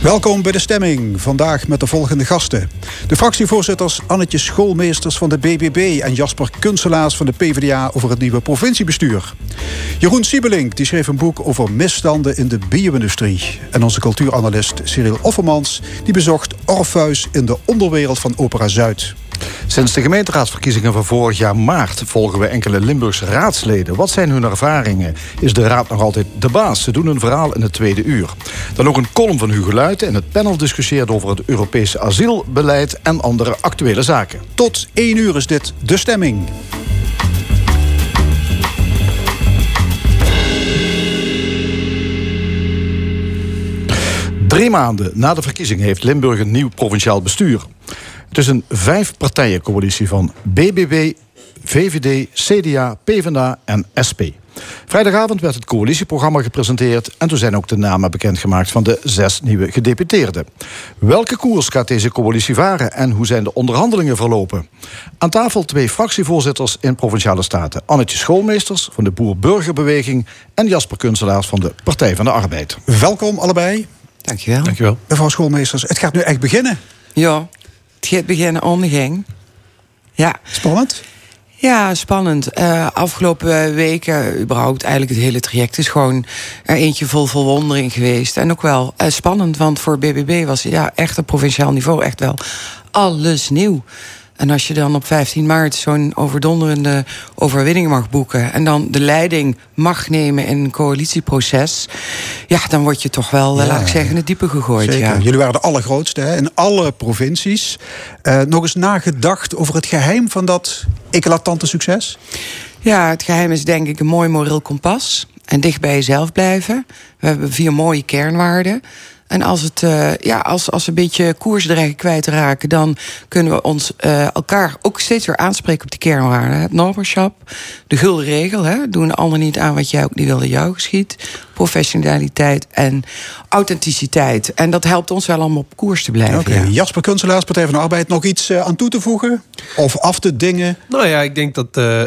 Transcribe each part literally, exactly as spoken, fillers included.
Welkom bij de stemming. Vandaag met de volgende gasten. De fractievoorzitters Annetje Schoolmeesters van de B B B... en Jasper Kunselaars van de PvdA over het nieuwe provinciebestuur. Jeroen Siebelink die schreef een boek over misstanden in de bio-industrie. En onze cultuuranalist Cyril Offermans die bezocht Orpheus in de onderwereld van Opera Zuid. Sinds de gemeenteraadsverkiezingen van vorig jaar maart volgen we enkele Limburgse raadsleden. Wat zijn hun ervaringen? Is de raad nog altijd de baas? Ze doen een verhaal in het tweede uur. Dan ook een column van Hugo Luijten en het panel discussieert over het Europese asielbeleid en andere actuele zaken. Tot één uur is dit De Stemming. Drie maanden na de verkiezing heeft Limburg een nieuw provinciaal bestuur. Het is een vijfpartijencoalitie van B B B, V V D, C D A, PvdA en S P. Vrijdagavond werd het coalitieprogramma gepresenteerd en toen zijn ook de namen bekendgemaakt van de zes nieuwe gedeputeerden. Welke koers gaat deze coalitie varen en hoe zijn de onderhandelingen verlopen? Aan tafel twee fractievoorzitters in Provinciale Staten. Annetje Schoolmeesters van de Boer-Burgerbeweging en Jasper Kunselaars van de Partij van de Arbeid. Welkom allebei. Dankjewel. Dankjewel. Mevrouw Schoolmeesters, het gaat nu echt beginnen. Ja, het gaat beginnen on the gang. Ja. Spannend? Ja, spannend. Uh, afgelopen weken, überhaupt eigenlijk het hele traject is gewoon er eentje vol verwondering geweest. En ook wel uh, spannend, want voor B B B was ja, echt op provinciaal niveau echt wel alles nieuw. En als je dan op vijftien maart zo'n overdonderende overwinning mag boeken en dan de leiding mag nemen in een coalitieproces, ja, dan word je toch wel, ja, laat ik zeggen, in het diepe gegooid. Zeker. Ja. Jullie waren de allergrootste hè, in alle provincies. Uh, nog eens nagedacht over het geheim van dat eclatante succes? Ja, het geheim is denk ik een mooi moreel kompas en dicht bij jezelf blijven. We hebben vier mooie kernwaarden. En als, het, uh, ja, als, als we een beetje koers dreigen kwijt te raken, dan kunnen we ons uh, elkaar ook steeds weer aanspreken op die kernwaarden. Het neighborschap, de gulden regel, hè, doen de ander niet aan wat jij ook niet wil dat jou geschiet. Professionaliteit en authenticiteit. En dat helpt ons wel om op koers te blijven. Okay. Ja. Jasper Kunselaars, Partij van de Arbeid, nog iets uh, aan toe te voegen? Of af te dingen? Nou ja, ik denk dat uh, uh,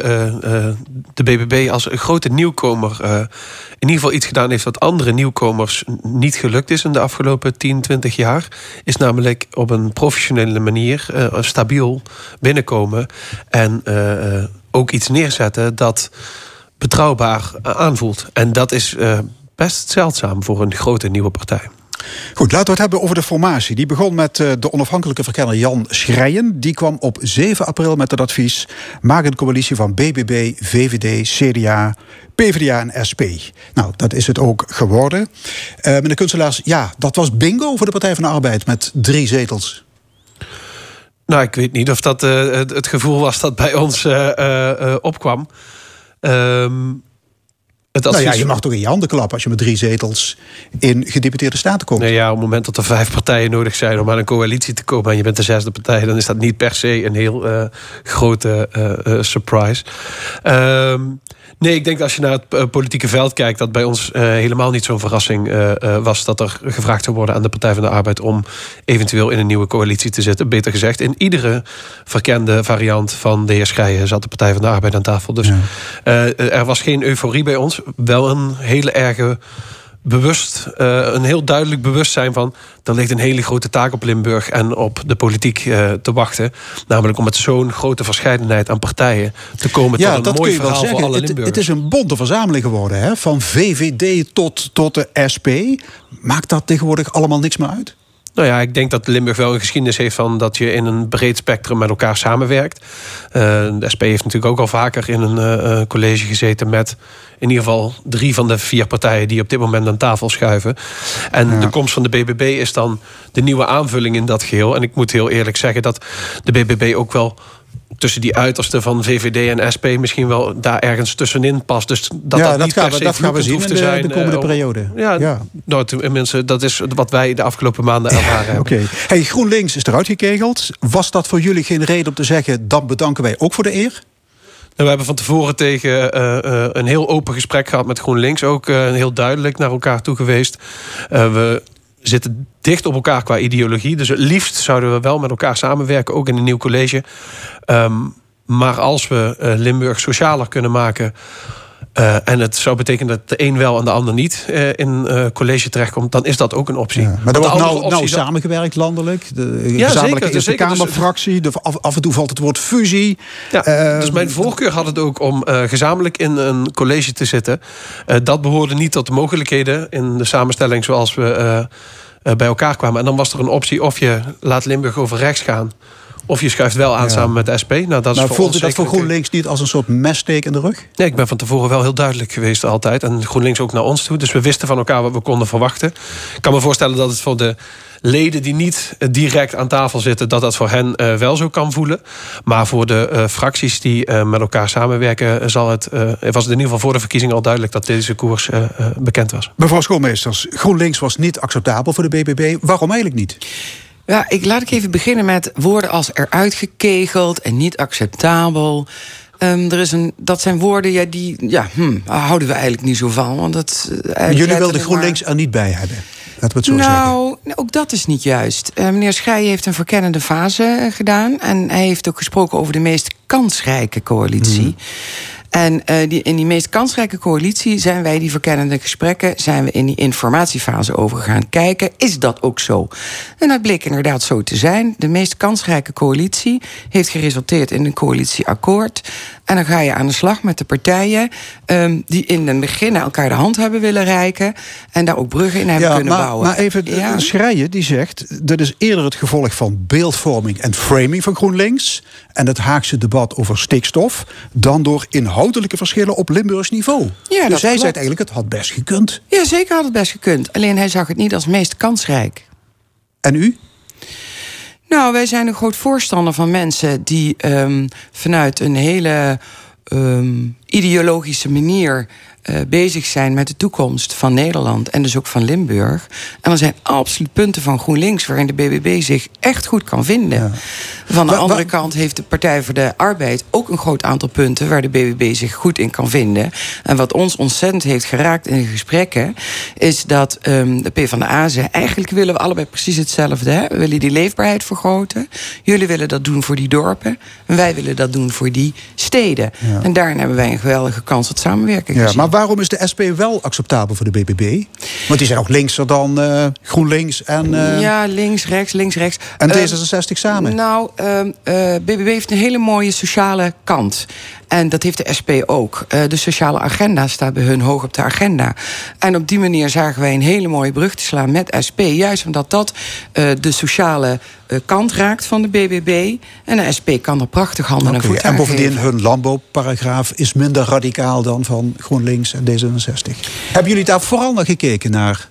de B B B als een grote nieuwkomer uh, in ieder geval iets gedaan heeft wat andere nieuwkomers niet gelukt is in de afgelopen tien, twintig jaar. Is namelijk op een professionele manier uh, stabiel binnenkomen en uh, uh, ook iets neerzetten dat betrouwbaar uh, aanvoelt. En dat is uh, best zeldzaam voor een grote nieuwe partij. Goed, laten we het hebben over de formatie. Die begon met uh, de onafhankelijke verkenner Jan Schrijen. Die kwam op zeven april met het advies: maak een coalitie van B B B, V V D, C D A, PvdA en S P. Nou, dat is het ook geworden. Uh, meneer Kunselaars, ja, dat was bingo voor de Partij van de Arbeid met drie zetels. Nou, ik weet niet of dat uh, het, het gevoel was dat bij ons uh, uh, opkwam. Um, het advies... Nou ja, je mag toch in je handen klappen als je met drie zetels in gedeputeerde staten komt. Nee, ja, op het moment dat er vijf partijen nodig zijn om aan een coalitie te komen en je bent de zesde partij, dan is dat niet per se een heel uh, grote uh, uh, surprise. Um, Nee, ik denk dat als je naar het uh, politieke veld kijkt, dat bij ons uh, helemaal niet zo'n verrassing uh, uh, was dat er gevraagd zou worden aan de Partij van de Arbeid om eventueel in een nieuwe coalitie te zitten. Beter gezegd, in iedere verkende variant van de heer Schrijen zat de Partij van de Arbeid aan tafel. Dus ja. uh, er was geen euforie bij ons. Wel een hele erge bewust, uh, een heel duidelijk bewustzijn van, er ligt een hele grote taak op Limburg en op de politiek uh, te wachten. Namelijk om met zo'n grote verscheidenheid aan partijen te komen ja, tot een dat mooi kun je wel verhaal zeggen. voor alle het, Limburgers. het is een bonte verzameling geworden, hè? Van V V D tot, tot de S P. Maakt dat tegenwoordig allemaal niks meer uit? Nou ja, ik denk dat Limburg wel een geschiedenis heeft van dat je in een breed spectrum met elkaar samenwerkt. Uh, de S P heeft natuurlijk ook al vaker in een uh, college gezeten met in ieder geval drie van de vier partijen die op dit moment aan tafel schuiven. En ja. de komst van de B B B is dan de nieuwe aanvulling in dat geheel. En ik moet heel eerlijk zeggen dat de B B B ook wel tussen die uitersten van V V D en S P misschien wel daar ergens tussenin past. Dus dat ja, dat, dat niet gaan per we, se dat gaan we zien in de, zijn, de komende uh, periode. Ja, ja. Nou, tenminste, dat is wat wij de afgelopen maanden ervaren hebben. Oké. Okay. Hey, GroenLinks is eruit gekegeld. Was dat voor jullie geen reden om te zeggen, dan bedanken wij ook voor de eer? En we hebben van tevoren tegen uh, uh, een heel open gesprek gehad met GroenLinks. Ook uh, heel duidelijk naar elkaar toe geweest. Uh, we zitten dicht op elkaar qua ideologie. Dus het liefst zouden we wel met elkaar samenwerken, ook in een nieuw college. Um, maar als we uh, Limburg socialer kunnen maken, Uh, en het zou betekenen dat de een wel en de ander niet uh, in uh, college terechtkomt, dan is dat ook een optie. Ja, maar er wordt nou, nou dat... samengewerkt landelijk. De ja, gezamenlijke zeker, Eerste zeker. Kamerfractie. De, af, af en toe valt het woord fusie. Ja, uh, dus mijn voorkeur had het ook om uh, gezamenlijk in een college te zitten. Uh, dat behoorde niet tot de mogelijkheden in de samenstelling zoals we uh, uh, bij elkaar kwamen. En dan was er een optie of je laat Limburg over rechts gaan, of je schuift wel aan ja. samen met de S P. Nou, dat is maar voor voelt u dat voor natuurlijk... GroenLinks niet als een soort messteek in de rug? Nee, ik ben van tevoren wel heel duidelijk geweest altijd. En GroenLinks ook naar ons toe. Dus we wisten van elkaar wat we konden verwachten. Ik kan me voorstellen dat het voor de leden die niet direct aan tafel zitten, dat dat voor hen uh, wel zo kan voelen. Maar voor de uh, fracties die uh, met elkaar samenwerken, zal het, uh, was het in ieder geval voor de verkiezingen al duidelijk dat deze koers uh, uh, bekend was. Mevrouw Schoolmeesters, GroenLinks was niet acceptabel voor de B B B. Waarom eigenlijk niet? Ja, ik, laat ik even beginnen met woorden als eruit gekegeld en niet acceptabel. Um, er is een, dat zijn woorden ja, die ja, hm, houden we eigenlijk niet zo van. Want dat, uh, Jullie wilden GroenLinks er niet bij hebben? Laten we het zo nou, zeggen. ook dat is niet juist. Uh, meneer Schrijen heeft een verkennende fase uh, gedaan. En hij heeft ook gesproken over de meest kansrijke coalitie. Hmm. En uh, die, in die meest kansrijke coalitie zijn wij die verkennende gesprekken, zijn we in die informatiefase over gaan kijken. Is dat ook zo? En dat bleek inderdaad zo te zijn. De meest kansrijke coalitie heeft geresulteerd in een coalitieakkoord. En dan ga je aan de slag met de partijen um, die in het begin naar elkaar de hand hebben willen reiken en daar ook bruggen in hebben ja, kunnen maar, bouwen. Maar even, ja. Schrijen die zegt, dit is eerder het gevolg van beeldvorming en framing van GroenLinks en het Haagse debat over stikstof dan door inhoudelijke verschillen op Limburgs niveau. Ja, dus hij klopt. zegt eigenlijk, het had best gekund. Ja, zeker had het best gekund. Alleen hij zag het niet als meest kansrijk. En u? Nou, wij zijn een groot voorstander van mensen die um, vanuit een hele um, ideologische manier uh, bezig zijn met de toekomst van Nederland en dus ook van Limburg. En er zijn absoluut punten van GroenLinks waarin de B B B zich echt goed kan vinden. Ja. Van de wa, andere wa, kant heeft de Partij voor de Arbeid ook een groot aantal punten waar de B B B zich goed in kan vinden. En wat ons ontzettend heeft geraakt in de gesprekken is dat um, de PvdA zei, eigenlijk willen we allebei precies hetzelfde. Hè? We willen die leefbaarheid vergroten. Jullie willen dat doen voor die dorpen. En wij willen dat doen voor die steden. Ja. En daarin hebben wij een geweldige kans tot samenwerking ja, gezien. Maar waarom is de S P wel acceptabel voor de B B B? Want die zijn ook linkser dan uh, GroenLinks en... Uh, ja, links, rechts, links, rechts. En D zesenzestig uh, samen? Nou, uh, uh, B B B heeft een hele mooie sociale kant. En dat heeft de S P ook. Uh, de sociale agenda staat bij hun hoog op de agenda. En op die manier zagen wij een hele mooie brug te slaan met S P. Juist omdat dat uh, de sociale uh, kant raakt van de B B B. En de S P kan er prachtig handen okay, en voeten aan En bovendien, geven. hun landbouwparagraaf is minder radicaal dan van GroenLinks en D zesenzestig. Hebben jullie daar vooral naar gekeken naar...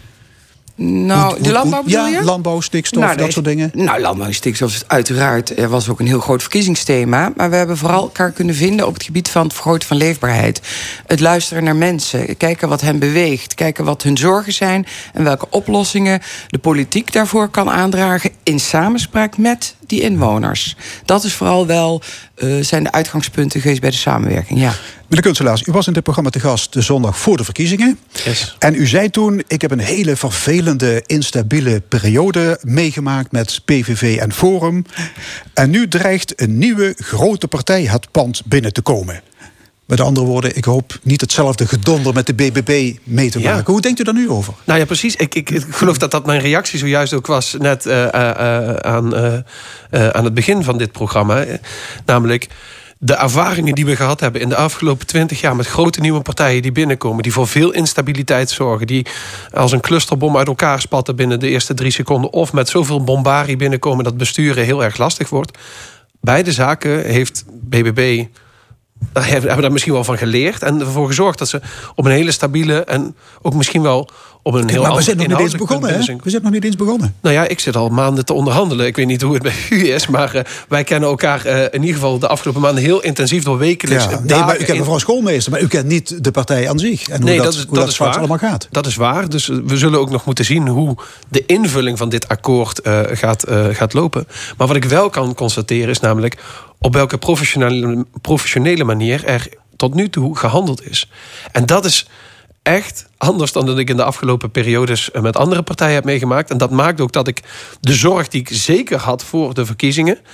Nou, hoe, de landbouw bedoel je? Ja, landbouw, stikstof, nou, dat is, soort dingen. Nou, landbouw en stikstof is uiteraard, er was ook een heel groot verkiezingsthema. Maar we hebben vooral elkaar kunnen vinden op het gebied van het vergroten van leefbaarheid. Het luisteren naar mensen, kijken wat hen beweegt, kijken wat hun zorgen zijn en welke oplossingen de politiek daarvoor kan aandragen in samenspraak met die inwoners. Dat is vooral wel, uh, zijn de uitgangspunten geweest bij de samenwerking, ja. Meneer Kunselaars, u was in dit programma te gast de zondag voor de verkiezingen. Yes. En u zei toen, ik heb een hele vervelende, instabiele periode meegemaakt met P V V en Forum. En nu dreigt een nieuwe grote partij het pand binnen te komen. Met andere woorden, ik hoop niet hetzelfde gedonder met de B B B mee te maken. Ja. Hoe denkt u daar nu over? Nou ja, precies. Ik, ik, ik geloof dat dat mijn reactie zojuist ook was net uh, uh, aan, uh, uh, aan het begin van dit programma. Namelijk de ervaringen die we gehad hebben in de afgelopen twintig jaar met grote nieuwe partijen die binnenkomen, die voor veel instabiliteit zorgen, die als een clusterbom uit elkaar spatten binnen de eerste drie seconden, of met zoveel bombarie binnenkomen dat besturen heel erg lastig wordt. Beide zaken heeft B B B... hebben daar misschien wel van geleerd en ervoor gezorgd dat ze op een hele stabiele en ook misschien wel op een heel maar we zijn nog niet eens begonnen, hè? We zijn nog niet eens begonnen. Nou ja, ik zit al maanden te onderhandelen. Ik weet niet hoe het bij u is, maar uh, wij kennen elkaar uh, in ieder geval de afgelopen maanden heel intensief door wekelijks. Ja, nee, maar u kent mevrouw Schoolmeester, maar u kent niet de partij aan zich en hoe nee, dat, dat, is, hoe dat, dat is waar. allemaal gaat. Dat is waar. Dus we zullen ook nog moeten zien hoe de invulling van dit akkoord uh, gaat, uh, gaat lopen. Maar wat ik wel kan constateren is namelijk op welke professionele, professionele manier er tot nu toe gehandeld is. En dat is echt anders dan dat ik in de afgelopen periodes met andere partijen heb meegemaakt. En dat maakt ook dat ik de zorg die ik zeker had voor de verkiezingen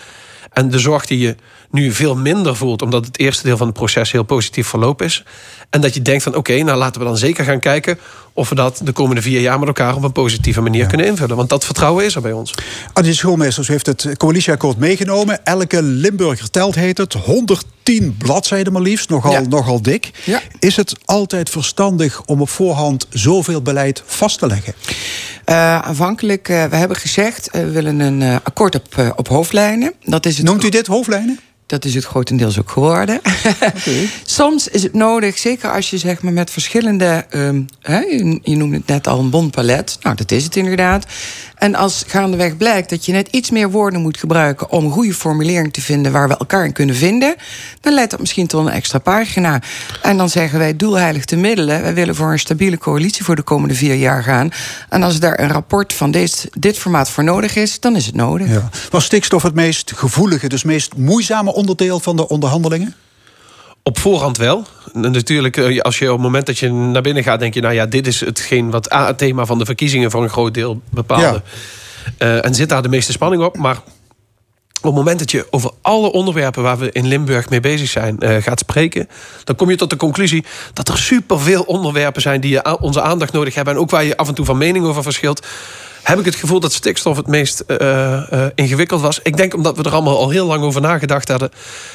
En de zorg die je nu veel minder voelt, omdat het eerste deel van het proces heel positief verlopen is. En dat je denkt van oké, okay, nou laten we dan zeker gaan kijken of we dat de komende vier jaar met elkaar op een positieve manier ja. kunnen invullen. Want dat vertrouwen is er bij ons. Adje Schoolmeesters heeft het coalitieakkoord meegenomen. Elke Limburger telt, heet het. honderdtien bladzijden maar liefst, nogal, ja. nogal dik. Ja. Is het altijd verstandig om op voorhand zoveel beleid vast te leggen? Uh, aanvankelijk, uh, we hebben gezegd, uh, we willen een uh, akkoord op, uh, op hoofdlijnen. Dat is het Noemt u dit hoofdlijnen? Dat is het grotendeels ook geworden. Okay. Soms is het nodig, zeker als je zeg maar met verschillende... Um, hè, je, je noemde het net al een bon palet. Nou, dat is het inderdaad. En als gaandeweg blijkt dat je net iets meer woorden moet gebruiken... om een goede formulering te vinden waar we elkaar in kunnen vinden... dan leidt dat misschien tot een extra pagina. En dan zeggen wij doelheilig te middelen... wij willen voor een stabiele coalitie voor de komende vier jaar gaan. En als daar een rapport van dit, dit formaat voor nodig is, dan is het nodig. Ja. Was stikstof het meest gevoelige, dus meest moeizame onderdeel van de onderhandelingen? Op voorhand wel. Natuurlijk, als je op het moment dat je naar binnen gaat, denk je, nou ja, dit is hetgeen wat A, het thema van de verkiezingen voor een groot deel bepaalde. Ja. Uh, en zit daar de meeste spanning op. Maar op het moment dat je over alle onderwerpen waar we in Limburg mee bezig zijn uh, gaat spreken, dan kom je tot de conclusie dat er superveel onderwerpen zijn die je onze aandacht nodig hebben. En ook waar je af en toe van mening over verschilt. Heb ik het gevoel dat stikstof het meest uh, uh, ingewikkeld was. Ik denk omdat we er allemaal al heel lang over nagedacht hadden,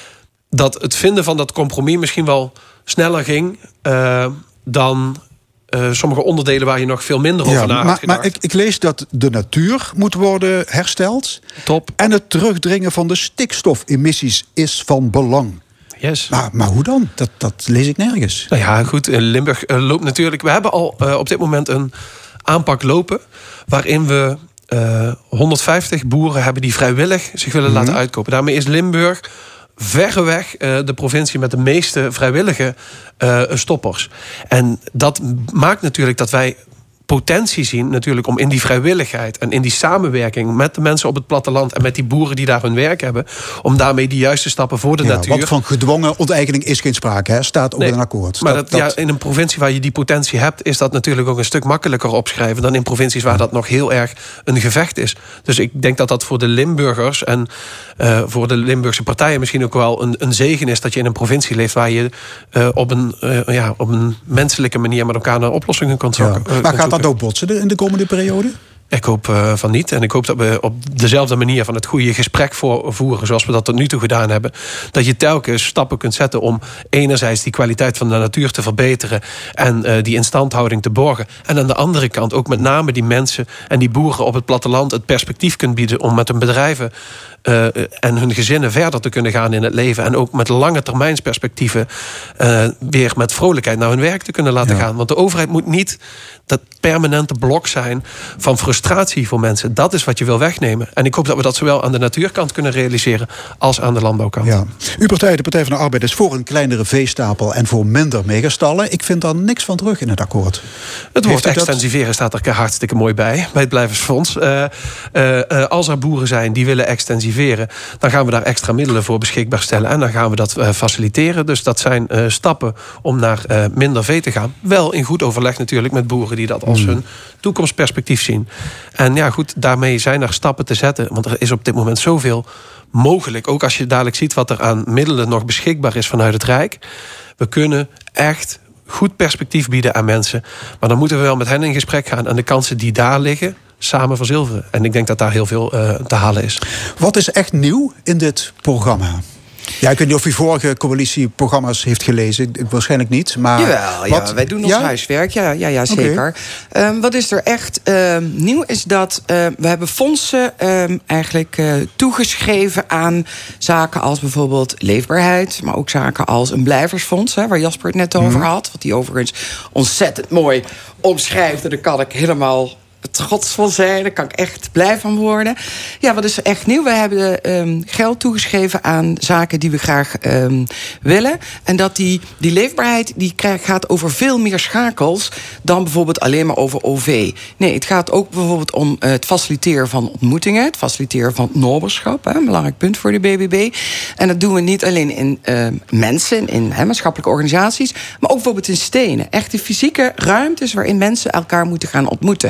dat het vinden van dat compromis misschien wel sneller ging uh, dan uh, sommige onderdelen waar je nog veel minder over ja, na had maar, gedacht. Maar ik, ik lees dat de natuur moet worden hersteld. Top. En het terugdringen van de stikstofemissies is van belang. Yes. Maar, maar hoe dan? Dat, dat lees ik nergens. Nou ja, goed. Limburg uh, loopt natuurlijk. We hebben al uh, op dit moment een aanpak lopen waarin we uh, honderdvijftig boeren hebben die vrijwillig zich willen mm-hmm. laten uitkopen. Daarmee is Limburg verreweg uh, de provincie met de meeste vrijwillige uh, stoppers. En dat maakt natuurlijk dat wij potentie zien natuurlijk om in die vrijwilligheid en in die samenwerking met de mensen op het platteland en met die boeren die daar hun werk hebben, om daarmee die juiste stappen voor de ja, natuur. Want van gedwongen onteigening is geen sprake, hè? Staat ook nee, in een akkoord. Maar dat, dat, ja, in een provincie waar je die potentie hebt, is dat natuurlijk ook een stuk makkelijker opschrijven dan in provincies waar dat nog heel erg een gevecht is. Dus ik denk dat dat voor de Limburgers en uh, voor de Limburgse partijen misschien ook wel een, een zegen is dat je in een provincie leeft waar je uh, op, een, uh, ja, op een menselijke manier met elkaar naar oplossingen kunt zoeken. Ja. Maar gaat dat ook botsen in de komende periode? Ik hoop uh, van niet. En ik hoop dat we op dezelfde manier van het goede gesprek voeren, zoals we dat tot nu toe gedaan hebben, dat je telkens stappen kunt zetten om enerzijds die kwaliteit van de natuur te verbeteren en uh, die instandhouding te borgen. En aan de andere kant ook met name die mensen en die boeren op het platteland het perspectief kunt bieden om met hun bedrijven Uh, en hun gezinnen verder te kunnen gaan in het leven. En ook met lange termijnsperspectieven uh, weer met vrolijkheid naar hun werk te kunnen laten ja. gaan. Want de overheid moet niet dat permanente blok zijn van frustratie voor mensen. Dat is wat je wil wegnemen. En ik hoop dat we dat zowel aan de natuurkant kunnen realiseren als aan de landbouwkant. Ja. Uw partij, de Partij van de Arbeid, is voor een kleinere veestapel en voor minder megastallen. Ik vind daar niks van terug in het akkoord. Het woord extensiveren dat staat er hartstikke mooi bij, bij het Blijversfonds. Uh, uh, uh, als er boeren zijn die willen extensiveren, dan gaan we daar extra middelen voor beschikbaar stellen en dan gaan we dat uh, faciliteren. Dus dat zijn uh, stappen om naar uh, minder vee te gaan. Wel in goed overleg natuurlijk met boeren die dat als mm. hun toekomstperspectief zien. En ja goed, daarmee zijn er stappen te zetten, want er is op dit moment zoveel mogelijk. Ook als je dadelijk ziet wat er aan middelen nog beschikbaar is vanuit het Rijk. We kunnen echt goed perspectief bieden aan mensen. Maar dan moeten we wel met hen in gesprek gaan en de kansen die daar liggen samen verzilveren. En ik denk dat daar heel veel uh, te halen is. Wat is echt nieuw in dit programma? Ja, ik weet niet of u vorige coalitieprogramma's heeft gelezen. Waarschijnlijk niet. Maar Jawel, wat, ja, wij doen ons ja? huiswerk. Ja, ja, ja zeker. Okay. Um, wat is er echt uh, nieuw is dat uh, we hebben fondsen um, eigenlijk uh, toegeschreven aan zaken als bijvoorbeeld leefbaarheid, maar ook zaken als een blijversfonds, hè, waar Jasper het net over had. Wat die overigens ontzettend mooi omschrijft. En daar kan ik helemaal trots van zijn. Daar kan ik echt blij van worden. Ja, wat is er echt nieuw? We hebben um, geld toegeschreven aan zaken die we graag um, willen. En dat die, die leefbaarheid die gaat over veel meer schakels dan bijvoorbeeld alleen maar over O V. Nee, het gaat ook bijvoorbeeld om uh, het faciliteren van ontmoetingen, het faciliteren van noberschap, hè, een belangrijk punt voor de B B B. En dat doen we niet alleen in uh, mensen, in hè, maatschappelijke organisaties, maar ook bijvoorbeeld in stenen. Echte fysieke ruimtes waarin mensen elkaar moeten gaan ontmoeten.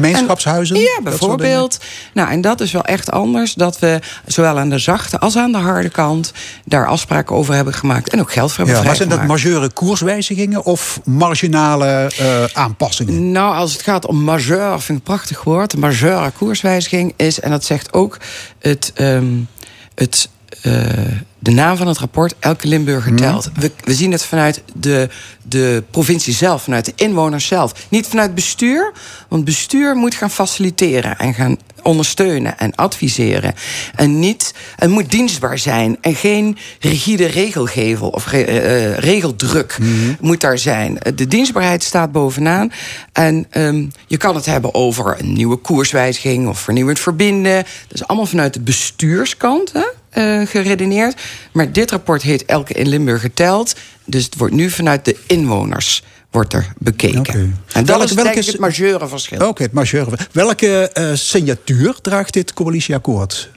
gemeenschapshuizen? En, ja, bijvoorbeeld. Nou, en dat is wel echt anders. Dat we zowel aan de zachte als aan de harde kant daar afspraken over hebben gemaakt. En ook geld voor hebben ja, maar vrijgemaakt. zijn dat majeure koerswijzigingen of marginale uh, aanpassingen? Nou, als het gaat om majeur, vind ik een prachtig woord. Een majeure koerswijziging is, en dat zegt ook het... Um, het uh, de naam van het rapport, elke Limburger telt. We, we zien het vanuit de, de provincie zelf, vanuit de inwoners zelf. Niet vanuit bestuur, want bestuur moet gaan faciliteren en gaan ondersteunen en adviseren. En niet, het moet dienstbaar zijn en geen rigide regelgevel of re, uh, regeldruk mm-hmm. moet daar zijn. De dienstbaarheid staat bovenaan. En um, je kan het hebben over een nieuwe koerswijziging of vernieuwend verbinden. Dat is allemaal vanuit de bestuurskant, hè? Uh, geredeneerd. Maar dit rapport heet Elke in Limburger telt. Dus het wordt nu vanuit de inwoners wordt er bekeken. Okay. En dat welke, is denk ik het majeure verschil. Oké, okay, het majeure. Welke uh, signatuur draagt dit coalitieakkoord?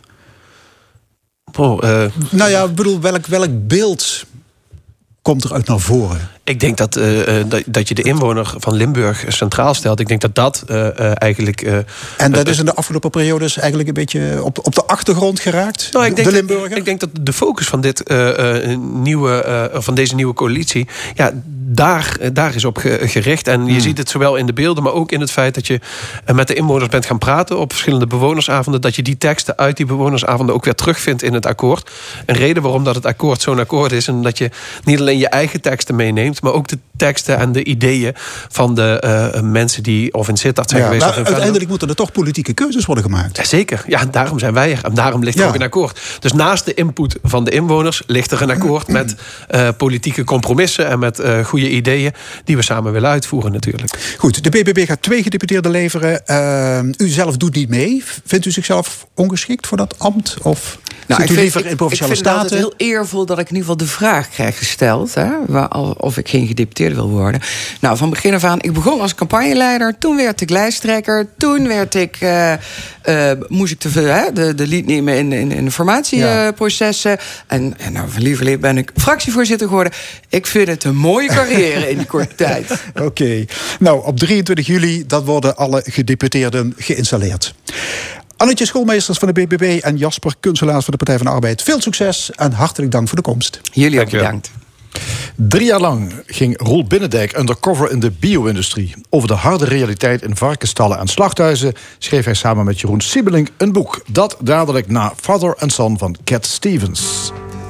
Oh, uh, nou ja, ik bedoel, welk, welk beeld komt eruit naar voren? Ik denk dat, uh, dat, dat je de inwoner van Limburg centraal stelt. Ik denk dat dat uh, uh, eigenlijk... Uh, en dat is in de afgelopen periodes eigenlijk een beetje op, op de achtergrond geraakt? Nou, ik denk de Limburger? Dat, ik denk dat de focus van, dit, uh, uh, nieuwe, uh, van deze nieuwe coalitie... Ja, daar, daar is op gericht. En je hmm. ziet het zowel in de beelden, maar ook in het feit dat je met de inwoners bent gaan praten op verschillende bewonersavonden. Dat je die teksten uit die bewonersavonden ook weer terugvindt in het akkoord. Een reden waarom dat het akkoord zo'n akkoord is. En dat je niet alleen je eigen teksten meeneemt, maar ook de teksten en de ideeën van de uh, mensen die of in Sittard zijn ja, geweest. Maar of uiteindelijk moeten er toch politieke keuzes worden gemaakt. Ja, zeker. Ja, daarom zijn wij er. En daarom ligt er ja. ook een akkoord. Dus naast de input van de inwoners ligt er een akkoord met uh, politieke compromissen en met uh, goede ideeën die we samen willen uitvoeren natuurlijk. Goed, de B B B gaat twee gedeputeerden leveren. Uh, u zelf doet niet mee. Vindt u zichzelf ongeschikt voor dat ambt? Of nou, zit u vind, liever ik, in Provinciale Staten? Ik vind het heel eervol dat ik in ieder geval de vraag krijg gesteld. Hè, of ik geen gedeputeerde wil worden. Nou, van begin af aan, ik begon als campagneleider. Toen werd ik lijsttrekker. Toen werd ik, uh, uh, moest ik de, uh, de, de lead nemen in, in, in de formatieprocessen. Ja. En, en nou, van lieverlee ben ik fractievoorzitter geworden. Ik vind het een mooie carrière in die korte tijd. Oké. Okay. Nou, op drieëntwintig juli, dat worden alle gedeputeerden geïnstalleerd. Annetje Schoolmeesters van de B B B en Jasper Kunselaars van de Partij van de Arbeid. Veel succes en hartelijk dank voor de komst. Jullie ook bedankt. Drie jaar lang ging Roel Binnendijk undercover in de bio-industrie. Over de harde realiteit in varkensstallen en slachthuizen schreef hij samen met Jeroen Siebelink een boek. Dat dadelijk na Father and Son van Cat Stevens.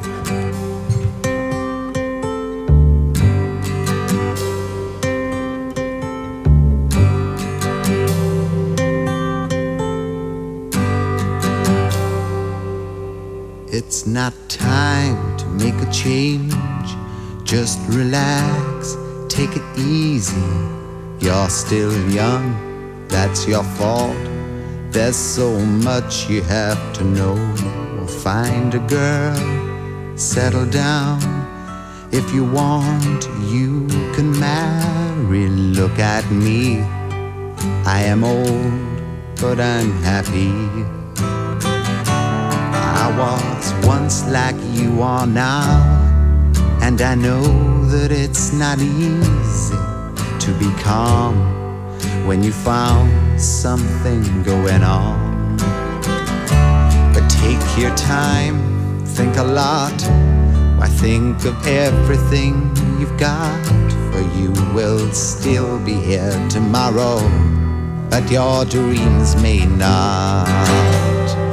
It's not time to make a change. Just relax, take it easy. You're still young, that's your fault. There's so much you have to know. Find a girl, settle down. If you want, you can marry. Look at me, I am old, but I'm happy. I was once like you are now, and I know that it's not easy to be calm when you found something going on. But take your time, think a lot. Why think of everything you've got? For you will still be here tomorrow, but your dreams may not.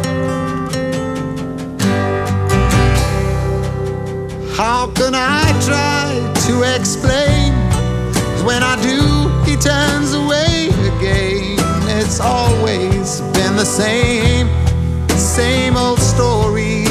How can I try to explain? 'Cause when I do, he turns away again. It's always been the same, same old story.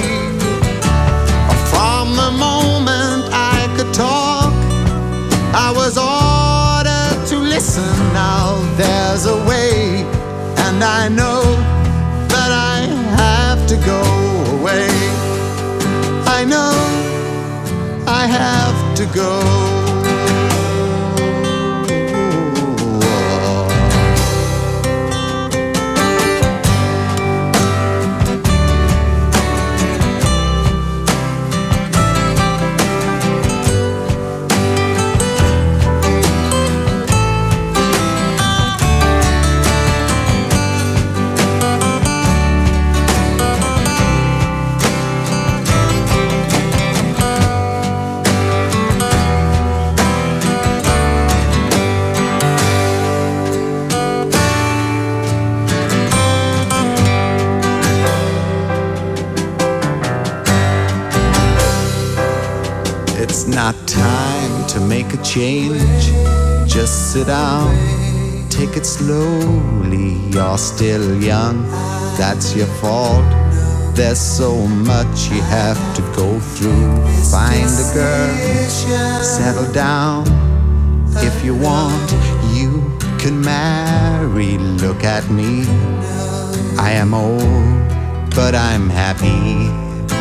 From the moment I could talk, I was ordered to listen. Now there's a way, and I know that I have to go away. I know I have to go. make a change. Just sit down, take it slowly. You're still young, that's your fault. There's so much you have to go through. Find a girl, settle down. If you want, you can marry. Look at me, I am old, but I'm happy.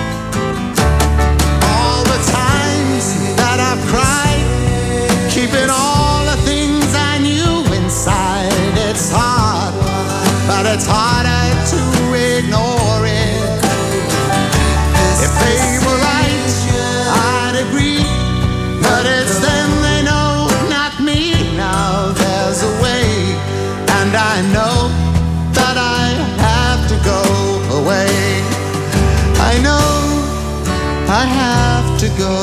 All the times that I've cried, keeping all the things I knew inside. It's hard, but it's harder to ignore it. If they were right, I'd agree, but it's them they know, not me. Now there's a way, and I know that I have to go away. I know I have to go.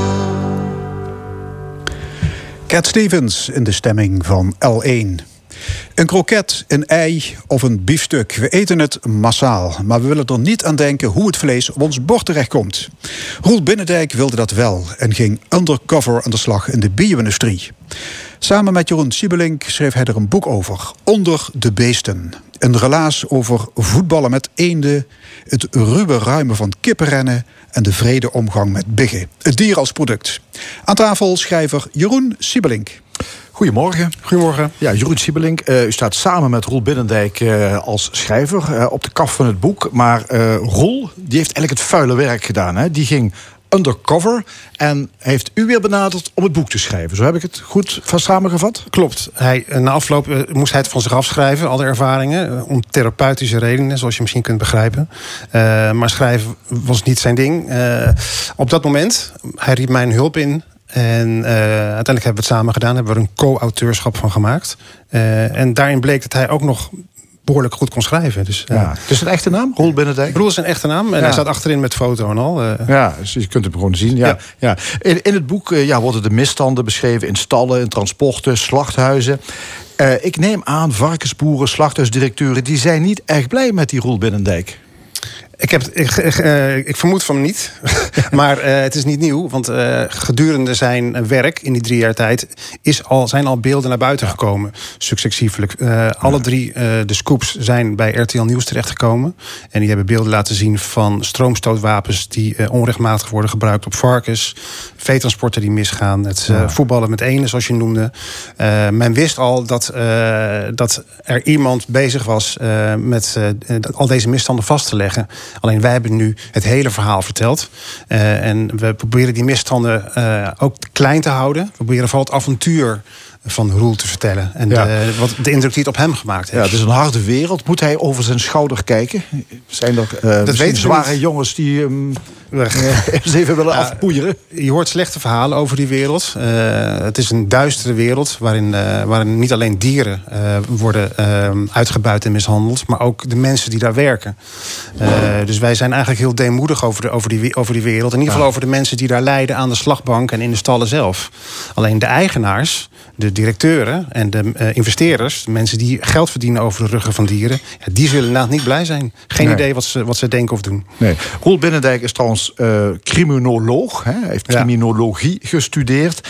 Cat Stevens in de stemming van L één. Een kroket, een ei of een biefstuk. We eten het massaal, maar we willen er niet aan denken hoe het vlees op ons bord terechtkomt. Roel Binnendijk wilde dat wel en ging undercover aan de slag in de bio-industrie. Samen met Jeroen Siebelink schreef hij er een boek over. Onder de beesten. Een relaas over voetballen met eenden, het ruwe ruimen van kippenrennen en de vrede omgang met biggen. Het dier als product. Aan tafel schrijver Jeroen Siebelink. Goedemorgen. Goedemorgen. Ja, Jeroen Siebelink, uh, u staat samen met Roel Binnendijk uh, als schrijver uh, op de kaf van het boek. Maar uh, Roel, die heeft eigenlijk het vuile werk gedaan. Hè? Die ging undercover en heeft u weer benaderd om het boek te schrijven. Zo heb ik het goed van samengevat? Klopt. Hij, na afloop uh, moest hij het van zich afschrijven, al de ervaringen. Uh, om therapeutische redenen, zoals je misschien kunt begrijpen. Uh, maar schrijven was niet zijn ding. Uh, op dat moment, hij riep mijn hulp in. En uh, uiteindelijk hebben we het samen gedaan. Hebben we er een co-auteurschap van gemaakt. Uh, en daarin bleek dat hij ook nog behoorlijk goed kon schrijven. Dus, uh, ja. Het is een echte naam, Roel Binnendijk? Roel is een echte naam. En ja. Hij staat achterin met foto en al. Uh. Ja, dus je kunt hem gewoon zien. Ja. Ja. Ja. In, in het boek uh, ja, worden de misstanden beschreven in stallen, in transporten, slachthuizen. Uh, ik neem aan, varkensboeren, slachthuisdirecteuren, die zijn niet erg blij met die Roel Binnendijk. Ik, heb, ik, uh, ik vermoed van niet. Maar uh, het is niet nieuw. Want uh, gedurende zijn werk in die drie jaar tijd is al, zijn al beelden naar buiten ja. gekomen. Successievelijk. Uh, ja. Alle drie uh, de scoops zijn bij R T L Nieuws terechtgekomen. En die hebben beelden laten zien van stroomstootwapens die uh, onrechtmatig worden gebruikt op varkens. Veetransporten die misgaan. Het uh, ja. voetballen met eenden, zoals je noemde. Uh, men wist al dat, uh, dat er iemand bezig was uh, met uh, al deze misstanden vast te leggen. Alleen wij hebben nu het hele verhaal verteld. Uh, en we proberen die misstanden uh, ook klein te houden. We proberen vooral het avontuur van Roel te vertellen. En ja. de, wat de indruk die het op hem gemaakt heeft. Ja, het is een harde wereld. Moet hij over zijn schouder kijken? Zijn er uh, dat weten zware niet. Jongens die hem um, eens even willen ja, afpoeieren? Je hoort slechte verhalen over die wereld. Uh, het is een duistere wereld waarin, uh, waarin niet alleen dieren uh, worden uh, uitgebuit en mishandeld, maar ook de mensen die daar werken. Uh, dus wij zijn eigenlijk heel deemoedig over, de, over, die, over die wereld. In ieder geval ja. over de mensen die daar lijden aan de slagbank en in de stallen zelf. Alleen de eigenaars, de directeuren en de uh, investeerders, de mensen die geld verdienen over de ruggen van dieren, ja, die zullen inderdaad niet blij zijn. Geen nee. idee wat ze, wat ze denken of doen. Nee. Roel Binnendijk is trouwens uh, criminoloog. Hè? Hij heeft ja. criminologie gestudeerd.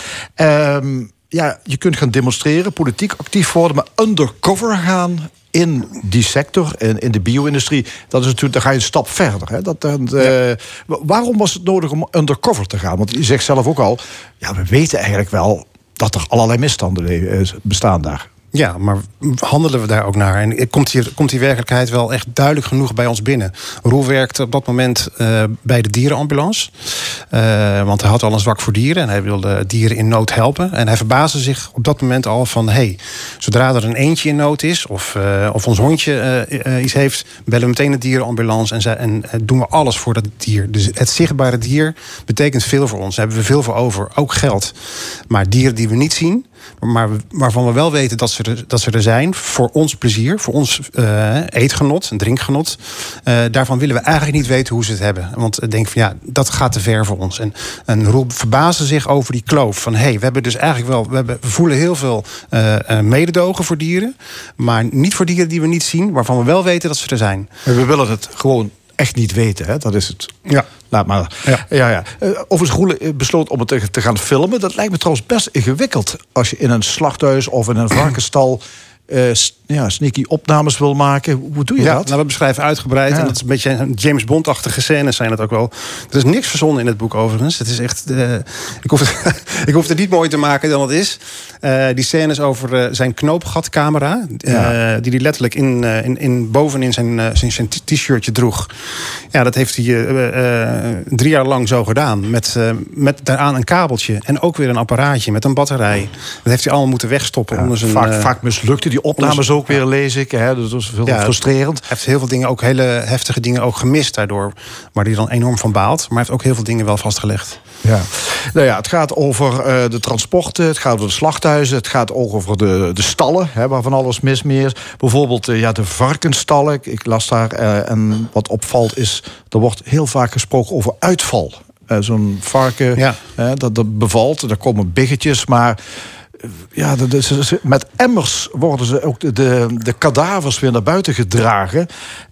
Um, ja, je kunt gaan demonstreren, politiek actief worden, maar undercover gaan in die sector, in, in de bio-industrie, dat is natuurlijk, dan ga je een stap verder. Hè? Dat, dat, uh, ja. Waarom was het nodig om undercover te gaan? Want je zegt zelf ook al, ja, we weten eigenlijk wel dat er allerlei misstanden bestaan daar. Ja, maar handelen we daar ook naar? En komt die, komt die werkelijkheid wel echt duidelijk genoeg bij ons binnen? Roel werkte op dat moment uh, bij de dierenambulance. Uh, want hij had al een zwak voor dieren en hij wilde dieren in nood helpen. En hij verbaasde zich op dat moment al van, hey, zodra er een eendje in nood is of, uh, of ons hondje uh, uh, iets heeft, bellen we meteen de dierenambulance en, zij, en uh, doen we alles voor dat dier. Dus het zichtbare dier betekent veel voor ons. Daar hebben we veel voor over, ook geld. Maar dieren die we niet zien, maar waarvan we wel weten dat ze er, dat ze er zijn voor ons plezier, voor ons uh, eetgenot en drinkgenot. Uh, daarvan willen we eigenlijk niet weten hoe ze het hebben. Want ik denk van ja, dat gaat te ver voor ons. En, en Roel verbaasde zich over die kloof. Van hé, hey, we hebben dus eigenlijk wel, we, hebben, we voelen heel veel uh, uh, mededogen voor dieren. Maar niet voor dieren die we niet zien, waarvan we wel weten dat ze er zijn. En we willen het gewoon echt niet weten. Hè? Dat is het. Ja. Laat maar. Ja. Ja, ja. Uh, overigens, Roel besloot om het te, te gaan filmen. Dat lijkt me trouwens best ingewikkeld. Als je in een slachthuis of in een varkensstal Uh, ja, sneaky opnames wil maken. Hoe doe je ja, dat? Nou, we beschrijven uitgebreid. Ja. En dat is een beetje James Bond-achtige scènes zijn het ook wel. Er is niks verzonnen in het boek overigens. Het is echt... Uh, ik, hoef het, ik hoef het niet mooier te maken dan het is. Uh, die scènes over uh, zijn knoopgatcamera. Uh, ja. Die hij letterlijk in, uh, in, in, bovenin zijn, uh, zijn, zijn t-shirtje droeg. Ja, dat heeft hij uh, uh, drie jaar lang zo gedaan. Met, uh, met daaraan een kabeltje. En ook weer een apparaatje met een batterij. Dat heeft hij allemaal moeten wegstoppen. Ja, onder zijn, vaak, uh, vaak mislukte die opnames ook weer, lees ik. Hè? Dat was veel ja, frustrerend. Hij heeft heel veel dingen, ook hele heftige dingen ook gemist daardoor. Waar hij dan enorm van baalt. Maar hij heeft ook heel veel dingen wel vastgelegd. Ja. Nou ja, het gaat over uh, de transporten. Het gaat over de slachthuizen. Het gaat ook over de, de stallen, hè, waarvan alles mis meer is. Bijvoorbeeld uh, ja, de varkensstallen. Ik, ik las daar. Uh, en wat opvalt is, er wordt heel vaak gesproken over uitval. Uh, Zo'n varken, ja. uh, dat, dat bevalt. Er komen biggetjes, maar... Ja, de, de, met emmers worden ze ook de, de, de kadavers weer naar buiten gedragen.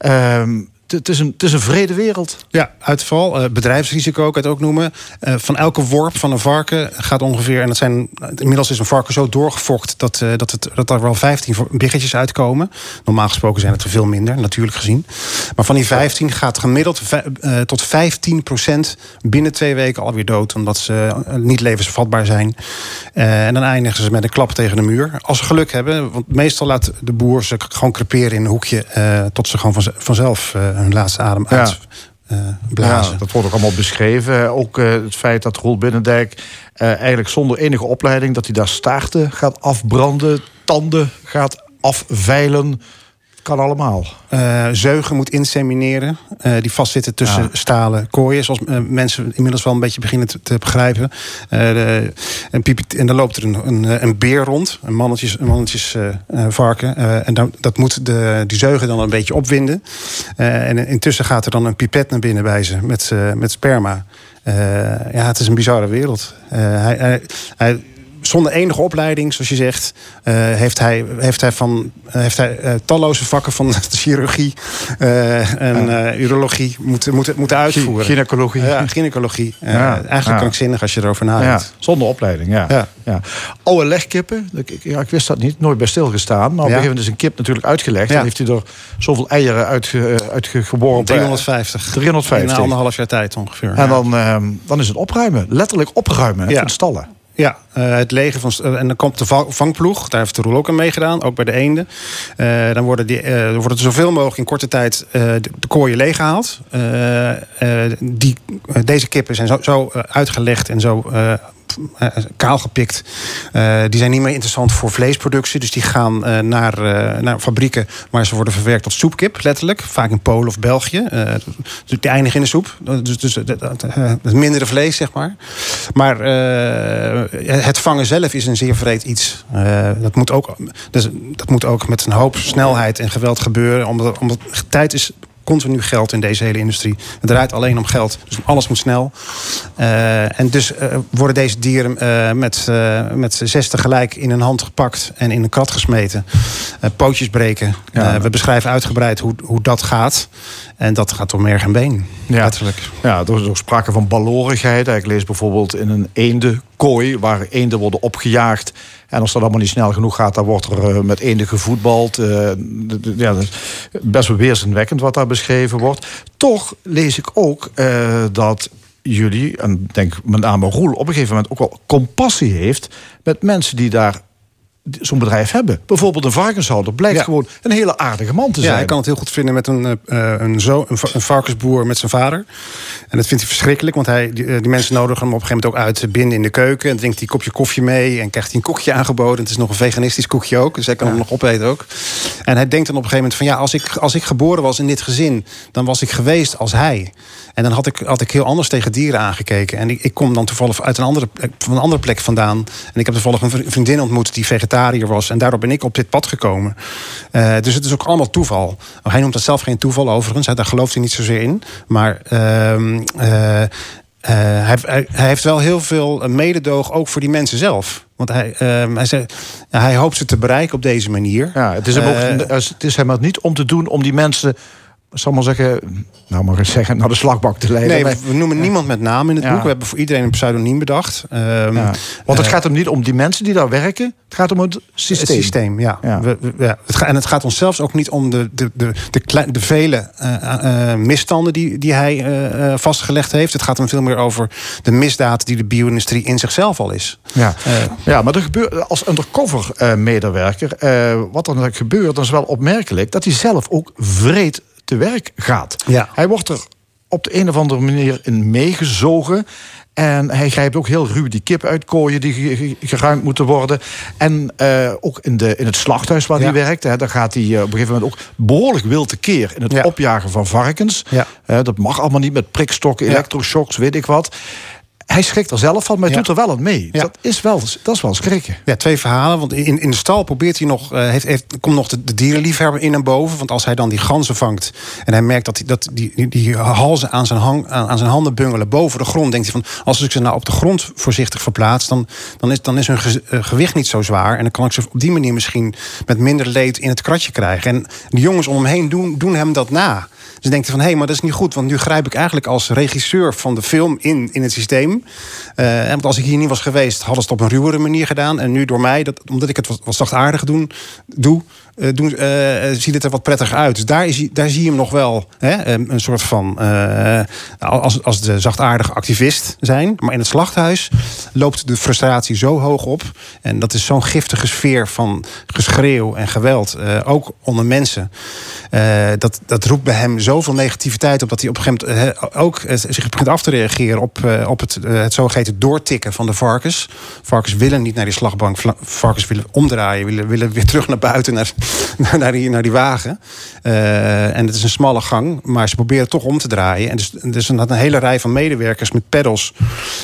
Um, Het is, een, het is een vrede wereld. Ja, uitval, uh, bedrijfsrisico kan je het ook noemen. Uh, van elke worp van een varken gaat ongeveer... en dat zijn, inmiddels is een varken zo doorgefokt... dat, uh, dat, het, dat er wel vijftien biggetjes uitkomen. Normaal gesproken zijn het er veel minder, natuurlijk gezien. Maar van die vijftien gaat gemiddeld uh, tot vijftien procent... binnen twee weken alweer dood... omdat ze uh, niet levensvatbaar zijn. Uh, en dan eindigen ze met een klap tegen de muur. Als ze geluk hebben, want meestal laat de boer ze gewoon creperen in een hoekje... Uh, tot ze gewoon vanzelf... Uh, hun laatste adem ja. uit uh, blazen. Ja, dat wordt ook allemaal beschreven. Ook uh, het feit dat Roel Binnendijk uh, eigenlijk zonder enige opleiding... dat hij daar staarten gaat afbranden, tanden gaat afveilen... Kan allemaal. Uh, zeugen moet insemineren. Uh, die vastzitten tussen ja. stalen kooien. Zoals uh, mensen inmiddels wel een beetje beginnen te, te begrijpen. Uh, de, en, piepie, en dan loopt er een, een, een beer rond. Een mannetjes, een mannetjes uh, uh, varken. Uh, en dan, dat moet de, die zeugen dan een beetje opwinden. Uh, en intussen gaat er dan een pipet naar binnen bij ze. Met, uh, met sperma. Uh, ja, het is een bizarre wereld. Uh, hij... hij, hij Zonder enige opleiding, zoals je zegt, uh, heeft hij, heeft hij, van, heeft hij uh, talloze vakken van de chirurgie uh, en uh, urologie moeten, moeten, moeten uitvoeren. Gynaecologie. Ja, gynaecologie. Uh, ja. Eigenlijk ja. krankzinnig als je erover nadenkt. Ja. Zonder opleiding, ja. ja. ja. Oude legkippen, ik, ja, ik wist dat niet, nooit bij stilgestaan. Maar op een gegeven moment is een kip natuurlijk uitgelegd. Ja. Dan heeft hij er zoveel eieren uitge, uitgeworpen. driehonderdvijftig. driehonderdvijftig. In anderhalf jaar tijd ongeveer. En ja. dan, uh, dan is het opruimen. Letterlijk opruimen ja. van stallen. Ja, uh, het leger van... Uh, en dan komt de vangploeg. Daar heeft de Roel ook aan meegedaan. Ook bij de eenden. Uh, dan worden, die, uh, worden er zoveel mogelijk in korte tijd uh, de, de kooien leeggehaald. Uh, uh, die, uh, deze kippen zijn zo, zo uh, uitgelegd en zo... Uh, kaal gepikt. Uh, die zijn niet meer interessant voor vleesproductie. Dus die gaan uh, naar, uh, naar fabrieken waar ze worden verwerkt tot soepkip, letterlijk. Vaak in Polen of België. Uh, dus die eindigen in de soep. Dus, dus uh, uh, mindere vlees, zeg maar. Maar uh, het vangen zelf is een zeer vreed iets. Uh, dat, moet ook, dus, dat moet ook met een hoop snelheid en geweld gebeuren. Omdat, omdat tijd is... continu geld in deze hele industrie. Het draait alleen om geld. Dus alles moet snel. Uh, en dus uh, worden deze dieren uh, met, uh, met zes tegelijk in een hand gepakt en in een krat gesmeten. Uh, pootjes breken. Ja. Uh, we beschrijven uitgebreid hoe, hoe dat gaat. En dat gaat door merg en been. Ja. Letterlijk. Ja, er is ook sprake van balorigheid. Ik lees bijvoorbeeld in een eendenkooi waar eenden worden opgejaagd. En als dat allemaal niet snel genoeg gaat, dan wordt er uh, met eenden gevoetbald. Uh, ja, dat is best wel weerzinwekkend wat daar beschreven wordt. Toch lees ik ook uh, dat jullie, en denk met name Roel, op een gegeven moment ook wel compassie heeft met mensen die daar zo'n bedrijf hebben. Bijvoorbeeld een varkenshouder blijkt ja. gewoon een hele aardige man te zijn. Ja, hij kan het heel goed vinden met een, uh, een, zo, een, een varkensboer met zijn vader. En dat vindt hij verschrikkelijk, want hij, die, die mensen nodigen hem op een gegeven moment ook uit binnen in de keuken. En drinkt hij een kopje koffie mee en krijgt hij een koekje aangeboden. Het is nog een veganistisch koekje ook, dus hij kan ja. hem nog opeten ook. En hij denkt dan op een gegeven moment van ja, als ik, als ik geboren was in dit gezin, dan was ik geweest als hij. En dan had ik, had ik heel anders tegen dieren aangekeken. En ik, ik kom dan toevallig uit een andere, van een andere plek vandaan. En ik heb toevallig een vriendin ontmoet die vegetariër was. En daardoor ben ik op dit pad gekomen. Uh, dus het is ook allemaal toeval. Hij noemt dat zelf geen toeval overigens. Daar gelooft hij niet zozeer in. Maar uh, uh, uh, hij, hij, hij heeft wel heel veel mededoog ook voor die mensen zelf. Want hij, uh, hij, zei, hij hoopt ze te bereiken op deze manier. Ja, het is hem, ook, uh, het is hem niet om te doen om die mensen zal maar zeggen, nou maar eens zeggen, naar de slagbak te leiden. Nee, maar, we noemen ja. niemand met naam in het ja. boek. We hebben voor iedereen een pseudoniem bedacht. Um, ja. Want het uh, gaat hem niet om die mensen die daar werken. Het gaat om het systeem. Het systeem, ja. ja. We, we, ja. Het gaat, en het gaat ons zelfs ook niet om de, de, de, de, klein, de vele uh, uh, misstanden die, die hij uh, vastgelegd heeft. Het gaat hem veel meer over de misdaad die de bio-industrie in zichzelf al is. Ja, uh, ja maar er gebeurt, als undercover uh, medewerker, uh, wat er dan gebeurt, dan is wel opmerkelijk dat hij zelf ook wreed te werk gaat. Ja. Hij wordt er op de een of andere manier in meegezogen. En hij grijpt ook heel ruw die kip uit kooien die geruimd moeten worden. En uh, ook in, de, in het slachthuis waar ja. hij werkt. Hè, daar gaat hij uh, op een gegeven moment ook behoorlijk wild tekeer in het ja. opjagen van varkens. Ja. Uh, dat mag allemaal niet met prikstokken, elektroshocks, weet ik wat. Hij schrikt er zelf van, maar hij ja. doet er wel aan mee. Ja. Dat, is wel, dat is wel schrikken. Ja, twee verhalen. Want in, in de stal probeert hij nog, uh, heeft, heeft, komt nog de, de dierenliefhebber in en boven. Want als hij dan die ganzen vangt en hij merkt dat, die, dat die, die, die halzen aan zijn, hang, aan, aan zijn handen bungelen boven de grond, denkt hij van, als ik ze nou op de grond voorzichtig verplaats, dan, dan, is, dan is hun ge, uh, gewicht niet zo zwaar. En dan kan ik ze op die manier misschien met minder leed in het kratje krijgen. En de jongens om hem heen doen, doen hem dat na. Dus denkt hij van, hé, hey, maar dat is niet goed. Want nu grijp ik eigenlijk als regisseur van de film in, in het systeem. Uh, want als ik hier niet was geweest, hadden ze het op een ruwere manier gedaan. En nu door mij, dat, omdat ik het wat, wat zachtaardig doen, doe... Uh, doen, uh, ziet het er wat prettiger uit. Dus daar, is, daar zie je hem nog wel hè, een soort van uh, als, als de zachtaardige activist zijn. Maar in het slachthuis loopt de frustratie zo hoog op. En dat is zo'n giftige sfeer van geschreeuw en geweld. Uh, ook onder mensen. Uh, dat, dat roept bij hem zoveel negativiteit op dat hij op een gegeven moment uh, ook uh, zich begint af te reageren op, uh, op het, uh, het zogeheten doortikken van de varkens. Varkens willen niet naar die slagbank. Varkens willen omdraaien, willen, willen weer terug naar buiten naar naar die, naar die wagen. Uh, en het is een smalle gang, maar ze proberen toch om te draaien. En dus, dus een, een hele rij van medewerkers met peddels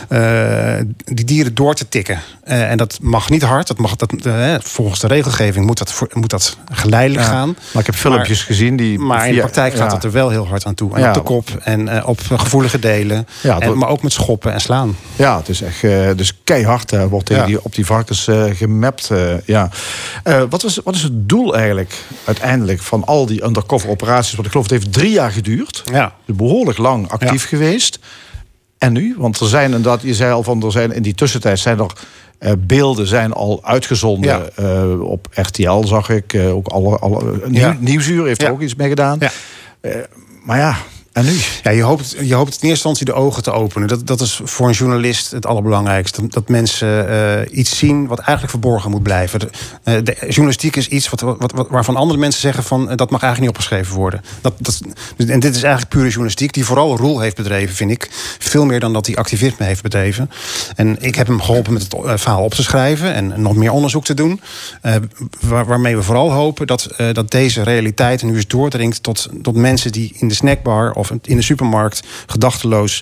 uh, die dieren door te tikken. Uh, en dat mag niet hard. Dat mag, dat, uh, volgens de regelgeving moet dat, moet dat geleidelijk ja, gaan. Maar ik heb filmpjes maar, gezien die... Maar in de praktijk gaat ja. het er wel heel hard aan toe. En ja. op de kop en uh, op gevoelige delen. Ja, en, maar ook met schoppen en slaan. Ja, het is echt uh, dus keihard uh, wordt tegen ja. die, op die varkens uh, gemapt. Uh, ja. uh, wat, was, wat is het doel eigenlijk uiteindelijk van al die undercover operaties? Want ik geloof het heeft drie jaar geduurd. Ja. Behoorlijk lang actief ja. geweest. En nu? Want er zijn inderdaad, je zei al van, er zijn in die tussentijd zijn er uh, beelden zijn al uitgezonden ja. uh, op R T L, zag ik. Uh, ook alle, alle nieuw, ja. Nieuwsuur heeft ja. er ook iets mee gedaan. Ja. Uh, maar ja. En nu? Ja, je hoopt, je hoopt in eerste instantie de ogen te openen. Dat, dat is voor een journalist het allerbelangrijkste. Dat, dat mensen uh, iets zien wat eigenlijk verborgen moet blijven. De, uh, de journalistiek is iets wat, wat, wat, waarvan andere mensen zeggen van uh, dat mag eigenlijk niet opgeschreven worden. Dat, dat, en dit is eigenlijk pure journalistiek die vooral Roel heeft bedreven, vind ik. Veel meer dan dat hij activisme heeft bedreven. En ik heb hem geholpen met het uh, verhaal op te schrijven en nog meer onderzoek te doen. Uh, waar, waarmee we vooral hopen dat, uh, dat deze realiteit nu eens doordringt tot, tot mensen die in de snackbar of in de supermarkt gedachteloos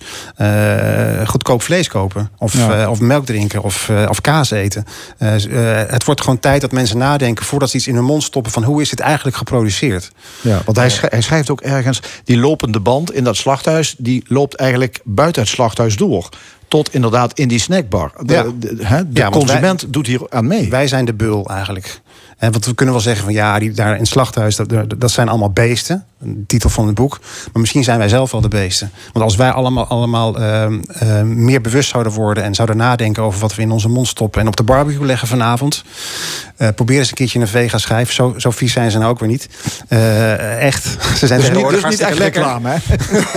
uh, goedkoop vlees kopen. Of, ja. uh, of melk drinken. Of, uh, of kaas eten. Uh, uh, het wordt gewoon tijd dat mensen nadenken voordat ze iets in hun mond stoppen van hoe is dit eigenlijk geproduceerd. Ja, want hij, schrijft, hij schrijft ook ergens die lopende band in dat slachthuis, die loopt eigenlijk buiten het slachthuis door. Tot inderdaad in die snackbar. De, ja. de, de, de ja, consument wij, doet hier aan mee. Wij zijn de beul eigenlijk. En want we kunnen wel zeggen van ja, die daar in het slachthuis, dat, dat zijn allemaal beesten. De titel van het boek. Maar misschien zijn wij zelf wel de beesten. Want als wij allemaal, allemaal uh, uh, meer bewust zouden worden en zouden nadenken over wat we in onze mond stoppen en op de barbecue leggen vanavond. Uh, probeer eens een keertje een vega schijf. Zo, zo vies zijn ze nou ook weer niet. Uh, echt. Ze zijn dus tegenwoordig niet, dus hartstikke lekker. Reclame, hè?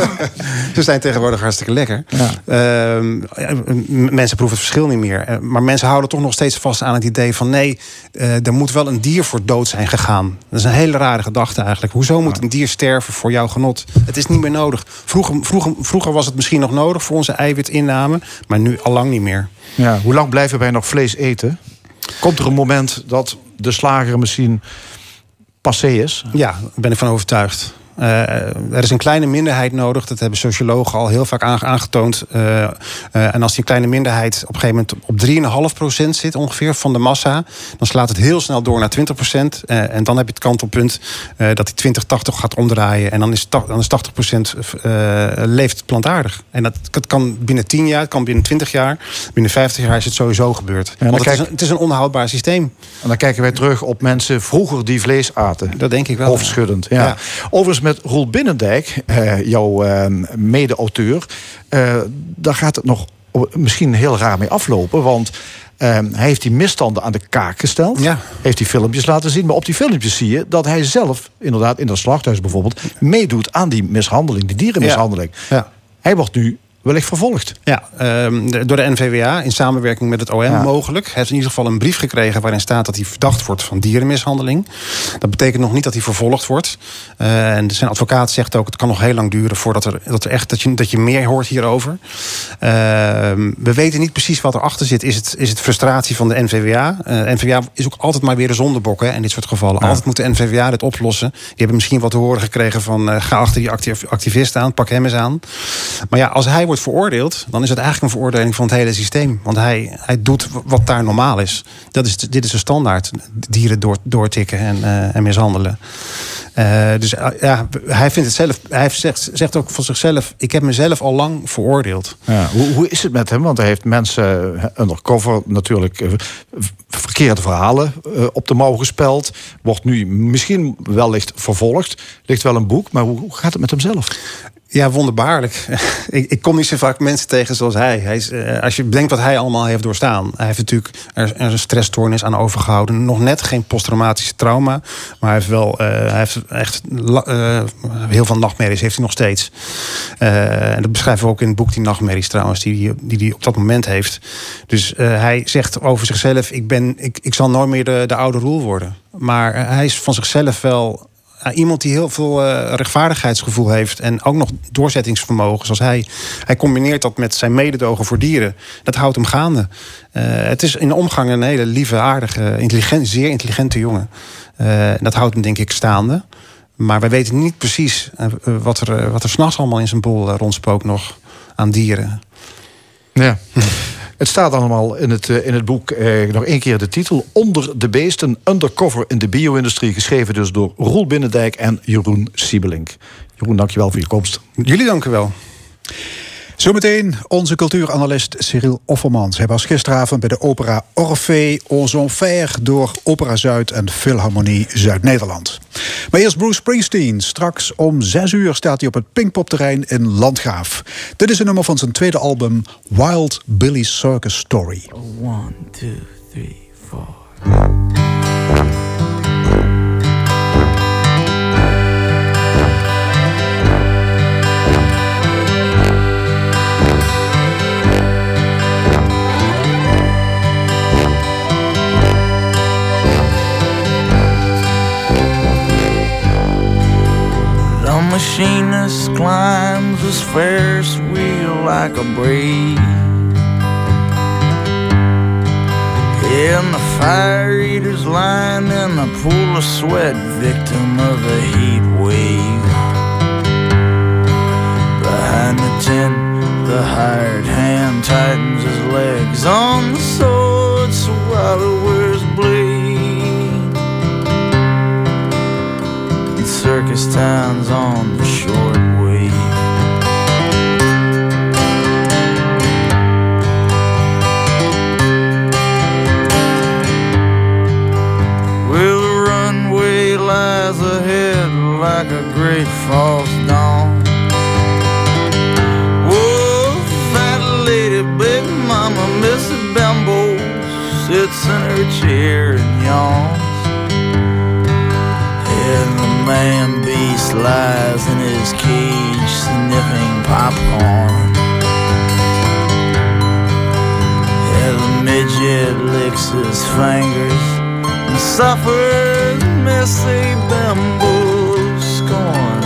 Ze zijn tegenwoordig hartstikke lekker. Ja. Uh, mensen proeven het verschil niet meer. Uh, maar mensen houden toch nog steeds vast aan het idee van nee, uh, er moet wel een dier voor dood zijn gegaan. Dat is een hele rare gedachte eigenlijk. Hoezo moet een dier sterven voor jouw genot? Het is niet meer nodig. Vroeger, vroeger, vroeger was het misschien nog nodig voor onze eiwitinname, maar nu allang niet meer. Ja, hoe lang blijven wij nog vlees eten? Komt er een moment dat de slager misschien passé is? Ja, daar ben ik van overtuigd. Uh, er is een kleine minderheid nodig. Dat hebben sociologen al heel vaak aangetoond. Uh, uh, en als die kleine minderheid op een gegeven moment op drie komma vijf procent zit ongeveer van de massa, dan slaat het heel snel door naar twintig procent. Uh, en dan heb je het kantelpunt uh, dat die twintig tachtig gaat omdraaien. En dan is, dan is tachtig procent uh, leeft plantaardig. En dat, dat kan binnen tien jaar, het kan binnen twintig jaar. Binnen vijftig jaar is het sowieso gebeurd. Ja, Want het, kijk, is een, het is een onhoudbaar systeem. En dan kijken wij terug op mensen vroeger die vlees aten. Dat denk ik wel. Hoofdschuddend. Ja. Ja. Overigens met met Roel Binnendijk, uh, jouw uh, mede-auteur, uh, daar gaat het nog misschien heel raar mee aflopen. Want uh, hij heeft die misstanden aan de kaak gesteld. Ja. Heeft die filmpjes laten zien. Maar op die filmpjes zie je dat hij zelf, inderdaad in dat slachthuis bijvoorbeeld, meedoet aan die mishandeling, die dierenmishandeling. Ja. Ja. Hij wordt nu wellicht vervolgd. Ja, um, door de N V W A in samenwerking met het O M ja. mogelijk. Hij heeft in ieder geval een brief gekregen waarin staat dat hij verdacht wordt van dierenmishandeling. Dat betekent nog niet dat hij vervolgd wordt. Uh, en zijn advocaat zegt ook, het kan nog heel lang duren voordat er, dat er echt dat je, dat je meer hoort hierover. Uh, we weten niet precies wat erachter zit. Is het, is het frustratie van de N V W A? Uh, N V W A is ook altijd maar weer een zondebok hè, in dit soort gevallen. Ja. Altijd moet de N V W A dit oplossen. Die hebben misschien wat te horen gekregen van uh, ga achter die activ- activist aan, pak hem eens aan. Maar ja, als hij wordt veroordeeld, dan is het eigenlijk een veroordeling van het hele systeem. Want hij, hij doet wat daar normaal is. Dat is dit is de standaard. Dieren door, doortikken en, uh, en mishandelen. Uh, dus uh, ja, hij vindt het zelf. Hij zegt, zegt ook van zichzelf: ik heb mezelf al lang veroordeeld. Ja, hoe, hoe is het met hem? Want hij heeft mensen undercover natuurlijk uh, verkeerde verhalen uh, op de mouw gespeld. Wordt nu misschien wellicht vervolgd. Ligt wel een boek, maar hoe, hoe gaat het met hem zelf? Ja, wonderbaarlijk. ik, ik kom niet zo vaak mensen tegen zoals hij. hij is, uh, als je bedenkt wat hij allemaal heeft doorstaan. Hij heeft natuurlijk er, er een stressstoornis aan overgehouden. Nog net geen posttraumatische trauma. Maar hij heeft wel uh, hij heeft echt uh, heel veel nachtmerries. Heeft hij nog steeds. Uh, en dat beschrijven we ook in het boek, die nachtmerries trouwens. Die hij die, die op dat moment heeft. Dus uh, hij zegt over zichzelf: ik, ben, ik, ik zal nooit meer de, de oude Roel worden. Maar uh, hij is van zichzelf wel Uh, iemand die heel veel uh, rechtvaardigheidsgevoel heeft en ook nog doorzettingsvermogen. Zoals hij. Hij combineert dat met zijn mededogen voor dieren. Dat houdt hem gaande. Uh, het is in de omgang een hele lieve, aardige, intelligent, zeer intelligente jongen. Uh, dat houdt hem denk ik staande. Maar wij weten niet precies uh, wat er, uh, wat er 's nachts allemaal in zijn bol uh, rondspookt nog aan dieren. Ja. Het staat allemaal in het, in het boek, eh, nog één keer de titel: Onder de beesten, undercover in de bio-industrie. Geschreven dus door Roel Binnendijk en Jeroen Siebelink. Jeroen, dankjewel voor je komst. Jullie dank u wel. Zometeen onze cultuuranalist Cyril Offermans. Hij was gisteravond bij de opera Orphée aux Enfers door Opera Zuid en Philharmonie Zuid-Nederland. Maar eerst Bruce Springsteen. Straks om zes uur staat hij op het Pinkpopterrein in Landgraaf. Dit is een nummer van zijn tweede album Wild Billy's Circus Story. One, two, three, four. Machinist climbs his Ferris wheel like a brave. And the fire eaters lying in a pool of sweat, victim of a heat wave. Behind the tent, the hired hand tightens his legs on the sword, so swallower's blade. Circus town's on the short wave. Well, the runway lies ahead like a great false dawn. Whoa, fat lady, big mama, Missy Bambo sits in her chair and yawns. And the man beast lies in his cage sniffing popcorn. And the midget licks his fingers and suffers Missy Bambo's scorn.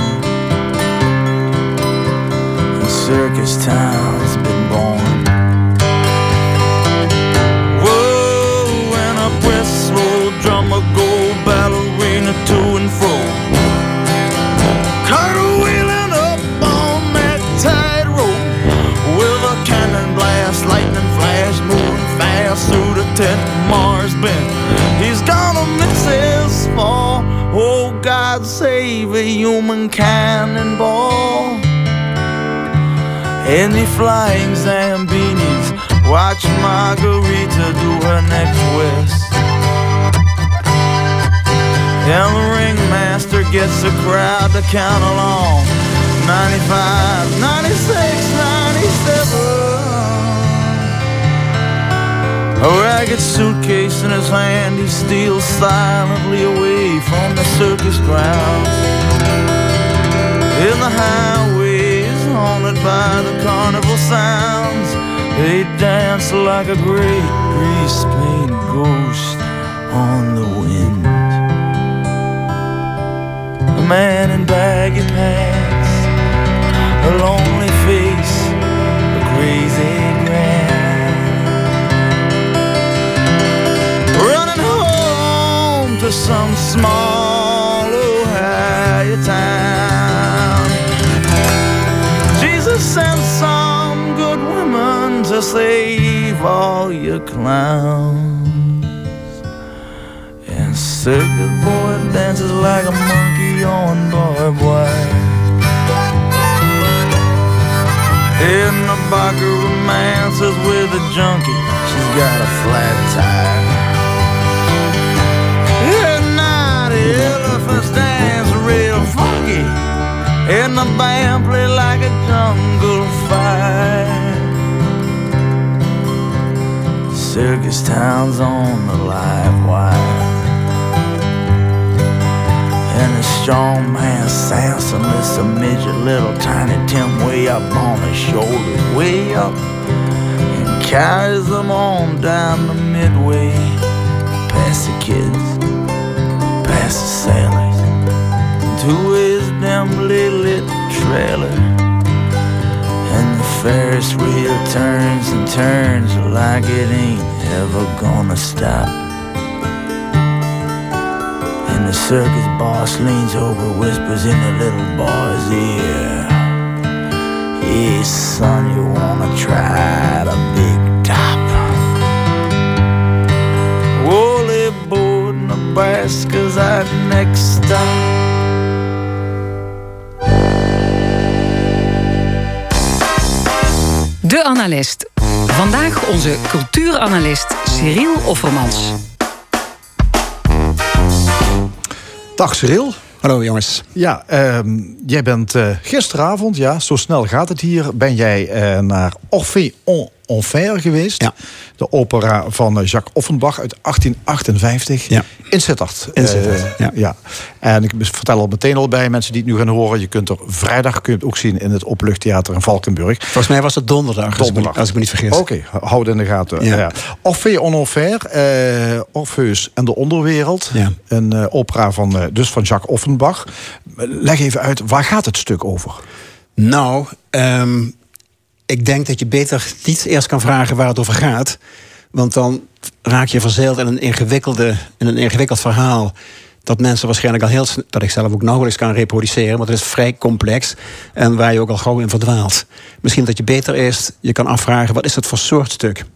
The circus town's been born. Whoa, and a whistle drummer go ballerina to and fro, cartwheeling up on that tightrope with a cannon blast, lightning flash, moving fast through the tent. Mars bent, he's gonna miss his fall. Oh God, save a human cannonball. And the flying Zambinis watch Margarita do her next twist. And the ringmaster gets the crowd to count along. ninety-five, ninety-six, ninety-seven. A ragged suitcase in his hand, he steals silently away from the circus grounds. In the highways haunted by the carnival sounds, they dance like a great grease-painted ghost on the wind. A man in baggy pants, a lonely face, a crazy grin, running home to some small Ohio town. Jesus sent some good women to save all your clowns, and circus boy dances like a monkey on barbed wire. In the Baca romances with a junkie, she's got a flat tire. At night the elephants dance real funky, and the band play like a jungle fight. Circus town's on the live wire, and the strong man Samson lifts a midget, little tiny Tim, way up on his shoulders, way up, and carries them on down the midway, past the kids, past the sailors, to his dimly lit trailer. And the Ferris wheel turns and turns like it ain't ever gonna stop. And the circus boss leans over, whispers in the little boy's ear, "Hey son, you wanna try the big top? Woolly board, Nebraska's our next stop." De Analist. Vandaag onze cultuuranalist Cyril Offermans. Dag Cyril. Hallo jongens. Ja, uh, jij bent uh, gisteravond, ja, zo snel gaat het hier, ben jij uh, naar Orphée en Enfer geweest. Ja. De opera van uh, Jacques Offenbach uit achttien achtenvijftig. Ja. In Sittard. In Sittard, uh, ja. ja. En ik vertel al meteen al bij mensen die het nu gaan horen, je kunt er vrijdag kun je het ook zien in het Openluchttheater in Valkenburg. Volgens mij was het donderdag, donderdag. Als ik me niet vergis. Oké, okay, houd in de gaten. Ja. Ja. Orphée en Enfer, uh, Orpheus en de Onderwereld. Ja. Een uh, opera van, uh, dus van Jacques Offenbach. Leg even uit, waar gaat het stuk over? Nou, um, ik denk dat je beter niet eerst kan vragen waar het over gaat. Want dan raak je verzeild in een, ingewikkelde, in een ingewikkeld verhaal dat mensen waarschijnlijk al heel snel, dat ik zelf ook nauwelijks kan reproduceren, want het is vrij complex en waar je ook al gauw in verdwaalt. Misschien dat je beter eerst je kan afvragen, wat is het voor soort stuk?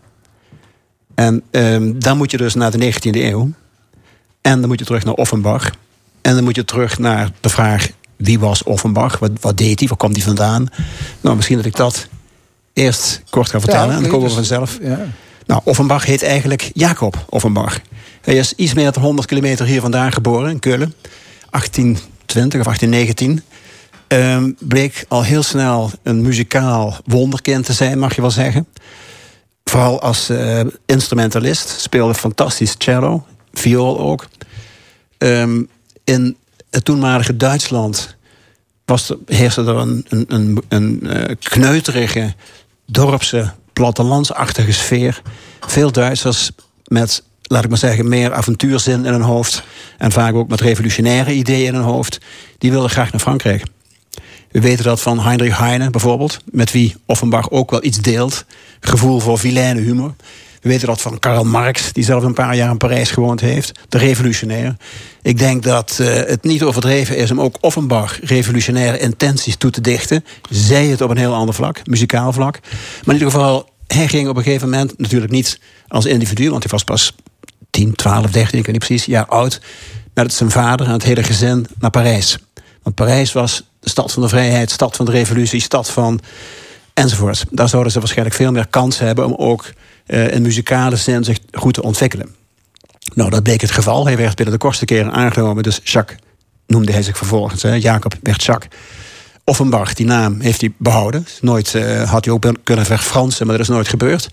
En um, dan moet je dus naar de negentiende eeuw. En dan moet je terug naar Offenbach. En dan moet je terug naar de vraag, wie was Offenbach? Wat, wat deed hij? Waar komt hij vandaan? Nou, misschien dat ik dat eerst kort ga vertellen. Ja, en dan komen we vanzelf. Ja. Nou, Offenbach heet eigenlijk Jacob Offenbach. Hij is iets meer dan honderd kilometer hier vandaan geboren, in Keulen. achttien twintig of achttien negentien. Um, bleek al heel snel een muzikaal wonderkind te zijn, mag je wel zeggen. Vooral als uh, instrumentalist. Speelde fantastisch cello, viool ook. Um, in het toenmalige Duitsland was er, heerste er een, een, een, een uh, kneuterige, dorpse, plattelandsachtige sfeer. Veel Duitsers met, laat ik maar zeggen, meer avontuurzin in hun hoofd. En vaak ook met revolutionaire ideeën in hun hoofd. Die wilden graag naar Frankrijk. We weten dat van Heinrich Heine bijvoorbeeld, met wie Offenbach ook wel iets deelt. Gevoel voor vilaine humor. We weten dat van Karl Marx, die zelf een paar jaar in Parijs gewoond heeft. De revolutionair. Ik denk dat uh, het niet overdreven is om ook Offenbach revolutionaire intenties toe te dichten. Zij het op een heel ander vlak, muzikaal vlak. Maar in ieder geval, hij ging op een gegeven moment, natuurlijk niet als individu, want hij was pas tien, twaalf, dertien, ik weet niet precies, jaar oud, met zijn vader en het hele gezin naar Parijs. Want Parijs was de stad van de vrijheid, stad van de revolutie, stad van enzovoort. Daar zouden ze waarschijnlijk veel meer kans hebben om ook uh, in muzikale zin zich goed te ontwikkelen. Nou, dat bleek het geval. Hij werd binnen de kortste keren aangenomen, dus Jacques noemde hij zich vervolgens. Hè, Jacob Wertschak. Offenbach, die naam heeft hij behouden. Nooit uh, had hij ook kunnen verfransen, maar dat is nooit gebeurd.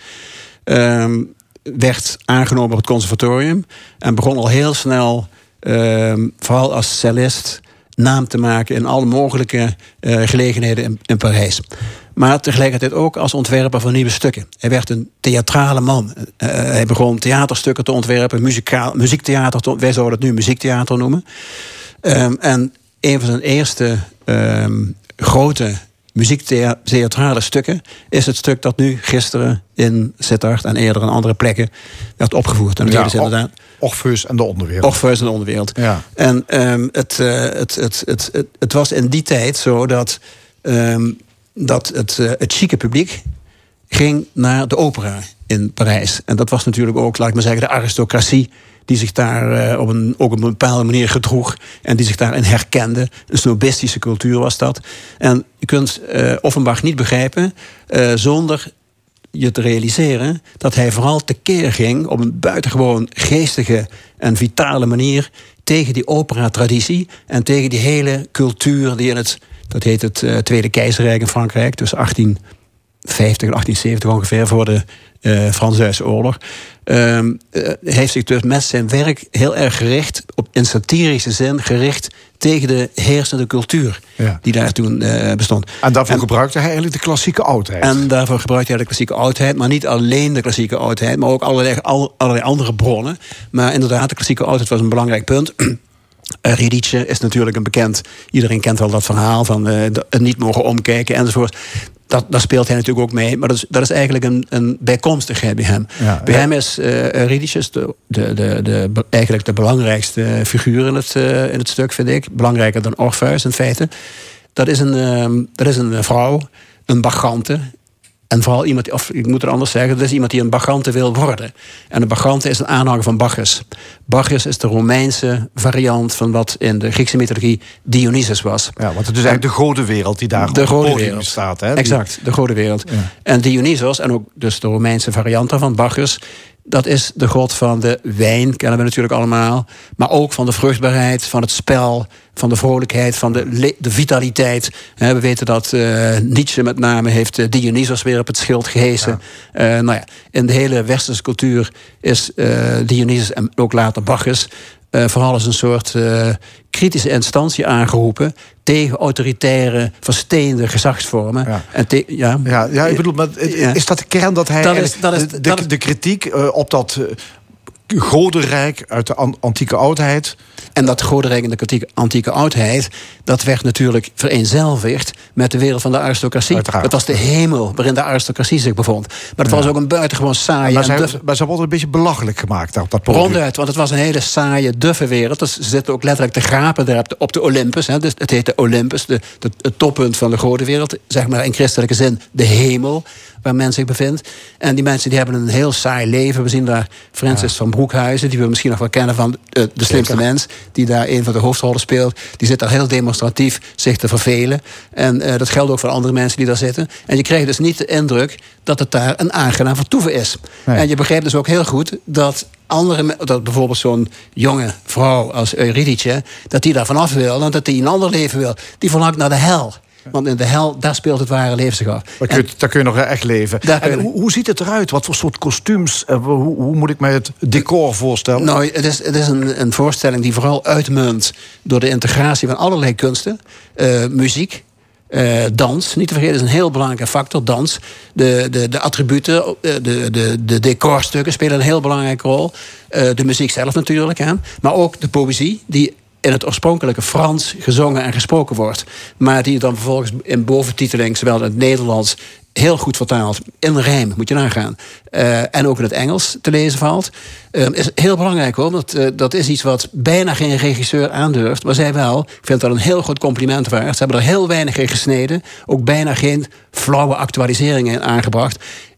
Um, werd aangenomen op het conservatorium. En begon al heel snel, um, vooral als cellist, naam te maken in alle mogelijke uh, gelegenheden in, in Parijs. Maar tegelijkertijd ook als ontwerper van nieuwe stukken. Hij werd een theatrale man. Uh, hij begon theaterstukken te ontwerpen, muzikaal, muziektheater. Te, wij zouden het nu muziektheater noemen. Um, en een van zijn eerste um, grote muziektheatrale stukken is het stuk dat nu gisteren in Sittard en eerder in andere plekken werd opgevoerd. En dat ja, is inderdaad Orpheus en de onderwereld. Orpheus en de onderwereld. Ja. En um, het, uh, het, het, het, het, het was in die tijd zo dat, um, dat het, uh, het chique publiek ging naar de opera in Parijs. En dat was natuurlijk ook, laat ik maar zeggen, de aristocratie die zich daar uh, op een, ook op een bepaalde manier gedroeg en die zich daarin herkende. Een snobistische cultuur was dat. En je kunt uh, Offenbach niet begrijpen uh, zonder je te realiseren dat hij vooral tekeer ging op een buitengewoon geestige en vitale manier tegen die opera-traditie en tegen die hele cultuur die in het, dat heet het uh, Tweede Keizerrijk in Frankrijk, tussen achttien vijftig en achttien zeventig ongeveer, voor de uh, Frans-Duitse oorlog. Um, uh, heeft zich dus met zijn werk heel erg gericht, op, in satirische zin, gericht tegen de heersende cultuur ja. die daar toen uh, bestond. En daarvoor en, gebruikte hij eigenlijk de klassieke oudheid. En daarvoor gebruikte hij de klassieke oudheid, maar niet alleen de klassieke oudheid, maar ook allerlei, al, allerlei andere bronnen. Maar inderdaad, de klassieke oudheid was een belangrijk punt. Riedice is natuurlijk een bekend, iedereen kent wel dat verhaal van uh, het niet mogen omkijken enzovoort. Dat, daar speelt hij natuurlijk ook mee. Maar dat is, dat is eigenlijk een, een bijkomstigheid bij hem. Ja, bij ja. hem is uh, Riedice de, de, de, de, eigenlijk de belangrijkste figuur in het, uh, in het stuk, vind ik. Belangrijker dan Orpheus in feite. Dat is een, um, dat is een vrouw, een bacchante. En vooral iemand, of ik moet het anders zeggen, dat is iemand die een bacchante wil worden. En een bacchante is een aanhanger van Bacchus. Bacchus is de Romeinse variant van wat in de Griekse mythologie Dionysus was. Ja, want het is eigenlijk de godenwereld die daar de op het podium staat. Hè? Exact, de godenwereld. Ja. En Dionysus, en ook dus de Romeinse variant van Bacchus, dat is de god van de wijn, kennen we natuurlijk allemaal. Maar ook van de vruchtbaarheid, van het spel, van de vrolijkheid, van de, de vitaliteit. We weten dat uh, Nietzsche met name heeft Dionysos weer op het schild gehesen. Ja. Uh, nou ja, in de hele westerse cultuur is uh, Dionysos en ook later Bacchus Uh, vooral als een soort uh, kritische instantie aangeroepen tegen autoritaire, versteende gezagsvormen. Ja, en te, ja. Ja, ja, ik bedoel, maar is dat de kern dat hij dat is, dat is, de, dat de, de kritiek uh, op dat uh, godenrijk uit de an, antieke oudheid. En dat godenrijk in de antieke, antieke oudheid, dat werd natuurlijk vereenzelvigd met de wereld van de aristocratie. Uiteraard. Dat was de hemel waarin de aristocratie zich bevond. Maar het ja. was ook een buitengewoon saaie... Maar, zij, duffe... maar ze worden een beetje belachelijk gemaakt daar op dat podium. Ronduit, want het was een hele saaie, duffe wereld. Dus ze zitten ook letterlijk te grapen daar op de, op de Olympus. Hè. Dus het heet de Olympus, de, de, het toppunt van de godenwereld. Zeg maar in christelijke zin de hemel, waar men zich bevindt. En die mensen die hebben een heel saai leven. We zien daar Francis ja. van Broekhuizen, die we misschien nog wel kennen van uh, De Slimste Zeker. Mens, die daar een van de hoofdrollen speelt. Die zit daar heel demonstratief zich te vervelen. En uh, dat geldt ook voor andere mensen die daar zitten. En je krijgt dus niet de indruk dat het daar een aangenaam vertoeven is. Nee. En je begrijpt dus ook heel goed dat andere, dat bijvoorbeeld zo'n jonge vrouw als Eurydice, dat die daar vanaf wil en dat die een ander leven wil. Die verlangt naar de hel. Want in de hel, daar speelt het ware leven zich af. Daar kun je, daar kun je nog echt leven. En hoe, hoe ziet het eruit? Wat voor soort kostuums? Hoe, hoe moet ik mij het decor voorstellen? Nou, het is, het is een, een voorstelling die vooral uitmunt door de integratie van allerlei kunsten. Uh, muziek. Uh, dans, niet te vergeten, is een heel belangrijke factor, dans. De, de, de attributen, de, de, de decorstukken spelen een heel belangrijke rol. Uh, de muziek zelf natuurlijk, hè. Maar ook de poëzie, die in het oorspronkelijke Frans gezongen en gesproken wordt. Maar die dan vervolgens in boventiteling, zowel in het Nederlands, heel goed vertaald, in rijm, moet je nagaan. Uh, en ook in het Engels te lezen valt. Uh, is heel belangrijk hoor, want uh, dat is iets wat bijna geen regisseur aandurft. Maar zij wel, ik vind dat een heel goed compliment waard. Ze hebben er heel weinig in gesneden. Ook bijna geen flauwe actualiseringen in aangebracht.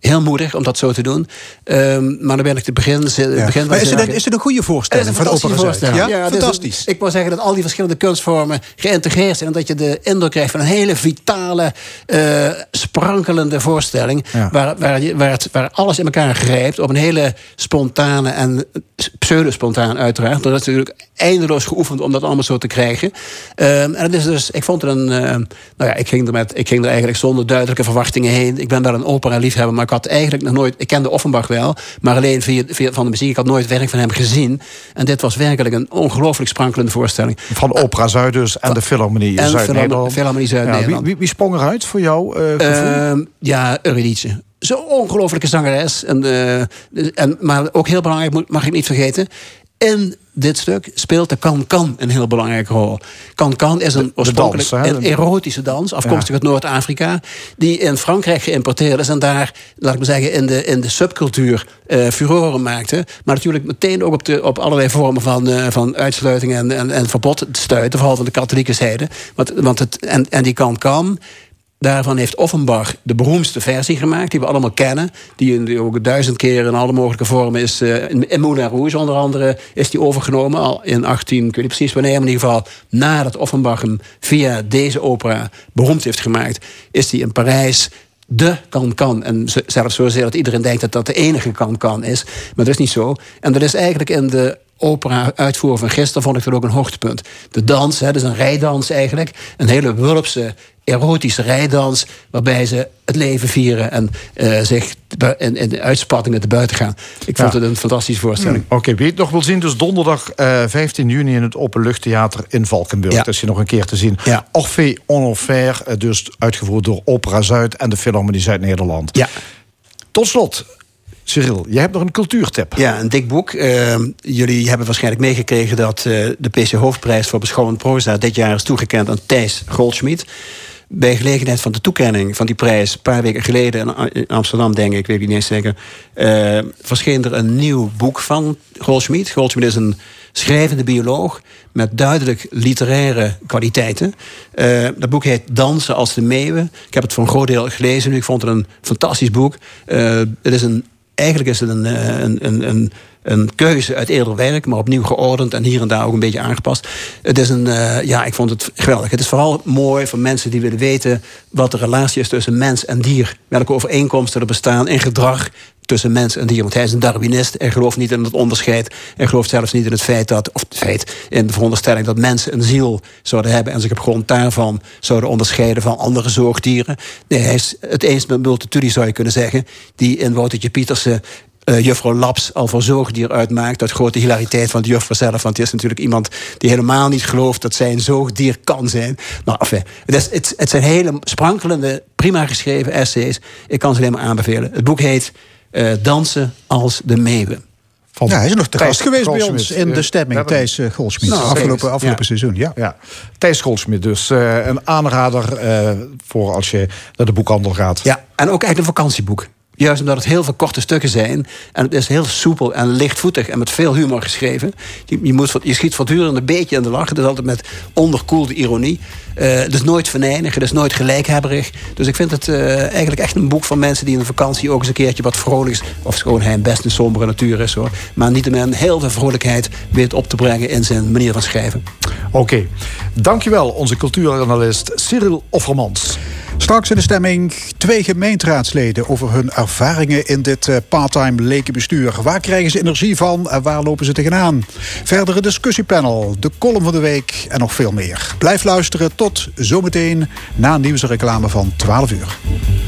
heel moedig om dat zo te doen. Um, maar dan ben ik te begin... Ja. begin maar is het, een, is het een goede voorstelling voor de Opera Zuid? Ja, ja, fantastisch. Een, ik wil zeggen dat al die verschillende kunstvormen geïntegreerd zijn. En dat je de indruk krijgt van een hele vitale, uh, sprankelende voorstelling. Ja. Waar, waar, je, waar, het, waar alles in elkaar grijpt. Op een hele spontane en pseudo-spontaan uiteraard. Er is natuurlijk eindeloos geoefend om dat allemaal zo te krijgen. Um, en het is dus, ik vond het een... Uh, nou ja, ik ging, er met, ik ging er eigenlijk zonder duidelijke verwachtingen heen. Ik ben wel een opera-liefhebber, maar ik had eigenlijk nog nooit... Ik kende Offenbach wel, maar alleen via, via van de muziek. Ik had nooit werk van hem gezien. En dit was werkelijk een ongelooflijk sprankelende voorstelling. Van Opera Zuid dus en de Philharmonie Zuid-Nederland. Philharmonie Zuid-Nederland. Ja, wie, wie, wie sprong eruit voor jou? Uh, uh, ja, Eurydice. Zo'n ongelooflijke zangeres. En, uh, en, maar ook heel belangrijk, mag ik niet vergeten... In dit stuk speelt de can-can een heel belangrijke rol. Can-can is een oorspronkelijk dans, een erotische dans, afkomstig ja. uit Noord-Afrika, die in Frankrijk geïmporteerd is en daar, laat ik maar zeggen, in de, in de subcultuur uh, furoren maakte. Maar natuurlijk meteen ook op, de, op allerlei vormen van, uh, van uitsluiting en, en, en verbod stuiten, vooral van de katholieke zijde. Want, want het, en, en die can-can... Daarvan heeft Offenbach de beroemdste versie gemaakt, die we allemaal kennen. Die, die ook duizend keer in alle mogelijke vormen is... Uh, in Moulin Rouge onder andere is die overgenomen. Al in achttien, ik weet niet precies wanneer, maar in ieder geval... nadat Offenbach hem via deze opera beroemd heeft gemaakt... is die in Parijs de can-can. En zelfs zozeer dat iedereen denkt dat dat de enige can-can is. Maar dat is niet zo. En dat is eigenlijk in de... opera-uitvoering van gisteren vond ik dat ook een hoogtepunt. De dans, hè, dus een rijdans eigenlijk. Een hele wulpse, erotische rijdans... waarbij ze het leven vieren en uh, zich in, in de uitspattingen te buiten gaan. Ik vond ja. het een fantastische voorstelling. Mm, Oké, okay, wie je het nog wil zien, dus donderdag uh, vijftien juni... in het Openluchttheater in Valkenburg. Ja. Dat is hier nog een keer te zien. Ja. Orphée en Enfer, dus uitgevoerd door Opera Zuid... en de Philharmonie Zuid-Nederland. Ja. Tot slot... Cyril, jij hebt nog een cultuurtip. Ja, een dik boek. Uh, jullie hebben waarschijnlijk meegekregen dat uh, de P C Hoofdprijs voor beschouwend proza dit jaar is toegekend aan Thijs Goldschmidt. Bij gelegenheid van de toekenning van die prijs, een paar weken geleden in Amsterdam, denk ik, weet ik niet eens zeker, uh, verscheen er een nieuw boek van Goldschmidt. Goldschmidt is een schrijvende bioloog met duidelijk literaire kwaliteiten. Uh, dat boek heet Dansen als de Meeuwen. Ik heb het voor een groot deel gelezen nu. Ik vond het een fantastisch boek. Uh, het is een Eigenlijk is het een, een, een, een, een keuze uit eerder werk, maar opnieuw geordend en hier en daar ook een beetje aangepast. Het is een, uh, ja, ik vond het geweldig. Het is vooral mooi voor mensen die willen weten wat de relatie is tussen mens en dier. Welke overeenkomsten er bestaan in gedrag tussen mens en dier. Want hij is een Darwinist. Hij gelooft niet in het onderscheid. Hij gelooft zelfs niet in het feit dat, of het feit, in de veronderstelling dat mensen een ziel zouden hebben en zich op grond daarvan zouden onderscheiden van andere zoogdieren. Nee, hij is het eens met Multatuli, zou je kunnen zeggen, die in Woutertje Pietersen Uh, juffrouw Laps al voor zoogdier uitmaakt. Uit grote hilariteit van de juffrouw zelf. Want het is natuurlijk iemand die helemaal niet gelooft dat zij een zoogdier kan zijn. Nou, enfin, het, is, het, het zijn hele sprankelende, prima geschreven essays. Ik kan ze alleen maar aanbevelen. Het boek heet uh, Dansen als de Meeuwen. Van ja, hij is nog te gast geweest bij ons in de stemming. Thijs uh, Goldschmidt. Nou, afgelopen afgelopen ja. seizoen. Ja. Ja. Thijs Goldschmidt dus. Uh, een aanrader uh, voor als je naar de boekhandel gaat. Ja, en ook eigenlijk een vakantieboek. Juist omdat het heel veel korte stukken zijn. En het is heel soepel en lichtvoetig en met veel humor geschreven. Je, je, moet, je schiet voortdurend een beetje in de lach. Het is altijd met onderkoelde ironie. Uh, het is nooit venijnig, het is nooit gelijkhebberig. Dus ik vind het uh, eigenlijk echt een boek van mensen die in de vakantie ook eens een keertje wat vrolijks, of schoon hij best een sombere natuur is hoor, maar niettemin heel veel vrolijkheid weet op te brengen in zijn manier van schrijven. Oké, okay. Dankjewel onze cultuuranalist Cyril Offermans. Straks in de stemming twee gemeenteraadsleden over hun ervaringen in dit part-time lekenbestuur. Waar krijgen ze energie van en waar lopen ze tegenaan? Verdere discussiepanel, de column van de week en nog veel meer. Blijf luisteren tot zometeen na nieuws en reclame van twaalf uur.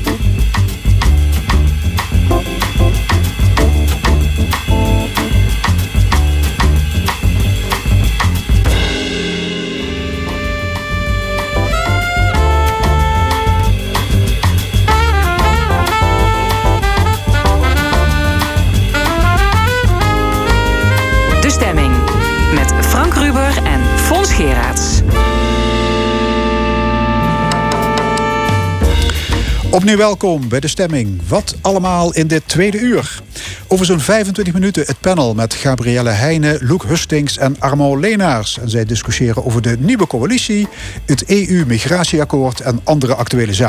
Opnieuw welkom bij de stemming. Wat allemaal in dit tweede uur? Over zo'n vijfentwintig minuten het panel met Gabrielle Heijnen, Loek Hustings en Armand Leenaars. En zij discussiëren over de nieuwe coalitie, het E U-migratieakkoord en andere actuele zaken.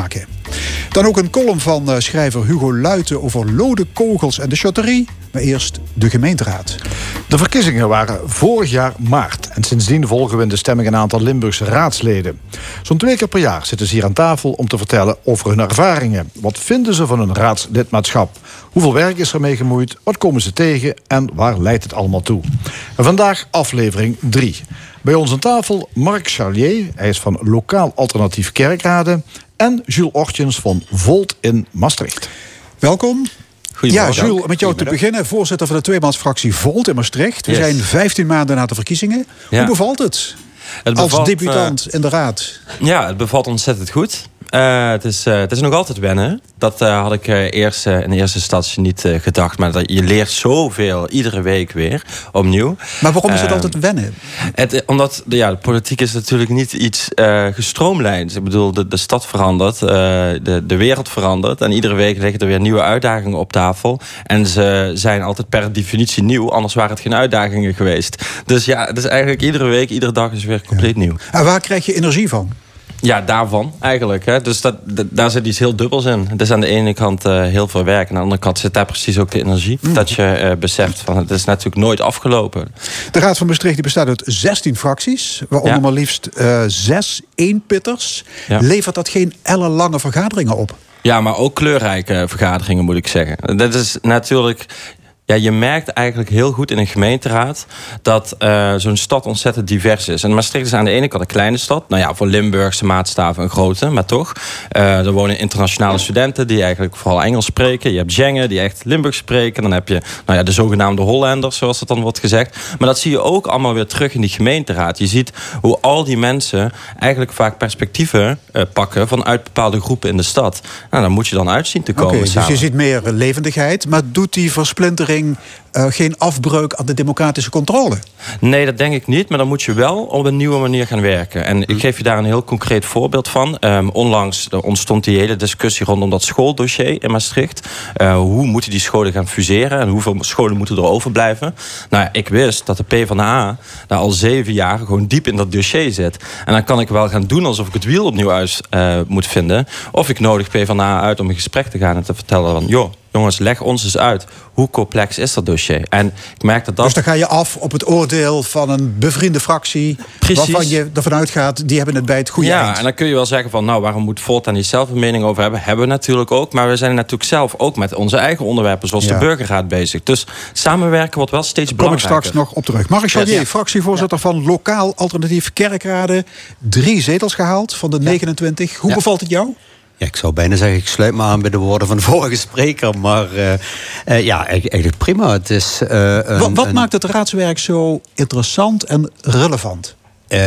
Dan ook een column van uh, schrijver Hugo Luiten over lode kogels en de chotterie. Maar eerst de gemeenteraad. De verkiezingen waren vorig jaar maart. En sindsdien volgen we in de stemming een aantal Limburgse raadsleden. Zo'n twee keer per jaar zitten ze hier aan tafel om te vertellen over hun ervaringen. Wat vinden ze van hun raadslidmaatschap? Hoeveel werk is ermee gemoeid? Wat komen ze tegen? En waar leidt het allemaal toe? En vandaag aflevering drie. Bij ons aan tafel Mark Charlier. Hij is van Lokaal Alternatief Kerkrade. En Jules Ortjens van Volt in Maastricht. Welkom. Ja, Jules, met jou te beginnen. Voorzitter van de tweemansfractie Volt in Maastricht. We yes. zijn vijftien maanden na de verkiezingen. Ja. Hoe bevalt het? het Als bevalt, debutant uh, in de raad. Ja, het bevalt ontzettend goed. Uh, het, is, uh, het is nog altijd wennen. Dat uh, had ik uh, eerst uh, in de eerste instantie niet uh, gedacht. Maar dat, je leert zoveel, iedere week weer, opnieuw. Maar waarom is het uh, altijd wennen? Het, omdat ja, de politiek is natuurlijk niet iets uh, gestroomlijnd. Ik bedoel, de, de stad verandert, uh, de, de wereld verandert. En iedere week liggen er weer nieuwe uitdagingen op tafel. En ze zijn altijd per definitie nieuw. Anders waren het geen uitdagingen geweest. Dus ja, het is eigenlijk iedere week, iedere dag is weer compleet ja. nieuw. En waar krijg je energie van? Ja, daarvan eigenlijk. Hè. Dus dat, dat, daar zit iets heel dubbels in. Het is aan de ene kant uh, heel veel werk. En aan de andere kant zit daar precies ook de energie. Mm. Dat je uh, beseft van het is natuurlijk nooit afgelopen. De Raad van Maastricht die bestaat uit zestien fracties. Waaronder ja. maar liefst uh, zes eenpitters. Ja. Levert dat geen ellenlange vergaderingen op? Ja, maar ook kleurrijke vergaderingen moet ik zeggen. Dat is natuurlijk... Ja, je merkt eigenlijk heel goed in een gemeenteraad dat uh, zo'n stad ontzettend divers is. En Maastricht is aan de ene kant een kleine stad. Nou ja, voor Limburgse maatstaven een grote, maar toch. Uh, er wonen internationale studenten die eigenlijk vooral Engels spreken. Je hebt Djengen die echt Limburgs spreken. Dan heb je nou ja, de zogenaamde Hollanders, zoals dat dan wordt gezegd. Maar dat zie je ook allemaal weer terug in die gemeenteraad. Je ziet hoe al die mensen eigenlijk vaak perspectieven uh, pakken vanuit bepaalde groepen in de stad. Nou, daar moet je dan uit zien te komen. Okay, dus je ziet meer levendigheid, maar doet die versplintering Uh, geen afbreuk aan de democratische controle? Nee, dat denk ik niet. Maar dan moet je wel op een nieuwe manier gaan werken. En ik geef je daar een heel concreet voorbeeld van. Um, onlangs ontstond die hele discussie rondom dat schooldossier in Maastricht. Uh, hoe moeten die scholen gaan fuseren? En hoeveel scholen moeten er overblijven? Nou ja, ik wist dat de PvdA daar al zeven jaar gewoon diep in dat dossier zit. En dan kan ik wel gaan doen alsof ik het wiel opnieuw uit uh, moet vinden. Of ik nodig PvdA uit om in gesprek te gaan en te vertellen van... joh, jongens, leg ons eens uit. Hoe complex is dat dossier? En ik merk dat dat... Dus dan ga je af op het oordeel van een bevriende fractie... Precies. Waarvan je ervan uitgaat, die hebben het bij het goede ja, eind. En dan kun je wel zeggen van... nou, waarom moet Volt daar niet zelf een mening over hebben? Hebben we natuurlijk ook. Maar we zijn natuurlijk zelf ook met onze eigen onderwerpen... zoals ja. de burgerraad bezig. Dus samenwerken wordt wel steeds belangrijker. Kom ik straks nog op terug. Mark Charlier, ja. fractievoorzitter ja. van Lokaal Alternatief Kerkrade. Drie zetels gehaald van de ja. negenentwintig. Hoe ja. bevalt het jou? Ja, ik zou bijna zeggen, ik sluit me aan bij de woorden van de vorige spreker. Maar uh, uh, ja, eigenlijk prima. Het is, uh, een, wat wat een... maakt het raadswerk zo interessant en relevant? Uh,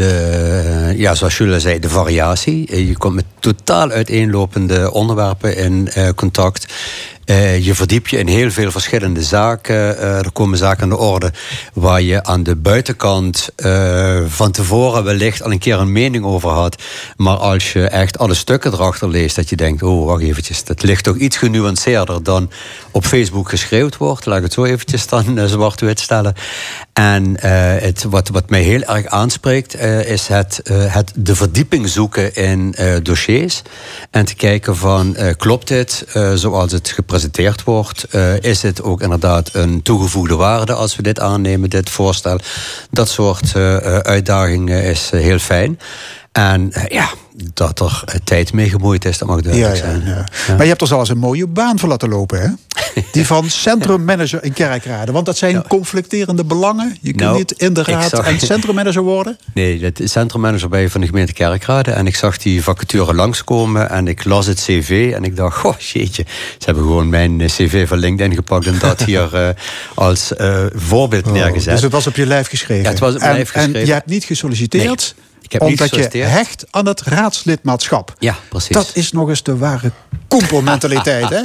de, ja, zoals Jules zei, de variatie. Je komt met totaal uiteenlopende onderwerpen in uh, contact. Uh, je verdiep je in heel veel verschillende zaken. Uh, er komen zaken aan de orde waar je aan de buitenkant uh, van tevoren wellicht al een keer een mening over had. Maar als je echt alle stukken erachter leest, dat je denkt, oh, wacht eventjes, dat ligt toch iets genuanceerder dan op Facebook geschreeuwd wordt. Laat ik het zo eventjes dan uh, zwart-wit stellen. En uh, het, wat, wat mij heel erg aanspreekt, uh, is het, uh, het de verdieping zoeken in uh, dossiers. En te kijken van, uh, klopt dit uh, zoals het gepresenteerd wordt? Uh, is het ook inderdaad een toegevoegde waarde als we dit aannemen, dit voorstel? Dat soort uh, uitdagingen is uh, heel fijn. En uh, ja, dat er uh, tijd mee gemoeid is, dat mag duidelijk ja, ja, zijn. Ja. Ja. Maar je hebt er zelfs een mooie baan voor laten lopen, hè? Die van centrummanager in Kerkrade. Want dat zijn nou, conflicterende belangen. Je kunt nou, niet in de raad zag, en centrummanager worden. Nee, het centrummanager ben je van de gemeente Kerkrade. En ik zag die vacature langskomen en ik las het cv. En ik dacht, goh, jeetje. Ze hebben gewoon mijn cv van LinkedIn gepakt en dat hier uh, als uh, voorbeeld oh, neergezet. Dus het was op je lijf geschreven? Ja, het was op mijn lijf geschreven. En je hebt niet gesolliciteerd? Nee. Omdat je hecht aan het raadslidmaatschap. Ja, precies. Dat is nog eens de ware koempelmentaliteit, hè?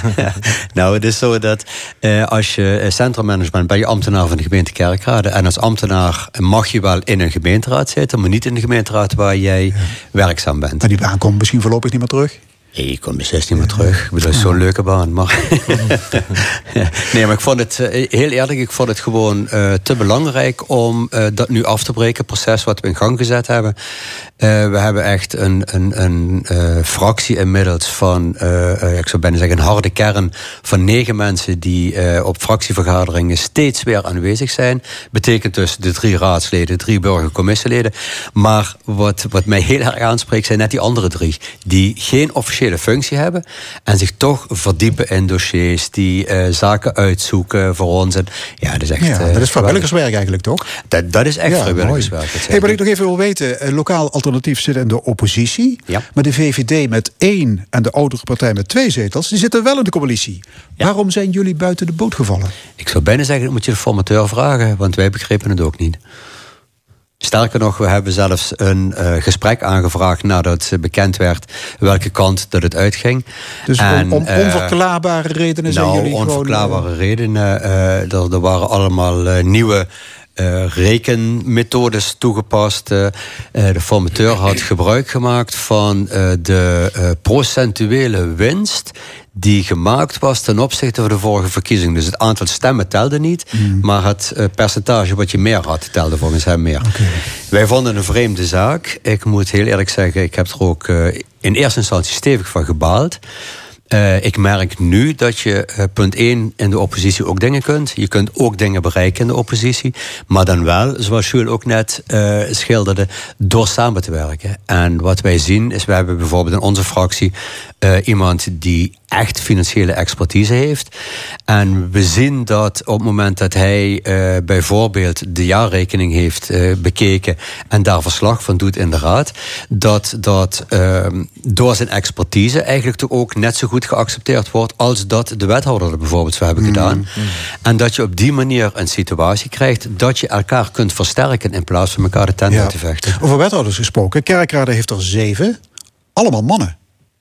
Nou, het is zo dat uh, als je centrummanager bent, ben je ambtenaar van de gemeente Kerkrade. En als ambtenaar mag je wel in een gemeenteraad zitten, maar niet in de gemeenteraad waar jij ja. werkzaam bent. Maar die baan komt misschien voorlopig niet meer terug? Nee, ik kom beslist niet meer terug. Ik bedoel, dat is zo'n leuke baan. Maar nee, maar ik vond het, heel eerlijk, ik vond het gewoon uh, te belangrijk om uh, dat nu af te breken, het proces wat we in gang gezet hebben. Uh, we hebben echt een, een, een uh, fractie inmiddels van, uh, uh, ik zou bijna zeggen, een harde kern van negen mensen die uh, op fractievergaderingen steeds weer aanwezig zijn. Betekent dus de drie raadsleden, drie burgercommissieleden. Maar wat, wat mij heel erg aanspreekt zijn net die andere drie, die geen officiële functie hebben en zich toch verdiepen in dossiers, die uh, zaken uitzoeken voor ons. En, ja, dat is echt. Ja, dat is vrijwilligerswerk eigenlijk, toch? Dat, dat is echt ja, vrijwilligerswerk. Hey, wat ik nog even wil weten, uh, lokaal alternatief zit in de oppositie, ja. maar de V V D met één en de oudere partij met twee zetels, die zitten wel in de coalitie. Ja. Waarom zijn jullie buiten de boot gevallen? Ik zou bijna zeggen, dat moet je de formateur vragen, want wij begrepen het ook niet. Sterker nog, we hebben zelfs een uh, gesprek aangevraagd nadat bekend werd welke kant dat het uitging. Dus en, om, om onverklaarbare uh, redenen zijn nou, jullie gewoon... onverklaarbare uh, redenen. Uh, er, er waren allemaal uh, nieuwe uh, rekenmethodes toegepast. Uh, de formateur had gebruik gemaakt van uh, de uh, procentuele winst die gemaakt was ten opzichte van de vorige verkiezing. Dus het aantal stemmen telde niet, mm. maar het uh, percentage wat je meer had, telde volgens hem meer. Okay. Wij vonden een vreemde zaak. Ik moet heel eerlijk zeggen, ik heb er ook uh, in eerste instantie stevig van gebaald. Uh, ik merk nu dat je, uh, punt één, in de oppositie ook dingen kunt. Je kunt ook dingen bereiken in de oppositie. Maar dan wel, zoals Jules ook net uh, schilderde, door samen te werken. En wat wij zien is, we hebben bijvoorbeeld in onze fractie uh, iemand die echt financiële expertise heeft. En we zien dat op het moment dat hij uh, bijvoorbeeld de jaarrekening heeft uh, bekeken en daar verslag van doet in de raad, dat dat uh, door zijn expertise eigenlijk toch ook net zo goed geaccepteerd wordt als dat de wethouder er bijvoorbeeld zou hebben gedaan. Mm-hmm. En dat je op die manier een situatie krijgt dat je elkaar kunt versterken in plaats van elkaar de tent uit te vechten. Over wethouders gesproken, Kerkrade heeft er zeven, allemaal mannen.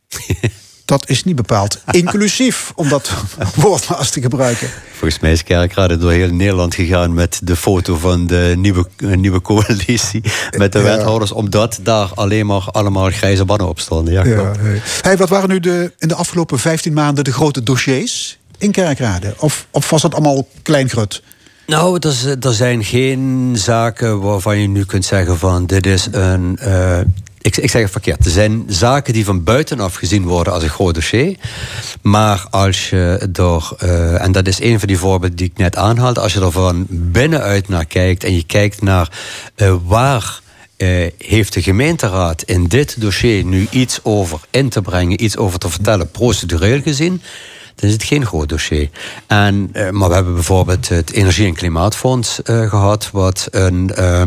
Dat is niet bepaald inclusief, om dat woord maar eens te gebruiken. Volgens mij is Kerkrade door heel Nederland gegaan met de foto van de nieuwe, nieuwe coalitie. Met de ja. wethouders, omdat daar alleen maar allemaal grijze mannen op stonden. Ja, ja, hey. Hey, wat waren nu de, in de afgelopen vijftien maanden de grote dossiers in Kerkrade? Of, of was dat allemaal kleingrut? Nou, er, er zijn geen zaken waarvan je nu kunt zeggen van dit is een... Uh, Ik, ik zeg het verkeerd. Er zijn zaken die van buitenaf gezien worden als een groot dossier. Maar als je er, uh, en dat is een van die voorbeelden die ik net aanhaalde, als je er van binnenuit naar kijkt en je kijkt naar uh, waar uh, heeft de gemeenteraad in dit dossier nu iets over in te brengen, iets over te vertellen, procedureel gezien, dan is het geen groot dossier. En, uh, maar we hebben bijvoorbeeld het Energie- en Klimaatfonds uh, gehad, wat een... Uh,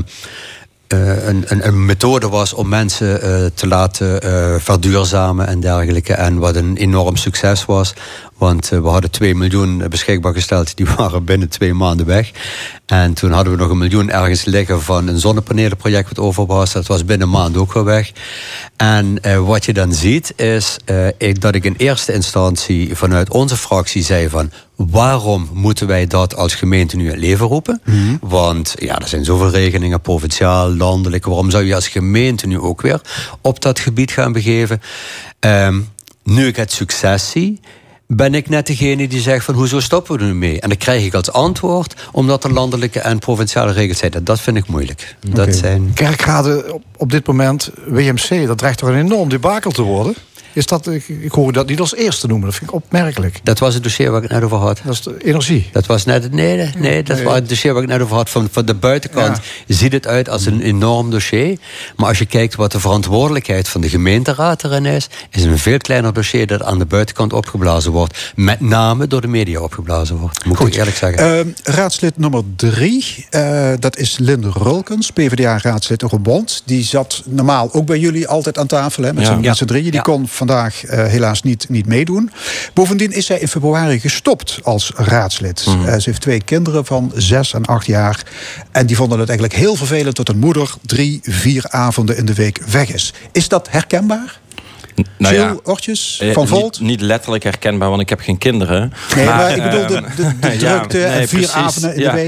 Uh, een, een, een methode was om mensen uh, te laten uh, verduurzamen en dergelijke. En wat een enorm succes was. Want uh, we hadden twee miljoen beschikbaar gesteld. Die waren binnen twee maanden weg. En toen hadden we nog een miljoen ergens liggen van een zonnepanelenproject wat over was. Dat was binnen een maand ook weer weg. En uh, wat je dan ziet is uh, ik, dat ik in eerste instantie vanuit onze fractie zei van... waarom moeten wij dat als gemeente nu in leven roepen? Mm-hmm. Want ja, er zijn zoveel regelingen, provinciaal, landelijk. Waarom zou je als gemeente nu ook weer op dat gebied gaan begeven? Um, nu ik het succes zie, ben ik net degene die zegt van hoezo stoppen we er nu mee? En dan krijg ik als antwoord, omdat er landelijke en provinciale regels zijn. Dat vind ik moeilijk. Okay. Dat zijn... Kerkrade op, op dit moment, W M C, dat dreigt toch een enorm debakel te worden? Is dat, ik, ik hoor dat niet als eerste noemen, dat vind ik opmerkelijk. Dat was het dossier waar ik het net over had. Dat is de energie. Dat was net, nee, nee, dat nee. was het dossier waar ik het net over had. Van, van de buitenkant ja. ziet het uit als een enorm dossier. Maar als je kijkt wat de verantwoordelijkheid van de gemeenteraad erin is, is het een veel kleiner dossier dat aan de buitenkant opgeblazen wordt. Met name door de media opgeblazen wordt. Moet Goed. ik eerlijk zeggen. Uh, raadslid nummer drie, uh, dat is Linde Rulkens, P v d A-raadslid in Roermond. Die zat normaal ook bij jullie altijd aan tafel, hè, met ja. z'n ja. drieën. Die ja. kon vandaag uh, helaas niet, niet meedoen. Bovendien is zij in februari gestopt als raadslid. Mm. Uh, ze heeft twee kinderen van zes en acht jaar. En die vonden het eigenlijk heel vervelend dat een moeder drie, vier avonden in de week weg is. Is dat herkenbaar? Nou ja, Ortjes, Van Volt? Niet, niet letterlijk herkenbaar, want ik heb geen kinderen. Nee, maar, maar ik bedoel de, de, de drukte ja, nee, en vier precies, avonden in ja. de week.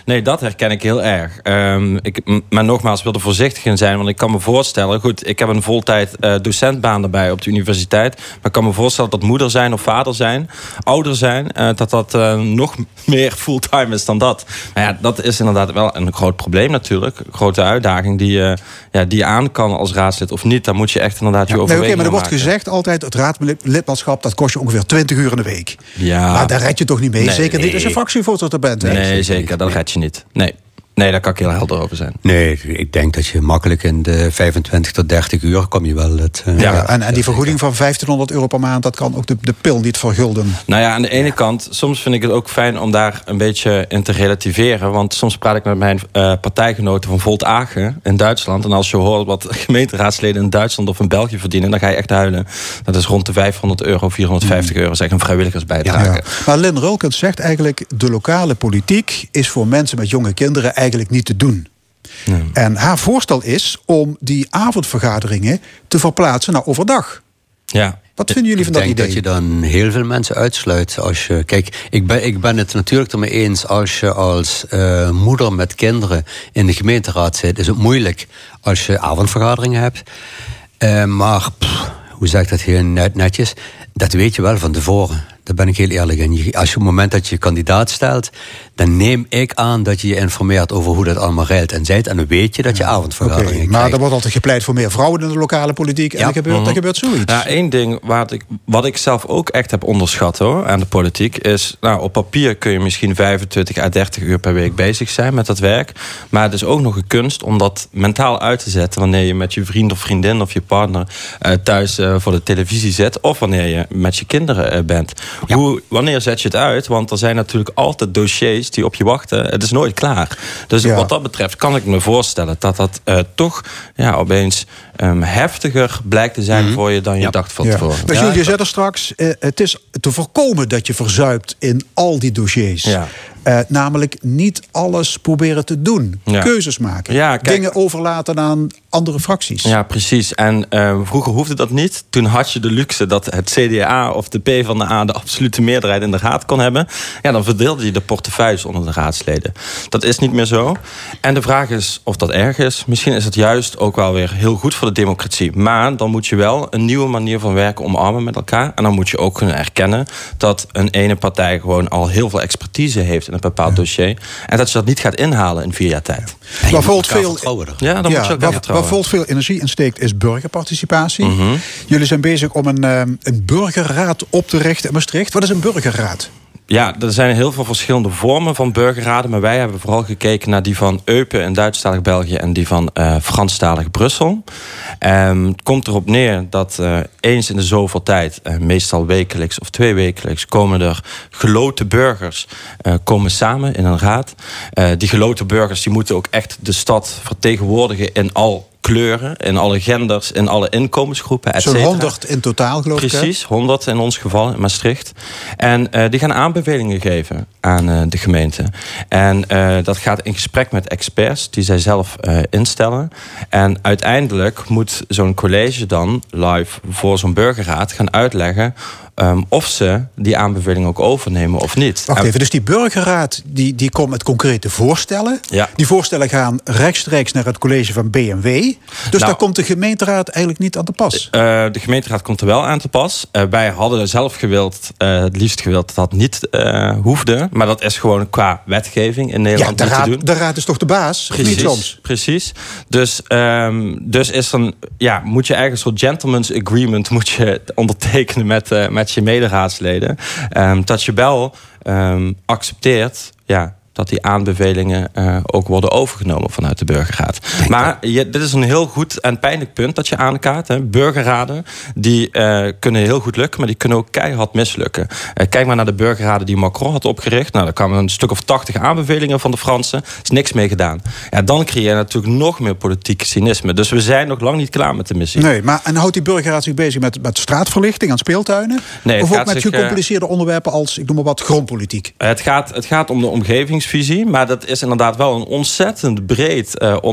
Nee, dat herken ik heel erg. Um, ik, m- maar nogmaals, ik wil er voorzichtig in zijn. Want ik kan me voorstellen... Goed, ik heb een voltijd uh, docentbaan erbij op de universiteit. Maar ik kan me voorstellen dat moeder zijn of vader zijn... ouder zijn, uh, dat dat uh, nog meer fulltime is dan dat. Maar ja, dat is inderdaad wel een groot probleem natuurlijk. Een grote uitdaging die, uh, ja, die je aan kan als raadslid of niet. Daar moet je echt inderdaad je ja, overwegingen nee, okay, maar er wordt maken. gezegd altijd... het raadlidmaatschap, dat kost je ongeveer twintig uur in de week. Ja. Maar daar red je toch niet mee? Nee. Zeker niet als je fractievoorzitter bent. Hè? Nee, zeker. Dat red je niet. Nee. Nee, daar kan ik heel helder over zijn. Nee, ik denk dat je makkelijk in de vijfentwintig tot dertig uur kom je wel het... Uh, ja, en, en die vergoeding van vijftienhonderd euro per maand... dat kan ook de, de pil niet vergulden. Nou ja, aan de ene kant, soms vind ik het ook fijn om daar een beetje in te relativeren. Want soms praat ik met mijn uh, partijgenoten van Volt Aachen in Duitsland. En als je hoort wat gemeenteraadsleden in Duitsland of in België verdienen... dan ga je echt huilen. Dat is rond de vijfhonderd euro, vierhonderdvijftig euro. Dat is echt een vrijwilligersbijdrage. Ja, ja. Maar Lynn Rulkens zegt eigenlijk... de lokale politiek is voor mensen met jonge kinderen... eigenlijk niet te doen. Nee. En haar voorstel is om die avondvergaderingen te verplaatsen naar overdag. Ja. Wat vinden jullie van dat idee? Ik denk dat je dan heel veel mensen uitsluit. Als je, kijk, ik ben, ik ben het natuurlijk ermee eens... als je als uh, moeder met kinderen in de gemeenteraad zit... is het moeilijk als je avondvergaderingen hebt. Uh, maar, pff, hoe zeg ik dat heel net, netjes... dat weet je wel van tevoren. Daar ben ik heel eerlijk in. Als je op het moment dat je je kandidaat stelt... dan neem ik aan dat je je informeert over hoe dat allemaal reilt en zijt. En dan weet je dat je avondvergaderingen okay, maar er wordt altijd gepleit voor meer vrouwen in de lokale politiek. En ja. er, gebeurt, mm-hmm. er gebeurt zoiets. Ja, één ding wat ik, wat ik zelf ook echt heb onderschat hoor, aan de politiek... is, nou, op papier kun je misschien vijfentwintig à dertig uur per week bezig zijn met dat werk. Maar het is ook nog een kunst om dat mentaal uit te zetten... wanneer je met je vriend of vriendin of je partner uh, thuis uh, voor de televisie zit... of wanneer je met je kinderen uh, bent. Ja. Hoe, wanneer zet je het uit? Want er zijn natuurlijk altijd dossiers die op je wachten. Het is nooit klaar. Dus ja. wat dat betreft kan ik me voorstellen... dat dat uh, toch ja, opeens um, heftiger blijkt te zijn mm-hmm. voor je... dan je ja. dacht van ja. tevoren. Maar Jules, je zei er straks... Uh, het is te voorkomen dat je verzuipt in al die dossiers. Ja. Uh, namelijk niet alles proberen te doen. Ja. Keuzes maken. Ja, kijk, dingen overlaten aan andere fracties. Ja, precies. En uh, vroeger hoefde dat niet. Toen had je de luxe dat het C D A of de PvdA... de absolute meerderheid in de raad kon hebben. Ja, dan verdeelde je de portefeuilles onder de raadsleden. Dat is niet meer zo. En de vraag is of dat erg is. Misschien is het juist ook wel weer heel goed voor de democratie. Maar dan moet je wel een nieuwe manier van werken omarmen met elkaar. En dan moet je ook kunnen erkennen... dat een ene partij gewoon al heel veel expertise heeft... in een bepaald ja. dossier. En dat je dat niet gaat inhalen in vier jaar tijd. Ja, waar Volt veel, ja, dan ja, moet je ook waar, waar Volt veel energie in steekt is burgerparticipatie. Mm-hmm. Jullie zijn bezig om een, een burgerraad op te richten in Maastricht. Wat is een burgerraad? Ja, er zijn heel veel verschillende vormen van burgerraden... maar wij hebben vooral gekeken naar die van Eupen in Duitsstalig België... en die van uh, Franstalig Brussel. Um, het komt erop neer dat uh, eens in de zoveel tijd... Uh, meestal wekelijks of twee wekelijks... komen er geloten burgers uh, komen samen in een raad. Uh, die geloten burgers die moeten ook echt de stad vertegenwoordigen... in al kleuren, in alle genders, in alle inkomensgroepen, et cetera. Zo'n honderd in totaal, geloof ik. Precies, honderd in ons geval in Maastricht. En uh, die gaan aanbevelingen geven aan uh, de gemeente. En uh, dat gaat in gesprek met experts die zij zelf uh, instellen. En uiteindelijk moet zo'n college dan live voor zo'n burgerraad gaan uitleggen... Um, of ze die aanbeveling ook overnemen of niet. Wacht even, dus die burgerraad die, die komt met concrete voorstellen. Ja. Die voorstellen gaan rechtstreeks naar het college van B M W. Dus nou, daar komt de gemeenteraad eigenlijk niet aan te pas. Uh, de gemeenteraad komt er wel aan te pas. Uh, wij hadden zelf gewild, uh, het liefst gewild dat dat niet uh, hoefde. Maar dat is gewoon qua wetgeving in Nederland ja, de niet raad, te doen. De raad is toch de baas? Precies, niet soms? Precies. Dus, um, dus is dan, ja, moet je eigenlijk een soort gentleman's agreement moet je ondertekenen met, uh, met je mederaadsleden. Um, dat je wel um, accepteert... Ja, dat die aanbevelingen uh, ook worden overgenomen vanuit de burgerraad. Maar je, dit is een heel goed en pijnlijk punt dat je aankaart. Hè. Burgerraden die uh, kunnen heel goed lukken, maar die kunnen ook keihard mislukken. Uh, kijk maar naar de burgerraden die Macron had opgericht. Nou, daar kwamen een stuk of tachtig aanbevelingen van de Fransen. Er is niks mee gedaan. Ja, dan creëer je natuurlijk nog meer politiek cynisme. Dus we zijn nog lang niet klaar met de missie. Nee, maar en houdt die burgerraad zich bezig met, met straatverlichting aan speeltuinen? Nee, of ook met zich, gecompliceerde uh, onderwerpen als, ik noem maar wat, grondpolitiek? Het gaat, het gaat om de omgevings visie, maar dat is inderdaad wel een ontzettend breed uh, onderwerp.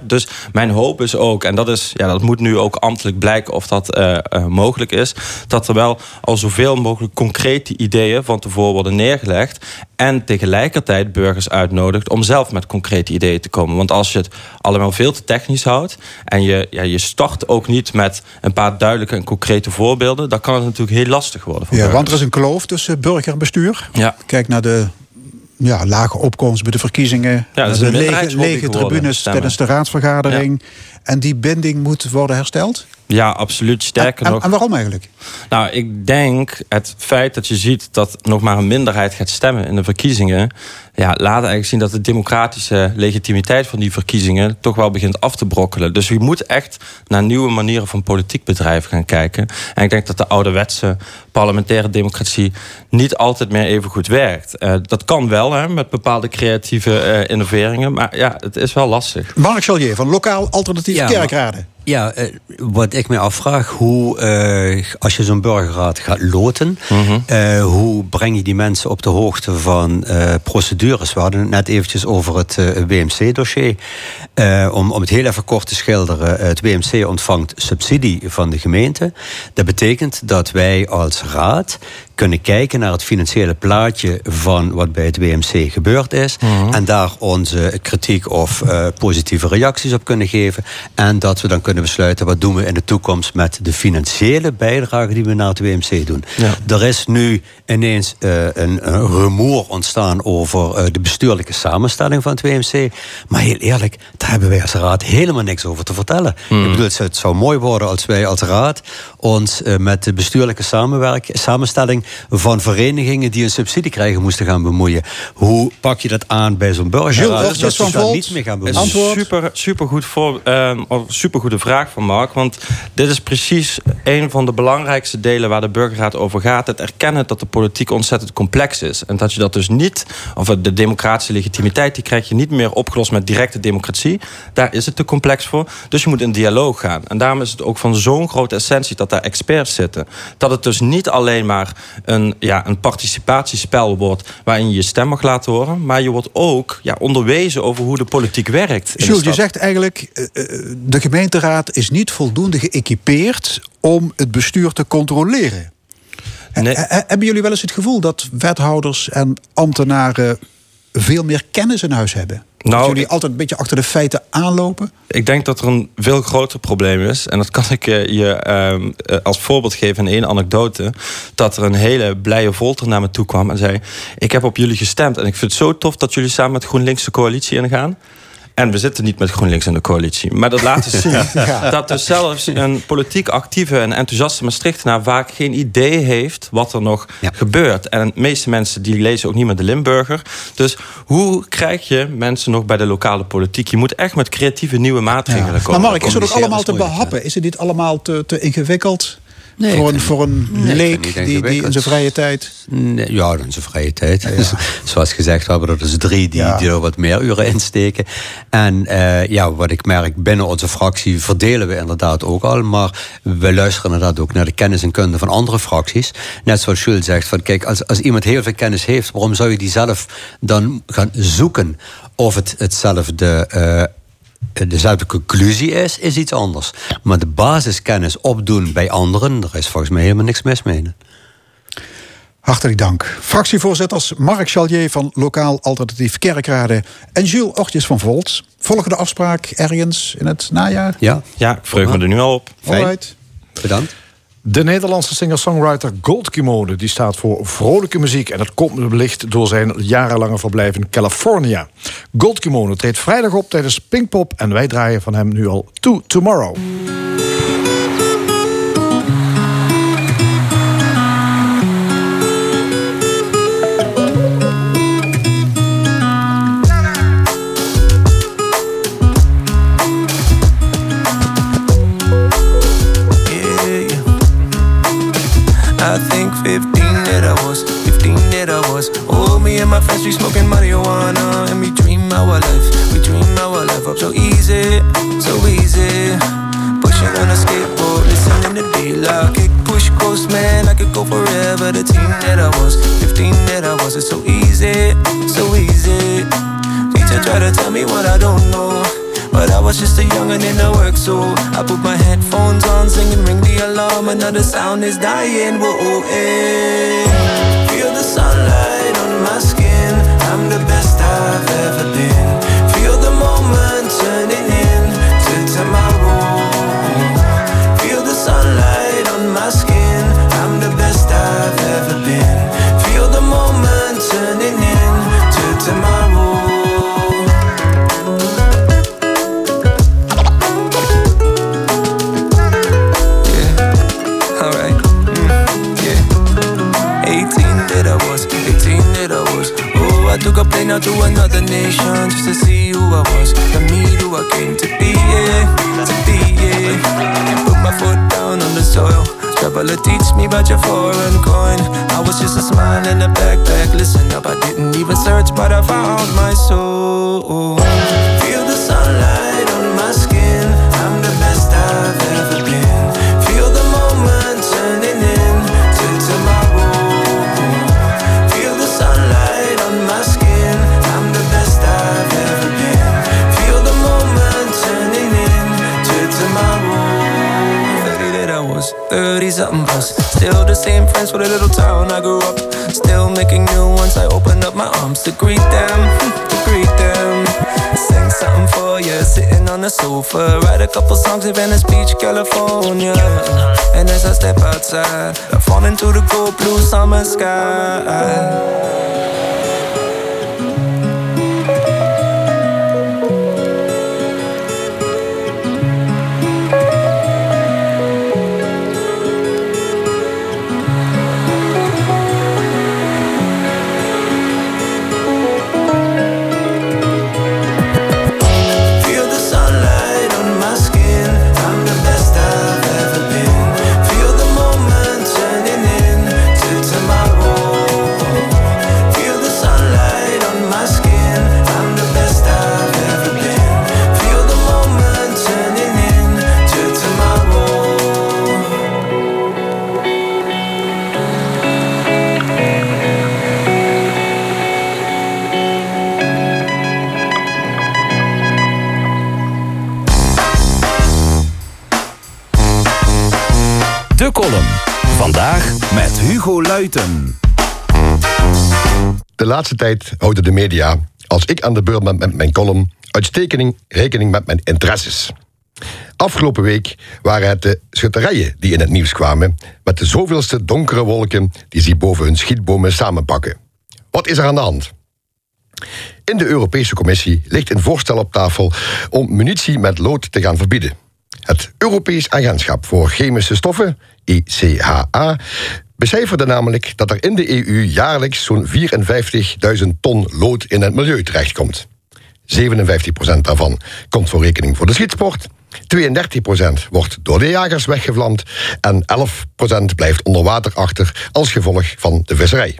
dus mijn hoop is ook, en dat, is, ja, dat moet nu ook ambtelijk blijken of dat uh, uh, mogelijk is, dat er wel al zoveel mogelijk concrete ideeën van tevoren worden neergelegd en tegelijkertijd burgers uitnodigt om zelf met concrete ideeën te komen. Want als je het allemaal veel te technisch houdt en je, ja, je start ook niet met een paar duidelijke en concrete voorbeelden, dan kan het natuurlijk heel lastig worden voor ja, burgers. Want er is een kloof tussen burger en bestuur. Ja. Kijk naar de ja, lage opkomst bij de verkiezingen. Ja, dat is de een lege, minderheidshobby lege geworden, tribunes stemmen. tijdens de raadsvergadering. Ja. En die binding moet worden hersteld? Ja, absoluut. Sterker en, nog. En waarom eigenlijk? Nou, ik denk het feit dat je ziet dat nog maar een minderheid gaat stemmen in de verkiezingen, ja, laat eigenlijk zien dat de democratische legitimiteit van die verkiezingen toch wel begint af te brokkelen. Dus je moet echt naar nieuwe manieren van politiek bedrijven gaan kijken. En ik denk dat de ouderwetse parlementaire democratie niet altijd meer even goed werkt. Uh, dat kan wel, hè, met bepaalde creatieve uh, innoveringen, maar ja, het is wel lastig. Mark Chalier van Lokaal Alternatief Ja, Kerkraden. Ja, uh, wat ik me afvraag, hoe, uh, als je zo'n burgerraad gaat loten, mm-hmm. uh, hoe breng je die mensen op de hoogte van uh, procedures? We hadden het net eventjes over het uh, W M C-dossier. Uh, om, om het heel even kort te schilderen, het W M C ontvangt subsidie van de gemeente. Dat betekent dat wij als raad kunnen kijken naar het financiële plaatje van wat bij het W M C gebeurd is. Mm-hmm. En daar onze kritiek of uh, positieve reacties op kunnen geven. En dat we dan kunnen besluiten wat doen we in de toekomst met de financiële bijdrage die we naar het W M C doen. Ja. Er is nu ineens uh, een, een rumoer ontstaan over uh, de bestuurlijke samenstelling van het W M C. Maar heel eerlijk, daar hebben wij als raad helemaal niks over te vertellen. Mm. Ik bedoel, het zou mooi worden als wij als raad ons uh, met de bestuurlijke samenwerk, samenstelling van verenigingen die een subsidie krijgen moesten gaan bemoeien. Hoe pak je dat aan bij zo'n burgerraad? Gilles, dat ze daar niet mee gaan bemoeien. Antwoord. Super, super, goed voor, uh, super goede vraag van Mark. Want dit is precies een van de belangrijkste delen waar de burgerraad over gaat. Het erkennen dat de politiek ontzettend complex is. En dat je dat dus niet, of de democratische legitimiteit, die krijg je niet meer opgelost met directe democratie. Daar is het te complex voor. Dus je moet in dialoog gaan. En daarom is het ook van zo'n grote essentie dat daar experts zitten. Dat het dus niet alleen maar een, ja, een participatiespel wordt waarin je je stem mag laten horen, maar je wordt ook ja, onderwezen over hoe de politiek werkt. Jules, je zegt eigenlijk, uh, de gemeenteraad is niet voldoende geëquipeerd om het bestuur te controleren. Nee. He, he, hebben jullie wel eens het gevoel dat wethouders en ambtenaren veel meer kennis in huis hebben? Nou, dat jullie altijd een beetje achter de feiten aanlopen? Ik denk dat er een veel groter probleem is. En dat kan ik uh, je uh, als voorbeeld geven in één anekdote. Dat er een hele blije Volter naar me toe kwam en zei: ik heb op jullie gestemd en ik vind het zo tof dat jullie samen met GroenLinks de coalitie ingaan. En we zitten niet met GroenLinks in de coalitie. Maar dat laat dus zien ja. dat dus zelfs een politiek actieve en enthousiaste Maastrichtenaar vaak geen idee heeft wat er nog ja. gebeurt. En de meeste mensen die lezen ook niet meer de Limburger. Dus hoe krijg je mensen nog bij de lokale politiek? Je moet echt met creatieve nieuwe maatregelen ja. komen. Maar Mark, is het ook allemaal te behappen? Ja. Is het niet allemaal te, te ingewikkeld? Nee, voor een, voor een nee, leek die, die in zijn vrije tijd... Nee, ja, in zijn vrije tijd. Ja. Zoals gezegd, we hebben er dus drie die, ja. die er wat meer uren insteken. En uh, ja, wat ik merk, binnen onze fractie verdelen we inderdaad ook al. Maar we luisteren inderdaad ook naar de kennis en kunde van andere fracties. Net zoals Jules zegt, van kijk, als, als iemand heel veel kennis heeft, waarom zou je die zelf dan gaan zoeken of het hetzelfde... Uh, dezelfde conclusie is, is iets anders. Maar de basiskennis opdoen bij anderen, daar is volgens mij helemaal niks mis mee. Hartelijk dank. Fractievoorzitters Mark Chalier van Lokaal Alternatief Kerkraden en Jules Ochtjes van Volt. Volgende afspraak ergens in het najaar? Ja, ja ik vreug me er nu al op. Alright. Bedankt. De Nederlandse singer-songwriter Goldkimono die staat voor vrolijke muziek. En dat komt wellicht door zijn jarenlange verblijf in California. Goldkimono treedt vrijdag op tijdens Pinkpop. En wij draaien van hem nu al To Tomorrow. I think fifteen that I was, fifteen that I was. Oh, me and my friends, we smoking marijuana. And we dream our life, we dream our life up so easy, so easy. Pushing on a skateboard, listening to D-Lock. Kick, push, coast, man, I could go forever. The team that I was, fifteen that I was. It's so easy, so easy. Teacher try to tell me what I don't know, but I was just a song and then I work, so I put my headphones on, singing ring the alarm, another sound is dying. Whoa, hey. Feel the sunlight on my skin, I'm the best I've ever been. Feel the moment turning into tomorrow. Feel the sunlight on my skin, I'm the best I've ever been. Feel the moment turning into tomorrow. I took a plane out to another nation just to see who I was, the me who I came to be, yeah, to be, yeah. Put my foot down on the soil, traveler teach me about your foreign coin. I was just a smile in a backpack, listen up, I didn't even search, but I found my soul. Feel the sunlight on my skin, I'm the best I've ever been. Feel the moment turning into tomorrow. Feel the sunlight on my skin, I'm the best I've ever been. Feel the moment turning into tomorrow. thirty that I was, thirty something plus. Still the same friends for the little town I grew up. Still making new ones, I opened up my arms to greet them, to greet them. Sing something for you, sitting on the sofa. Write a couple songs in Venice Beach, California. And as I step outside, I fall into the cold blue summer sky. De column. Vandaag met Hugo Luiten. De laatste tijd houden de media, als ik aan de beurt ben met mijn column, uitstekend rekening met mijn interesses. Afgelopen week waren het de schutterijen die in het nieuws kwamen, met de zoveelste donkere wolken die zich boven hun schietbomen samenpakken. Wat is er aan de hand? In de Europese Commissie ligt een voorstel op tafel om munitie met lood te gaan verbieden. Het Europees Agentschap voor Chemische Stoffen, E C H A, becijferde namelijk dat er in de E U jaarlijks zo'n vierenvijftigduizend ton lood in het milieu terechtkomt. zevenenvijftig procent daarvan komt voor rekening voor de schietsport, tweeëndertig procent wordt door de jagers weggevlamd en elf procent blijft onder water achter als gevolg van de visserij.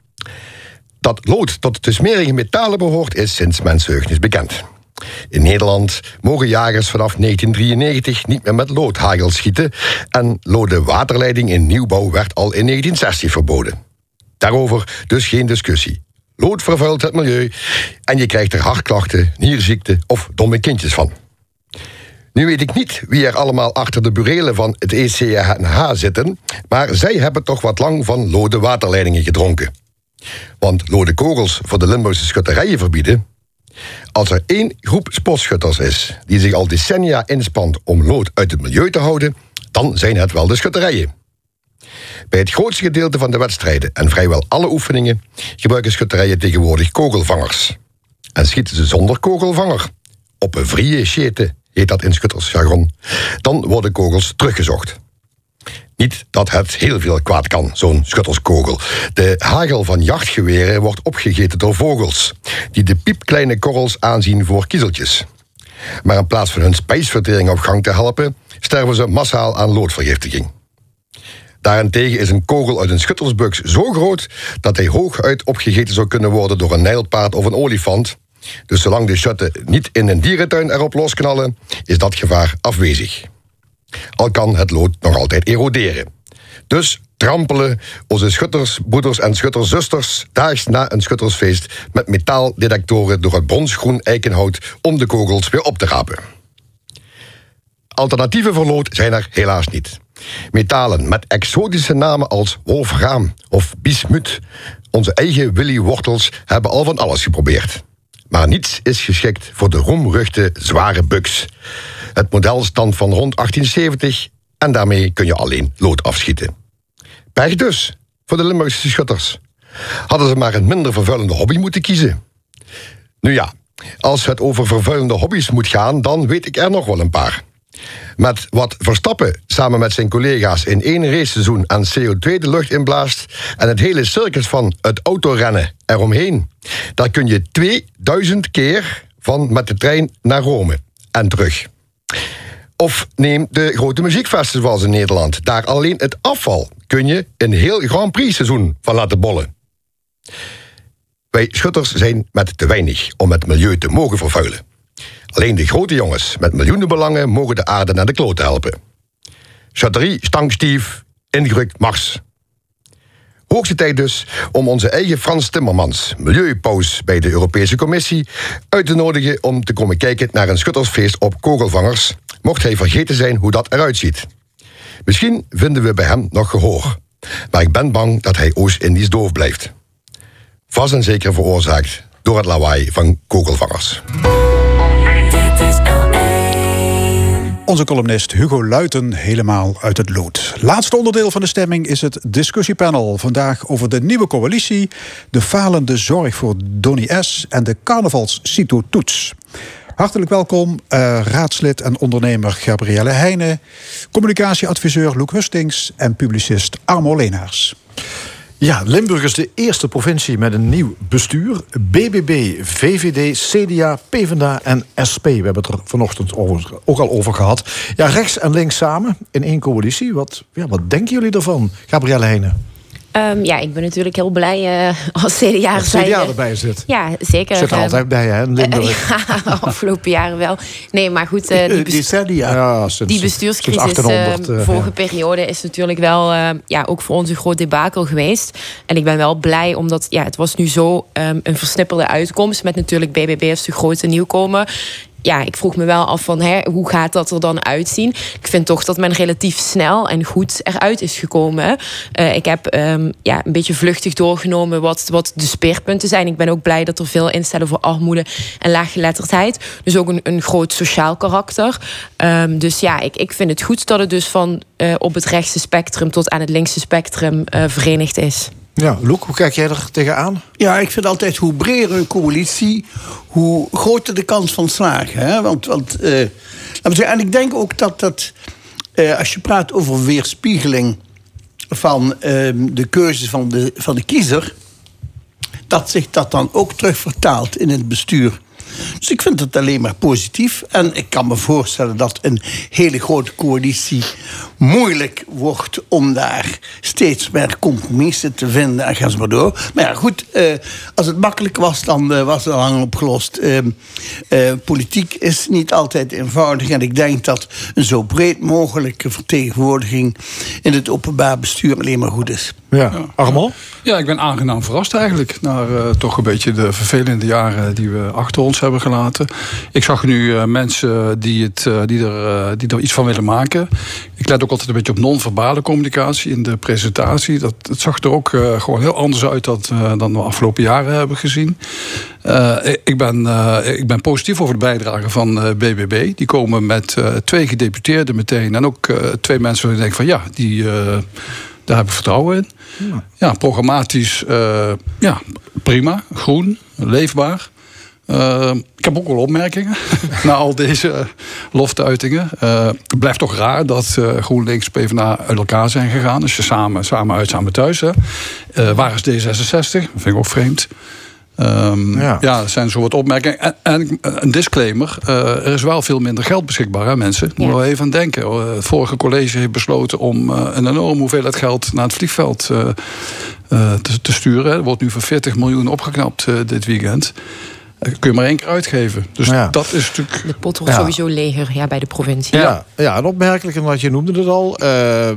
Dat lood tot de smerige metalen behoort is sinds mensenheugenis bekend. In Nederland mogen jagers vanaf negentien drieënnegentig niet meer met loodhagel schieten en lode waterleiding in nieuwbouw werd al in negentien zestig verboden. Daarover dus geen discussie. Lood vervuilt het milieu en je krijgt er hartklachten, nierziekten of domme kindjes van. Nu weet ik niet wie er allemaal achter de burelen van het E C H zitten, maar zij hebben toch wat lang van lode waterleidingen gedronken. Want lode kogels voor de Limburgse schutterijen verbieden. Als er één groep sportschutters is die zich al decennia inspant om lood uit het milieu te houden, dan zijn het wel de schutterijen. Bij het grootste gedeelte van de wedstrijden en vrijwel alle oefeningen gebruiken schutterijen tegenwoordig kogelvangers. En schieten ze zonder kogelvanger, op een vrije schete, heet dat in schuttersjargon, dan worden kogels teruggezocht. Niet dat het heel veel kwaad kan, zo'n schutterskogel. De hagel van jachtgeweren wordt opgegeten door vogels, die de piepkleine korrels aanzien voor kiezeltjes. Maar in plaats van hun spijsvertering op gang te helpen, sterven ze massaal aan loodvergiftiging. Daarentegen is een kogel uit een schuttersbuks zo groot dat hij hooguit opgegeten zou kunnen worden door een nijlpaard of een olifant. Dus zolang de schutten niet in een dierentuin erop losknallen, is dat gevaar afwezig. Al kan het lood nog altijd eroderen. Dus trampelen onze schuttersbroeders en schutterzusters daags na een schuttersfeest met metaaldetectoren door het bronsgroen eikenhout om de kogels weer op te rapen. Alternatieven voor lood zijn er helaas niet. Metalen met exotische namen als wolfraam of bismuut. Onze eigen Willy Wortels hebben al van alles geprobeerd. Maar niets is geschikt voor de roemruchte zware buks. Het model stamt van rond achttien zeventig en daarmee kun je alleen lood afschieten. Pech dus voor de Limburgse schutters. Hadden ze maar een minder vervuilende hobby moeten kiezen. Nu ja, als het over vervuilende hobby's moet gaan, dan weet ik er nog wel een paar. Met wat Verstappen samen met zijn collega's in één raceseizoen aan C O twee de lucht inblaast en het hele circus van het autorennen eromheen, daar kun je tweeduizend keer van met de trein naar Rome en terug. Of neem de grote muziekfestivals in Nederland. Daar alleen het afval kun je een heel Grand Prix seizoen van laten bollen. Wij schutters zijn met te weinig om het milieu te mogen vervuilen. Alleen de grote jongens met miljoenen belangen mogen de aarde naar de kloot helpen. Schutterie, stankstief, ingrukt mars. Hoogste tijd dus om onze eigen Frans Timmermans, milieupaus bij de Europese Commissie, uit te nodigen om te komen kijken naar een schuttersfeest op kogelvangers, mocht hij vergeten zijn hoe dat eruit ziet. Misschien vinden we bij hem nog gehoor, maar ik ben bang dat hij Oost-Indisch doof blijft. Vast en zeker veroorzaakt door het lawaai van kogelvangers. Onze columnist Hugo Luiten helemaal uit het lood. Laatste onderdeel van de stemming is het discussiepanel. Vandaag over de nieuwe coalitie, de falende zorg voor Donny S. en de carnavals-Cito-toets. Hartelijk welkom, uh, raadslid en ondernemer Gabrielle Heijnen, communicatieadviseur Loek Hustings en publicist Armo Leenaars. Ja, Limburg is de eerste provincie met een nieuw bestuur. B B B, V V D, C D A, PvdA en S P. We hebben het er vanochtend over, ook al over gehad. Ja, rechts en links samen in één coalitie. Wat, ja, wat denken jullie ervan, Gabrielle Heijnen? Um, ja, ik ben natuurlijk heel blij uh, als C D A. Als C D A erbij zit. Ja, zeker. Zit er um, altijd bij, hè, in Limburg. Uh, ja, afgelopen jaren wel. Nee, maar goed, uh, die, best- die, C D A. Ja, sinds, die bestuurscrisis achtenhonderd, uh, uh, vorige ja. periode is natuurlijk wel uh, ja, ook voor ons een groot debakel geweest. En ik ben wel blij, omdat ja, het was nu zo um, een versnipperde uitkomst met natuurlijk B B B als de grote nieuwkomer. Ja, ik vroeg me wel af van, hè, hoe gaat dat er dan uitzien? Ik vind toch dat men relatief snel en goed eruit is gekomen. Uh, ik heb um, ja, een beetje vluchtig doorgenomen wat, wat de speerpunten zijn. Ik ben ook blij dat er veel instellen voor armoede en laaggeletterdheid. Dus ook een, een groot sociaal karakter. Um, dus ja, ik, ik vind het goed dat het dus van uh, op het rechtse spectrum tot aan het linkse spectrum uh, verenigd is. Ja, Loek, hoe kijk jij er tegenaan? Ja, ik vind altijd hoe breder een coalitie, hoe groter de kans van slagen. Hè? Want, want uh, laten we zeggen, en ik denk ook dat dat, uh, als je praat over weerspiegeling van uh, de keuzes van de, van de kiezer, dat zich dat dan ook terug vertaalt in het bestuur. Dus ik vind het alleen maar positief. En ik kan me voorstellen dat een hele grote coalitie moeilijk wordt om daar steeds meer compromissen te vinden en ga zo maar door. Maar ja, goed, eh, als het makkelijk was, dan uh, was het al lang opgelost. Uh, uh, politiek is niet altijd eenvoudig. En ik denk dat een zo breed mogelijke vertegenwoordiging in het openbaar bestuur alleen maar goed is. Ja, Armand? Ja, ik ben aangenaam verrast eigenlijk. Naar uh, toch een beetje de vervelende jaren die we achter ons hebben gelaten. Ik zag nu uh, mensen die, het, uh, die, er, uh, die er iets van willen maken. Ik let ook altijd een beetje op non-verbale communicatie in de presentatie. Dat, het zag er ook uh, gewoon heel anders uit dan, uh, dan we afgelopen jaren hebben gezien. Uh, ik, ben, uh, ik ben positief over de bijdrage van uh, B B B. Die komen met uh, twee gedeputeerden meteen. En ook uh, twee mensen waar ik denk van ja, die... Uh, Daar heb ik vertrouwen in. Ja, ja programmatisch, uh, ja, prima, groen, leefbaar. Uh, ik heb ook wel opmerkingen na al deze loftuitingen. Uh, het blijft toch raar dat uh, GroenLinks en PvdA uit elkaar zijn gegaan. Dus je samen, samen uit, samen thuis. Hè. Uh, waar is D zesenzestig? Dat vind ik ook vreemd. Um, ja. ja, dat zijn zo wat opmerkingen. En, en een disclaimer, uh, er is wel veel minder geld beschikbaar, hè, mensen. Moet ja. wel even aan denken. Uh, het vorige college heeft besloten om uh, een enorme hoeveelheid geld naar het vliegveld uh, uh, te, te sturen. Er wordt nu voor veertig miljoen opgeknapt uh, dit weekend. Uh, kun je maar één keer uitgeven. Dus ja. dat is natuurlijk... De pot wordt ja. sowieso leger ja, bij de provincie. Ja, ja, en opmerkelijk, en wat je noemde het al... Uh,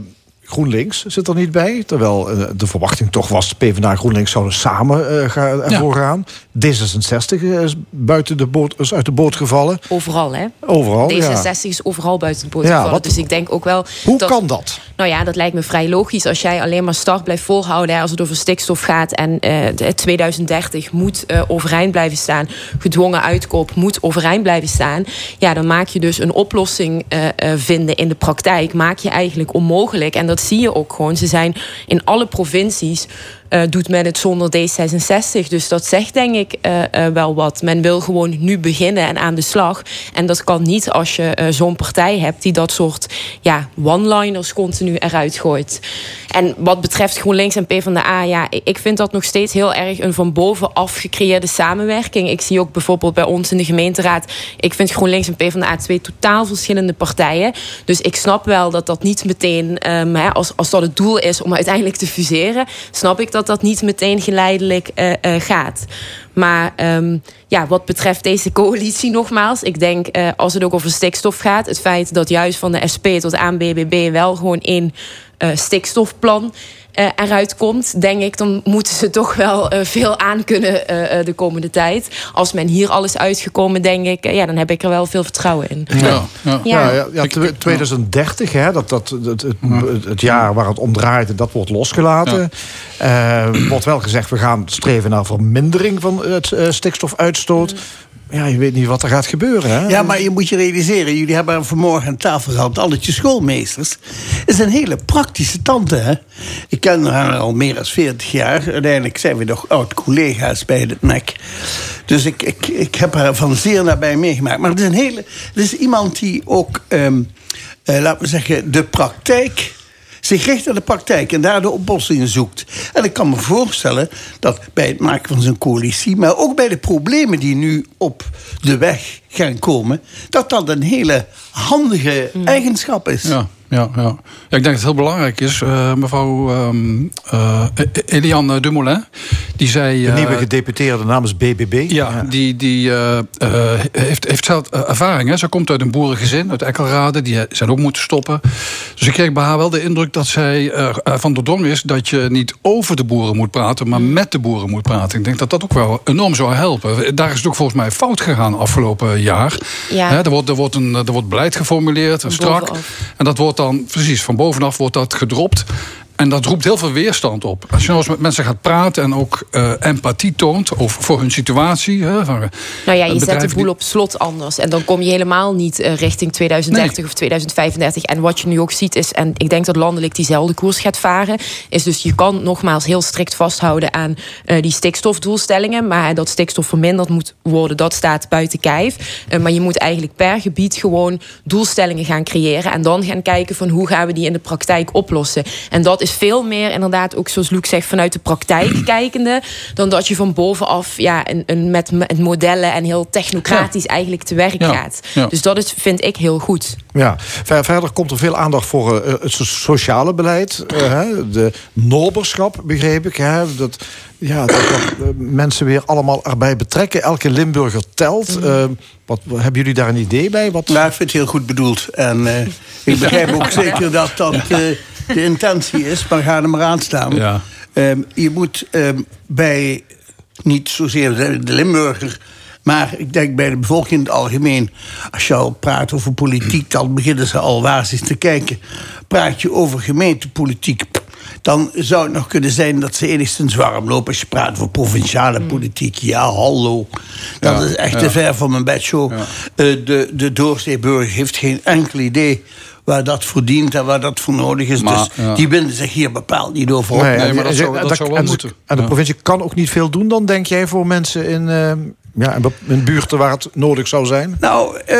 GroenLinks zit er niet bij. Terwijl uh, de verwachting toch was... PvdA en GroenLinks zouden samen uh, gaan, ervoor ja. gaan. D zesenzestig is, buiten de boot, is uit de boot gevallen. Overal, hè? Overal, D zesenzestig ja. is overal buiten de boot ja, gevallen. Wat, dus ik denk ook wel... Hoe dat, kan dat? Nou ja, dat lijkt me vrij logisch. Als jij alleen maar start blijft volhouden... Hè, als het over stikstof gaat... en uh, tweeduizend dertig moet uh, overeind blijven staan... gedwongen uitkoop moet overeind blijven staan... ja, dan maak je dus een oplossing uh, uh, vinden in de praktijk... maak je eigenlijk onmogelijk. En dat zie je ook gewoon. Ze zijn in alle provincies... Uh, doet men het zonder D zesenzestig. Dus dat zegt denk ik uh, uh, wel wat. Men wil gewoon nu beginnen en aan de slag. En dat kan niet als je uh, zo'n partij hebt... die dat soort ja, one-liners continu eruit gooit. En wat betreft GroenLinks en PvdA... ja, ik vind dat nog steeds heel erg een van bovenaf gecreëerde samenwerking. Ik zie ook bijvoorbeeld bij ons in de gemeenteraad... ik vind GroenLinks en PvdA twee totaal verschillende partijen. Dus ik snap wel dat dat niet meteen... Um, hè, als, als dat het doel is om uiteindelijk te fuseren... snap ik dat dat niet meteen geleidelijk uh, uh, gaat. Maar um, ja, wat betreft deze coalitie nogmaals... ik denk, uh, als het ook over stikstof gaat... het feit dat juist van de S P tot aan B B B... wel gewoon één uh, stikstofplan... Uh, eruit komt, denk ik, dan moeten ze toch wel uh, veel aan kunnen uh, de komende tijd. Als men hier alles uitgekomen, denk ik, uh, ja, dan heb ik er wel veel vertrouwen in. Ja, ja. ja. ja, ja, ja twintig dertig, hè, dat, dat, het, het, het jaar waar het om draait, dat wordt losgelaten. Ja. Uh, wordt wel gezegd, we gaan streven naar vermindering van het uh, stikstofuitstoot. Ja, je weet niet wat er gaat gebeuren. Hè? Ja, maar je moet je realiseren... jullie hebben vanmorgen aan tafel gehad... alletje schoolmeesters. Het is een hele praktische tante, hè? Ik ken haar al meer dan veertig jaar. Uiteindelijk zijn we nog oud-collega's bij het N E C. Dus ik, ik, ik heb haar van zeer nabij meegemaakt. Maar het is, een hele, het is iemand die ook... Um, uh, laten we zeggen, de praktijk... zich richt naar de praktijk en daar de oplossingen zoekt. En ik kan me voorstellen dat bij het maken van zijn coalitie... maar ook bij de problemen die nu op de weg gaan komen... dat dat een hele handige mm. eigenschap is. Ja. Ja, ja. ja, ik denk dat het heel belangrijk is. Uh, mevrouw um, uh, Eliane Dumoulin, die zei... Uh, de nieuwe gedeputeerde namens B B B. Ja, ja. die, die uh, uh, heeft, heeft zelf ervaring. Hè. Ze komt uit een boerengezin, uit Ekkelrade. Die zijn ook moeten stoppen. Dus ik kreeg bij haar wel de indruk dat zij uh, van doordrongen is... dat je niet over de boeren moet praten, maar met de boeren moet praten. Ik denk dat dat ook wel enorm zou helpen. Daar is het ook volgens mij fout gegaan afgelopen jaar. Ja. Hè, er, wordt, er, wordt een, er wordt beleid geformuleerd, strak. Bovenaf. En dat wordt dan precies van bovenaf wordt dat gedropt. En dat roept heel veel weerstand op. Als je nou eens met mensen gaat praten en ook uh, empathie toont over, voor hun situatie. Hè, van, nou ja, je zet de boel die... op slot anders. En dan kom je helemaal niet uh, richting tweeduizend dertig nee. of tweeduizend vijfendertig. En wat je nu ook ziet is, en ik denk dat landelijk diezelfde koers gaat varen, is dus je kan nogmaals heel strikt vasthouden aan uh, die stikstofdoelstellingen. Maar dat stikstof verminderd moet worden, dat staat buiten kijf. Uh, maar je moet eigenlijk per gebied gewoon doelstellingen gaan creëren. En dan gaan kijken van hoe gaan we die in de praktijk oplossen. En dat is is veel meer inderdaad ook zoals Luc zegt vanuit de praktijk kijkende dan dat je van bovenaf ja, een, een, met, met modellen en heel technocratisch ja. eigenlijk te werk ja. gaat. Ja. Dus dat is, vind ik heel goed. Ja, verder komt er veel aandacht voor uh, het sociale beleid. Uh, de noberschap, begreep ik. Hè, dat, ja, dat, dat uh, mensen weer allemaal erbij betrekken. Elke Limburger telt. Uh, wat, hebben jullie daar een idee bij? Wat... Nou, ik vind het heel goed bedoeld. En uh, ik begrijp ook zeker dat dat uh, de intentie is. Maar ga er maar aan staan. Ja. Um, je moet um, bij, niet zozeer de Limburger, maar ik denk bij de bevolking in het algemeen, als je al praat over politiek, dan beginnen ze al waar eens te kijken. Praat je over gemeentepolitiek, dan zou het nog kunnen zijn dat ze enigszins warm lopen. Als je praat over provinciale politiek, ja, hallo. Dat ja, is echt ja. te ver van mijn bedshow. Ja. Uh, de, de doorzeeburger heeft geen enkel idee waar dat voor dient en waar dat voor nodig is. Maar, dus ja. die binden zich hier bepaald niet over op. Nee, nee, maar dat zou, dat zou wel en, moeten. En de ja. provincie kan ook niet veel doen dan, denk jij, voor mensen in, uh, ja, in buurten waar het nodig zou zijn? Nou, uh,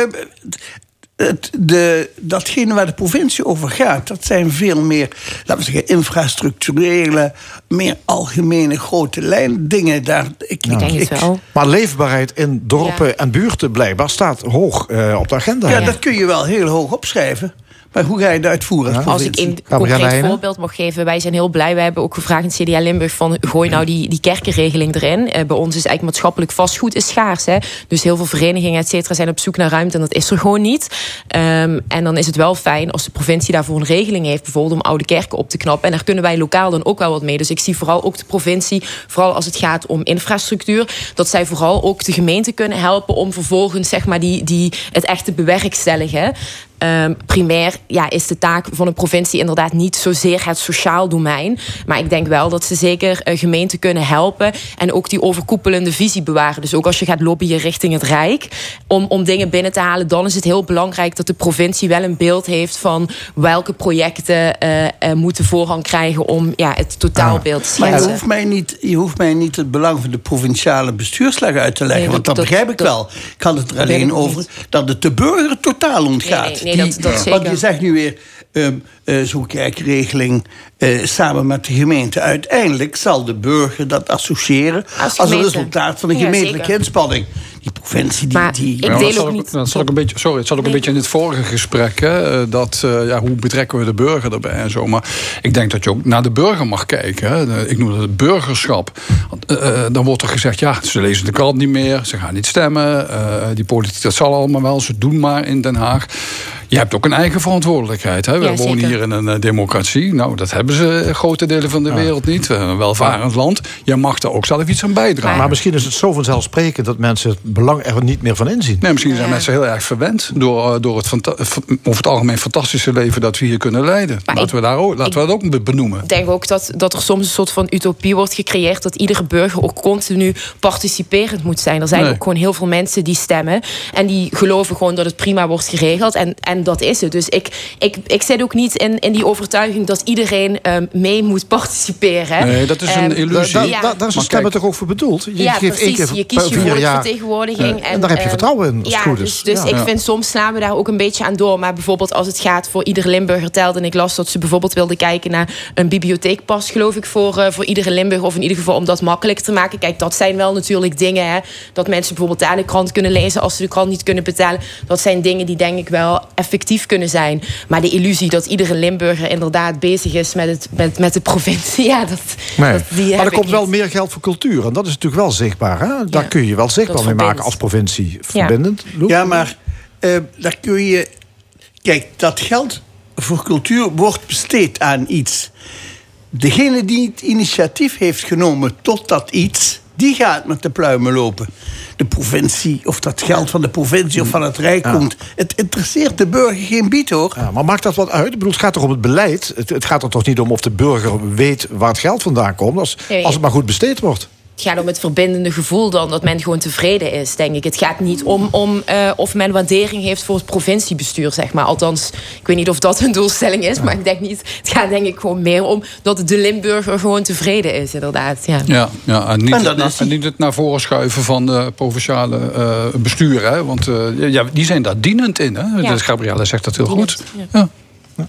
het, de, datgene waar de provincie over gaat, dat zijn veel meer, laten we zeggen, infrastructurele, meer algemene grote lijn dingen. Daar, ik, ik denk ik, het wel. Maar leefbaarheid in dorpen ja. en buurten blijkbaar staat hoog uh, op de agenda. Ja, ja, dat kun je wel heel hoog opschrijven. Maar hoe ga je dat uitvoeren? Ja. Als ik een concreet voorbeeld mag geven. Wij zijn heel blij. We hebben ook gevraagd in het C D A Limburg van gooi nou die, die kerkenregeling erin. Uh, bij ons is eigenlijk maatschappelijk vastgoed is schaars. Hè? Dus heel veel verenigingen et cetera zijn op zoek naar ruimte en dat is er gewoon niet. Um, en dan is het wel fijn als de provincie daarvoor een regeling heeft. Bijvoorbeeld om oude kerken op te knappen. En daar kunnen wij lokaal dan ook wel wat mee. Dus ik zie vooral ook de provincie, vooral als het gaat om infrastructuur, dat zij vooral ook de gemeente kunnen helpen om vervolgens zeg maar die, die het echte bewerkstelligen. Um, primair ja, is de taak van een provincie inderdaad niet zozeer het sociaal domein. Maar ik denk wel dat ze zeker uh, gemeenten kunnen helpen en ook die overkoepelende visie bewaren. Dus ook als je gaat lobbyen richting het Rijk om, om dingen binnen te halen, dan is het heel belangrijk dat de provincie wel een beeld heeft van welke projecten uh, uh, moeten voorrang krijgen om ja, het totaalbeeld te schetsen. Maar je hoeft, mij niet, je hoeft mij niet het belang van de provinciale bestuurslag uit te leggen. Nee, want dat, dat begrijp ik dat, wel. Ik had het er alleen over niet. dat het de burger totaal ontgaat. Nee, nee. Nee, dat, dat zeker. Want je zegt nu weer, um, uh, zo'n kerkregeling uh, samen met de gemeente. Uiteindelijk zal de burger dat associëren als, als een resultaat van een ja, gemeentelijke zeker. inspanning. Die provincie, die... Maar die ik ja, deel dat ook ook, niet... Dat zat ook een beetje, sorry, het zat ook nee. een beetje in het vorige gesprek. Hè, dat, uh, ja, hoe betrekken we de burger erbij en zo. Maar ik denk dat je ook naar de burger mag kijken. Hè. Ik noem dat het burgerschap. Uh, uh, dan wordt er gezegd, ja, ze lezen de krant niet meer. Ze gaan niet stemmen. Uh, die politiek, dat zal allemaal wel. Ze doen maar in Den Haag. Je hebt ook een eigen verantwoordelijkheid. Hè? We ja, wonen hier in een uh, democratie. Nou, dat hebben ze in grote delen van de ja. wereld niet. Uh, een welvarend land. Je mag daar ook zelf iets aan bijdragen. Maar, maar misschien is het zo vanzelfsprekend dat mensen het belang er niet meer van inzien. Nee, misschien zijn ja. mensen heel erg verwend door, uh, door het fanta- over het algemeen fantastische leven dat we hier kunnen leiden. Maar laten ik, we, daar ook, laten ik, we dat ook benoemen. Ik denk ook dat, dat er soms een soort van utopie wordt gecreëerd dat iedere burger ook continu participerend moet zijn. Er zijn nee. ook gewoon heel veel mensen die stemmen en die geloven gewoon dat het prima wordt geregeld. En, en En dat is het. Dus ik, ik, ik zit ook niet in, in die overtuiging dat iedereen um, mee moet participeren. Nee, dat is een um, illusie. Da, da, ja. da, daar is een stemmen toch ook voor bedoeld? Je ja, geeft precies. Één keer je kiest je volksvertegenwoordiging. Ja. En, en daar heb je vertrouwen in, als ja, het goed dus, is. Dus ja. ik ja. vind soms slaan we daar ook een beetje aan door. Maar bijvoorbeeld als het gaat voor iedere Limburger telt. En ik las dat ze bijvoorbeeld wilden kijken naar een bibliotheekpas, geloof ik, voor, uh, voor iedere Limburger. Of in ieder geval om dat makkelijker te maken. Kijk, dat zijn wel natuurlijk dingen. Hè, dat mensen bijvoorbeeld daar de krant kunnen lezen als ze de krant niet kunnen betalen. Dat zijn dingen die denk ik wel effectief kunnen zijn. Maar de illusie dat iedere Limburger inderdaad bezig is met, het, met, met de provincie, ja, dat, nee. dat die maar er komt niet. wel meer geld voor cultuur. En dat is natuurlijk wel zichtbaar. Hè? Daar ja, kun je wel zichtbaar mee maken als provincie. Verbindend. Ja, ja maar uh, daar kun je... Kijk, dat geld voor cultuur wordt besteed aan iets. Degene die het initiatief heeft genomen tot dat iets, die gaat met de pluimen lopen. De provincie, of dat geld van de provincie of van het Rijk ja. komt. Het interesseert de burger geen biet, hoor. Ja, maar maakt dat wat uit? Ik bedoel, het gaat toch om het beleid? Het, het gaat er toch niet om of de burger weet waar het geld vandaan komt, als, nee, als het maar goed besteed wordt? Het gaat om het verbindende gevoel dan, dat men gewoon tevreden is, denk ik. Het gaat niet om, om uh, of men waardering heeft voor het provinciebestuur, zeg maar. Althans, ik weet niet of dat een doelstelling is, ja. maar ik denk niet. Het gaat denk ik gewoon meer om dat de Limburger gewoon tevreden is, inderdaad. Ja, ja, ja en, niet en, het na, en niet het naar voren schuiven van de provinciale uh, bestuur, hè? Want uh, ja, die zijn daar dienend in, hè? Ja. Dus Gabrielle zegt dat heel dienend, goed. Ja. Ja. Ja.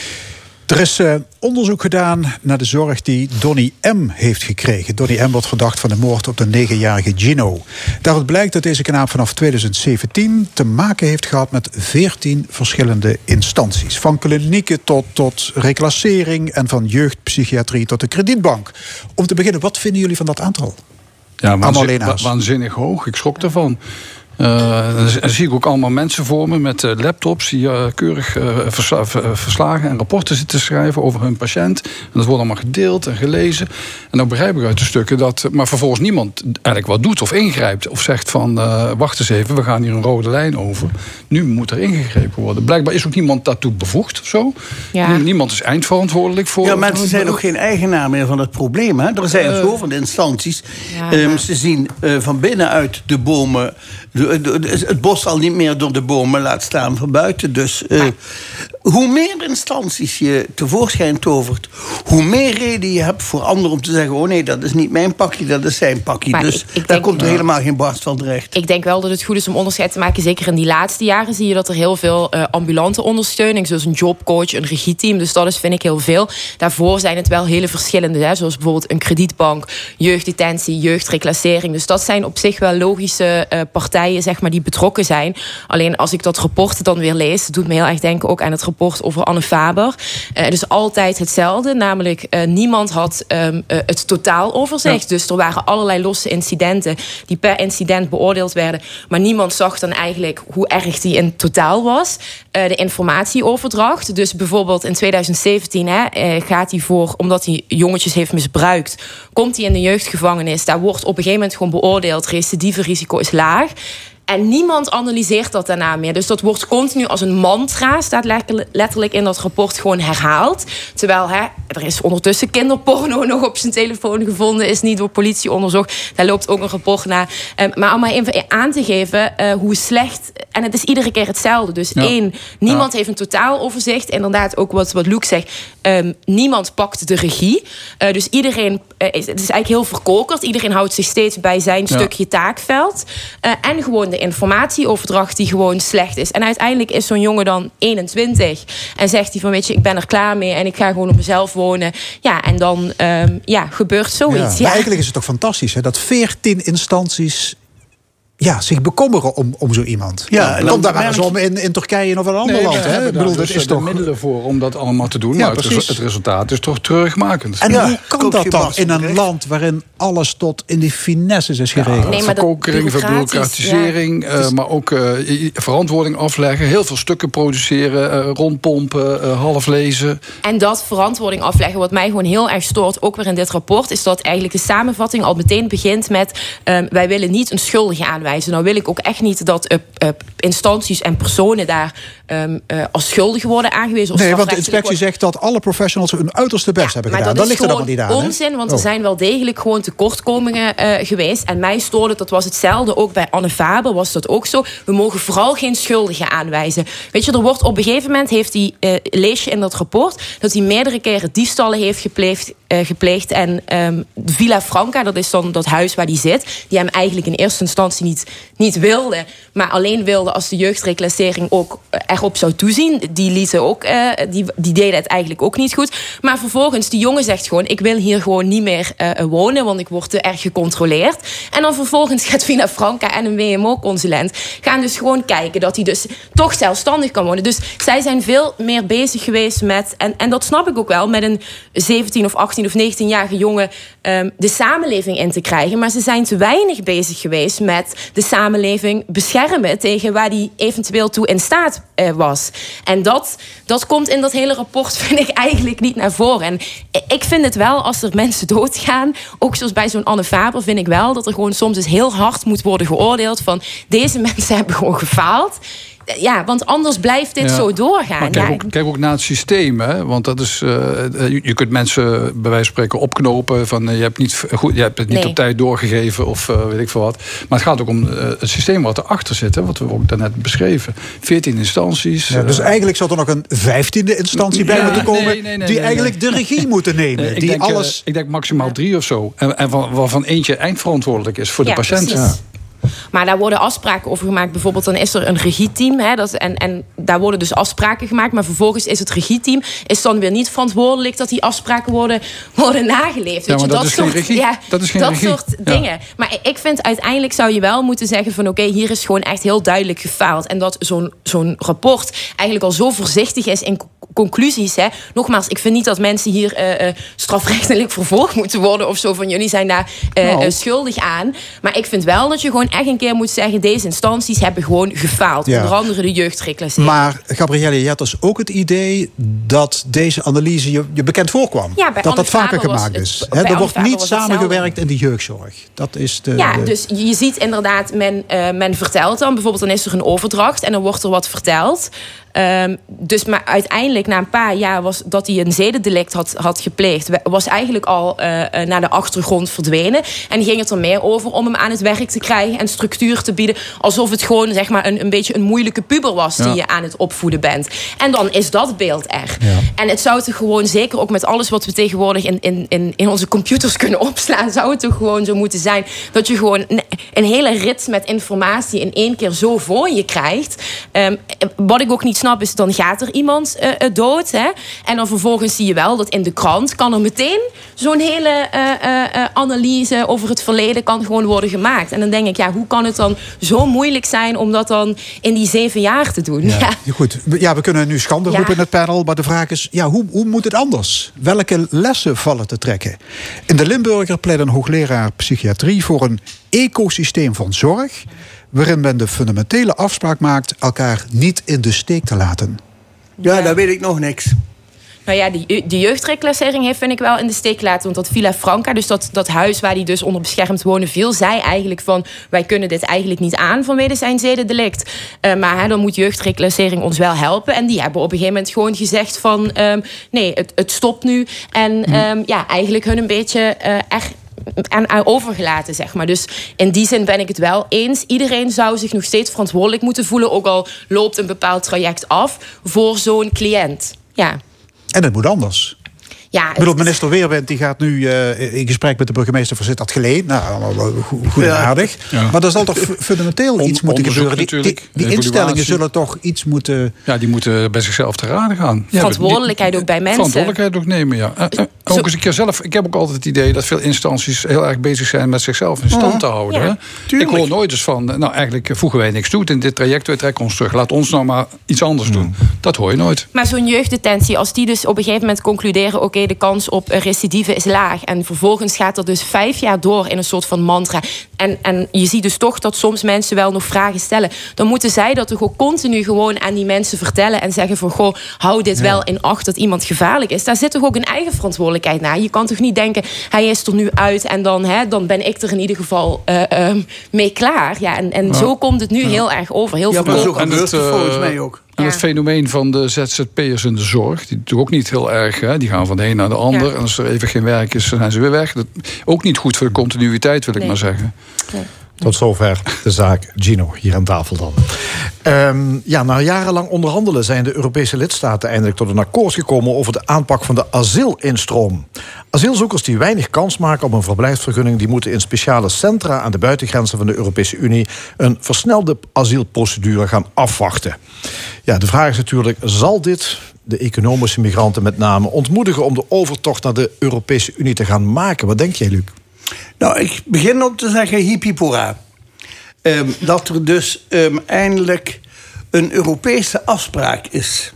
Er is uh, onderzoek gedaan naar de zorg die Donny M. heeft gekregen. Donny M. wordt verdacht van de moord op de negenjarige Gino. Daaruit blijkt dat deze knaap vanaf tweeduizend zeventien te maken heeft gehad met veertien verschillende instanties. Van klinieken tot, tot reclassering en van jeugdpsychiatrie tot de kredietbank. Om te beginnen, wat vinden jullie van dat aantal? Ja, waanzinnig, waanzinnig hoog. Ik schrok ervan. Uh, dan zie ik ook allemaal mensen voor me met uh, laptops die uh, keurig uh, versla- verslagen en rapporten zitten te schrijven over hun patiënt. En dat wordt allemaal gedeeld en gelezen. En dan begrijp ik uit de stukken dat, maar vervolgens niemand eigenlijk wat doet of ingrijpt of zegt van uh, wacht eens even, we gaan hier een rode lijn over. Nu moet er ingegrepen worden. Blijkbaar is ook niemand daartoe bevoegd of zo. Ja. Niemand is eindverantwoordelijk voor. Ja, mensen zijn ook geen eigenaar meer van het probleem. Hè? Er zijn uh, zoveel instanties. Ja, um, ze zien uh, van binnenuit de bomen. Het bos al niet meer door de bomen laat staan van buiten. Dus uh, hoe meer instanties je tevoorschijn tovert, hoe meer reden je hebt voor anderen om te zeggen, oh nee, dat is niet mijn pakje, dat is zijn pakje. Maar dus ik, ik daar denk, komt er ja. helemaal geen barst van terecht. Ik denk wel dat het goed is om onderscheid te maken. Zeker in die laatste jaren zie je dat er heel veel uh, ambulante ondersteuning, zoals een jobcoach, een regieteam. Dus dat is, vind ik, heel veel. Daarvoor zijn het wel hele verschillende, hè, zoals bijvoorbeeld een kredietbank, jeugddetentie, jeugdreclassering. Dus dat zijn op zich wel logische uh, partijen partijen zeg maar, die betrokken zijn. Alleen als ik dat rapport dan weer lees, dat doet me heel erg denken ook aan het rapport over Anne Faber. Uh, dus altijd hetzelfde, namelijk uh, niemand had um, uh, het totaaloverzicht. Ja. Dus er waren allerlei losse incidenten die per incident beoordeeld werden, maar niemand zag dan eigenlijk hoe erg die in totaal was. Uh, de informatieoverdracht. Dus bijvoorbeeld in tweeduizend zeventien hè, uh, gaat hij voor, omdat hij jongetjes heeft misbruikt, komt hij in de jeugdgevangenis. Daar wordt op een gegeven moment gewoon beoordeeld, recidieverisico is laag. En niemand analyseert dat daarna meer. Dus dat wordt continu als een mantra, staat letterlijk in dat rapport, gewoon herhaald. Terwijl hè, er is ondertussen kinderporno nog op zijn telefoon gevonden, is niet door politie onderzocht. Daar loopt ook een rapport naar. Um, maar om maar even aan te geven uh, hoe slecht. En het is iedere keer hetzelfde. Dus ja. één, niemand ja. heeft een totaaloverzicht. Inderdaad, ook wat, wat Luc zegt. Um, niemand pakt de regie. Uh, dus iedereen, uh, is, het is eigenlijk heel verkokerd. Iedereen houdt zich steeds bij zijn ja. stukje taakveld. Uh, en gewoon de informatieoverdracht die gewoon slecht is. En uiteindelijk is zo'n jongen dan eenentwintig. En zegt hij van, weet je, ik ben er klaar mee en ik ga gewoon op mezelf wonen. Ja, en dan um, ja, gebeurt zoiets. Ja. Maar ja. eigenlijk is het toch fantastisch, hè, dat veertien instanties ja, zich bekommeren om, om zo iemand. Ja, en komt daar maar eens om in, in Turkije of een ander nee, land. We hè? hebben Ik bedoel, dus dat is de toch middelen voor om dat allemaal te doen. Ja, maar het, het resultaat is toch treurigmakend. En ja, hoe kan dat dan in een land waarin alles tot in die finesses is geregeld? Ja, nee, verkokering, verbureaucratisering, ja. uh, maar ook uh, verantwoording afleggen. Heel veel stukken produceren, uh, rondpompen, uh, half lezen. En dat verantwoording afleggen, wat mij gewoon heel erg stoort, ook weer in dit rapport, is dat eigenlijk de samenvatting al meteen begint met um, wij willen niet een schuldige aanwijzen. Nou wil ik ook echt niet dat uh, uh, instanties en personen daar um, uh, als schuldigen worden aangewezen. Of nee, want de inspectie worden. zegt dat alle professionals hun uiterste best ja, hebben maar gedaan. Dat dan is ligt er dan niet aan. Onzin, want oh. er zijn wel degelijk gewoon tekortkomingen uh, geweest. En mij stoorde, dat was hetzelfde ook bij Anne Faber, was dat ook zo. We mogen vooral geen schuldigen aanwijzen. Weet je, er wordt op een gegeven moment, heeft hij, uh, lees je in dat rapport, dat hij meerdere keren diefstallen heeft gepleegd. Uh, gepleegd. En um, Villa Franca, dat is dan dat huis waar hij zit, die hem eigenlijk in eerste instantie niet, niet wilde, maar alleen wilde als de jeugdreclassering ook erop zou toezien. Die lieten ook, uh, die, die deden het eigenlijk ook niet goed. Maar vervolgens, die jongen zegt gewoon, ik wil hier gewoon niet meer uh, wonen, want ik word te erg gecontroleerd. En dan vervolgens gaat Villa Franca en een W M O-consulent gaan dus gewoon kijken dat hij dus toch zelfstandig kan wonen. Dus zij zijn veel meer bezig geweest met, en, en dat snap ik ook wel, met een zeventien of achttien of negentienjarige jongen um, de samenleving in te krijgen. Maar ze zijn te weinig bezig geweest met de samenleving beschermen tegen waar die eventueel toe in staat uh, was. En dat, dat komt in dat hele rapport, vind ik, eigenlijk niet naar voren. En ik vind het wel, als er mensen doodgaan, ook zoals bij zo'n Anne Faber, vind ik wel dat er gewoon soms eens heel hard moet worden geoordeeld van, deze mensen hebben gewoon gefaald. Ja, want anders blijft dit ja. zo doorgaan. Maar kijk, ja. ook, kijk ook naar het systeem. Hè? Want dat is, uh, je, je kunt mensen bij wijze van spreken opknopen. Van, uh, je, hebt niet, goed, je hebt het niet nee. op tijd doorgegeven of uh, weet ik veel wat. Maar het gaat ook om uh, het systeem wat erachter zit. Hè? Wat we ook daarnet beschreven. veertien instanties. Ja, dus uh, eigenlijk zou er nog een vijftiende instantie bij ja, moeten komen. Nee, nee, nee, die nee, eigenlijk nee. de regie moeten nemen. Nee, ik, die denk, alles... uh, ik denk maximaal drie of zo. En, en van, waarvan eentje eindverantwoordelijk is voor ja, de patiënt. Ja. Maar daar worden afspraken over gemaakt. Bijvoorbeeld dan is er een regieteam. Hè, dat, en, en daar worden dus afspraken gemaakt. Maar vervolgens is het regieteam is dan weer niet verantwoordelijk dat die afspraken worden, worden nageleefd. Ja, maar je, dat, dat, is soort, geen regie. Ja, dat is geen dat regie. soort ja. dingen. Maar ik vind uiteindelijk zou je wel moeten zeggen van oké, okay, hier is gewoon echt heel duidelijk gefaald. En dat zo'n zo'n rapport eigenlijk al zo voorzichtig is in conclusies. Hè. Nogmaals, ik vind niet dat mensen hier uh, uh, strafrechtelijk vervolgd moeten worden of zo van jullie zijn daar uh, nou. uh, schuldig aan. Maar ik vind wel dat je gewoon echt een keer moet zeggen, deze instanties hebben gewoon gefaald. Ja. Onder andere de jeugdreclassering. Maar Gabrielle, je had dus ook het idee dat deze analyse je, je bekend voorkwam. Ja, bij dat dat vaker Faber gemaakt het, is. He, er wordt niet samengewerkt in de jeugdzorg. Dat is de, ja, de... dus je ziet inderdaad, men, uh, men vertelt dan, bijvoorbeeld dan is er een overdracht en dan wordt er wat verteld. Um, dus maar uiteindelijk na een paar jaar was dat hij een zedendelict had, had gepleegd, was eigenlijk al uh, naar de achtergrond verdwenen. En ging het er meer over om hem aan het werk te krijgen en structuur te bieden, alsof het gewoon zeg maar een, een beetje een moeilijke puber was die ja. je aan het opvoeden bent. En dan is dat beeld er. Ja. En het zou toch gewoon, zeker ook met alles wat we tegenwoordig in, in, in, in onze computers kunnen opslaan, zou het toch gewoon zo moeten zijn dat je gewoon een, een hele rits met informatie in één keer zo voor je krijgt. Um, wat ik ook niet snap is, dan gaat er iemand uh, dood. Hè? En dan vervolgens zie je wel dat in de krant kan er meteen zo'n hele uh, uh, uh, analyse over het verleden kan gewoon worden gemaakt. En dan denk ik, ja, hoe kan het dan zo moeilijk zijn om dat dan in die zeven jaar te doen? Ja, ja. Goed. Ja, we kunnen nu schande roepen ja. in het panel, maar de vraag is, ja, hoe, hoe moet het anders? Welke lessen vallen te trekken? In de Limburger pleit een hoogleraar psychiatrie voor een ecosysteem van zorg, waarin men de fundamentele afspraak maakt elkaar niet in de steek te laten. Ja, daar weet ik nog niks. Nou ja, die, die jeugdreclassering heeft, vind ik wel in de steek gelaten. Want dat Villa Franca, dus dat, dat huis waar die dus onder beschermd wonen viel, zei eigenlijk van, wij kunnen dit eigenlijk niet aan vanwege zijn zedendelict. Uh, maar hè, dan moet jeugdreclassering ons wel helpen. En die hebben op een gegeven moment gewoon gezegd van, um, nee, het, het stopt nu. En um, ja, eigenlijk hun een beetje uh, echt aan, aan overgelaten, zeg maar. Dus in die zin ben ik het wel eens. Iedereen zou zich nog steeds verantwoordelijk moeten voelen, ook al loopt een bepaald traject af, voor zo'n cliënt. Ja. En het moet anders. Ja, ik bedoel, minister Weerwind die gaat nu uh, in gesprek met de burgemeester van Sittard-Geleen. Nou, goed en aardig. Ja. Maar er zal toch fundamenteel iets On, moeten gebeuren. Die, die, die instellingen zullen toch iets moeten... Ja, die moeten bij zichzelf te raden gaan. Verantwoordelijkheid ja, ook bij mensen. Verantwoordelijkheid ook nemen, ja. Uh, uh, ook eens een keer zelf. Ik heb ook altijd het idee dat veel instanties heel erg bezig zijn met zichzelf in stand te houden. Ja, hè? Ik hoor nooit eens van, nou eigenlijk voegen wij niks toe in dit traject, wij trekken ons terug. Laat ons nou maar iets anders hmm. doen. Dat hoor je nooit. Maar zo'n jeugddetentie, als die dus op een gegeven moment concluderen, oké, okay, de kans op recidive is laag. En vervolgens gaat dat dus vijf jaar door in een soort van mantra. En, en je ziet dus toch dat soms mensen wel nog vragen stellen. Dan moeten zij dat toch ook continu gewoon aan die mensen vertellen en zeggen van, goh, hou dit ja. wel in acht dat iemand gevaarlijk is. Daar zit toch ook een eigen verantwoordelijkheid naar. Je kan toch niet denken, hij is er nu uit en dan, hè, dan ben ik er in ieder geval uh, uh, mee klaar. Ja, en en ja. zo komt het nu ja. heel erg over. Heel ja, veel maar zo gebeurt het uh, volgens mij ook. En ja. het fenomeen van de Z Z P'ers in de zorg, die natuurlijk ook niet heel erg, hè, die gaan van de een naar de ander. Ja. En als er even geen werk is, dan zijn ze weer weg. Dat, ook niet goed voor de continuïteit, wil ik nee. maar zeggen. Nee. Tot zover de zaak Gino, hier aan tafel dan. Um, ja, na jarenlang onderhandelen zijn de Europese lidstaten eindelijk tot een akkoord gekomen over de aanpak van de asielinstroom. Asielzoekers die weinig kans maken op een verblijfsvergunning, die moeten in speciale centra aan de buitengrenzen van de Europese Unie een versnelde asielprocedure gaan afwachten. Ja, de vraag is natuurlijk, zal dit de economische migranten met name ontmoedigen om de overtocht naar de Europese Unie te gaan maken? Wat denk jij, Luc? Nou, ik begin op te zeggen hippie-poera. Um, dat er dus um, eindelijk een Europese afspraak is.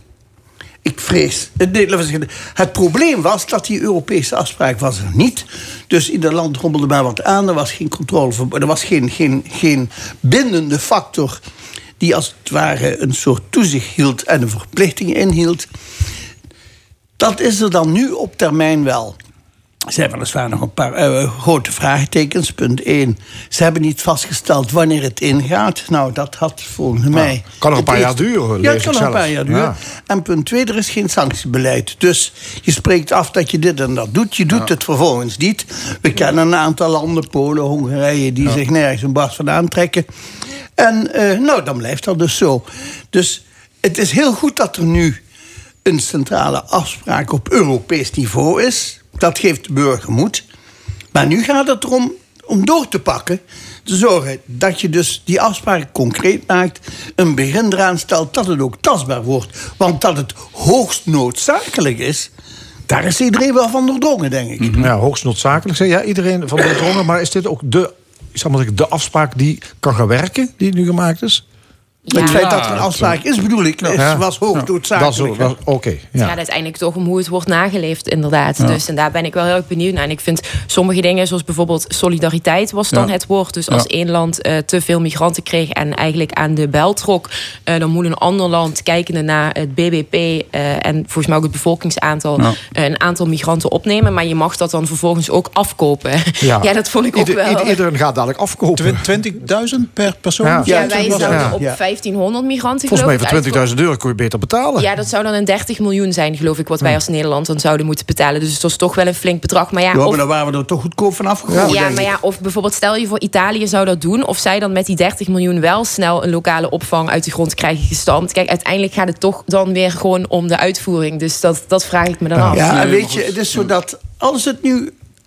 Ik vrees. Nee, het probleem was dat die Europese afspraak was er niet. Dus ieder land rommelde maar wat aan. Er was geen controle. Er was geen, geen, geen bindende factor die als het ware een soort toezicht hield en een verplichting inhield. Dat is er dan nu op termijn wel. Er zijn weliswaar nog een paar uh, grote vraagtekens. Punt één. Ze hebben niet vastgesteld wanneer het ingaat. Nou, dat had volgens ja, mij... Kan nog een paar jaar duren. Ja, het kan nog een paar jaar duren. Ja. En punt twee, er is geen sanctiebeleid. Dus je spreekt af dat je dit en dat doet. Je doet ja. het vervolgens niet. We kennen een aantal landen, Polen, Hongarije, die ja. zich nergens een barst van aantrekken. En uh, nou, dan blijft dat dus zo. Dus het is heel goed dat er nu een centrale afspraak op Europees niveau is. Dat geeft de burger moed. Maar nu gaat het erom om door te pakken. Te zorgen dat je dus die afspraak concreet maakt. Een begin eraan stelt dat het ook tastbaar wordt. Want dat het hoogst noodzakelijk is, daar is iedereen wel van doordrongen, denk ik. Ja, hoogst noodzakelijk. Ja, iedereen van doordrongen. Maar is dit ook de, ik zal maar zeggen, de afspraak die kan gaan werken, die nu gemaakt is? Ja. Het feit dat er een afspraak is, bedoel ik, is, ja. was hoog noodzakelijk. Ja. Oké. Okay, ja. Het gaat uiteindelijk toch om hoe het wordt nageleefd, inderdaad. Ja. Dus, en daar ben ik wel heel erg benieuwd naar. En ik vind sommige dingen, zoals bijvoorbeeld solidariteit was dan ja. het woord. Dus als ja. één land uh, te veel migranten kreeg en eigenlijk aan de bel trok, uh, dan moet een ander land, kijkende naar het B B P uh, en volgens mij ook het bevolkingsaantal, ja. uh, een aantal migranten opnemen. Maar je mag dat dan vervolgens ook afkopen. Ja, ja dat vond ik Ieder, ook wel. Ieder, iedereen gaat dadelijk afkopen. twintigduizend per persoon? Ja, ja wij zouden ja. op ja. vijftienhonderd migranten. Volgens mij voor twintigduizend euro kun je beter betalen. Ja, dat zou dan een dertig miljoen zijn, geloof ik, wat wij als Nederland dan zouden moeten betalen. Dus dat is toch wel een flink bedrag. Maar ja, ja, of, maar dan waren we er toch goedkoop van afgegaan. Ja, maar ja, of bijvoorbeeld stel je voor Italië zou dat doen, of zij dan met die dertig miljoen wel snel een lokale opvang uit de grond krijgen gestampt. Kijk, uiteindelijk gaat het toch dan weer gewoon om de uitvoering. Dus dat, dat vraag ik me dan ja, af. Ja, en weet je, het is zo dat als het nu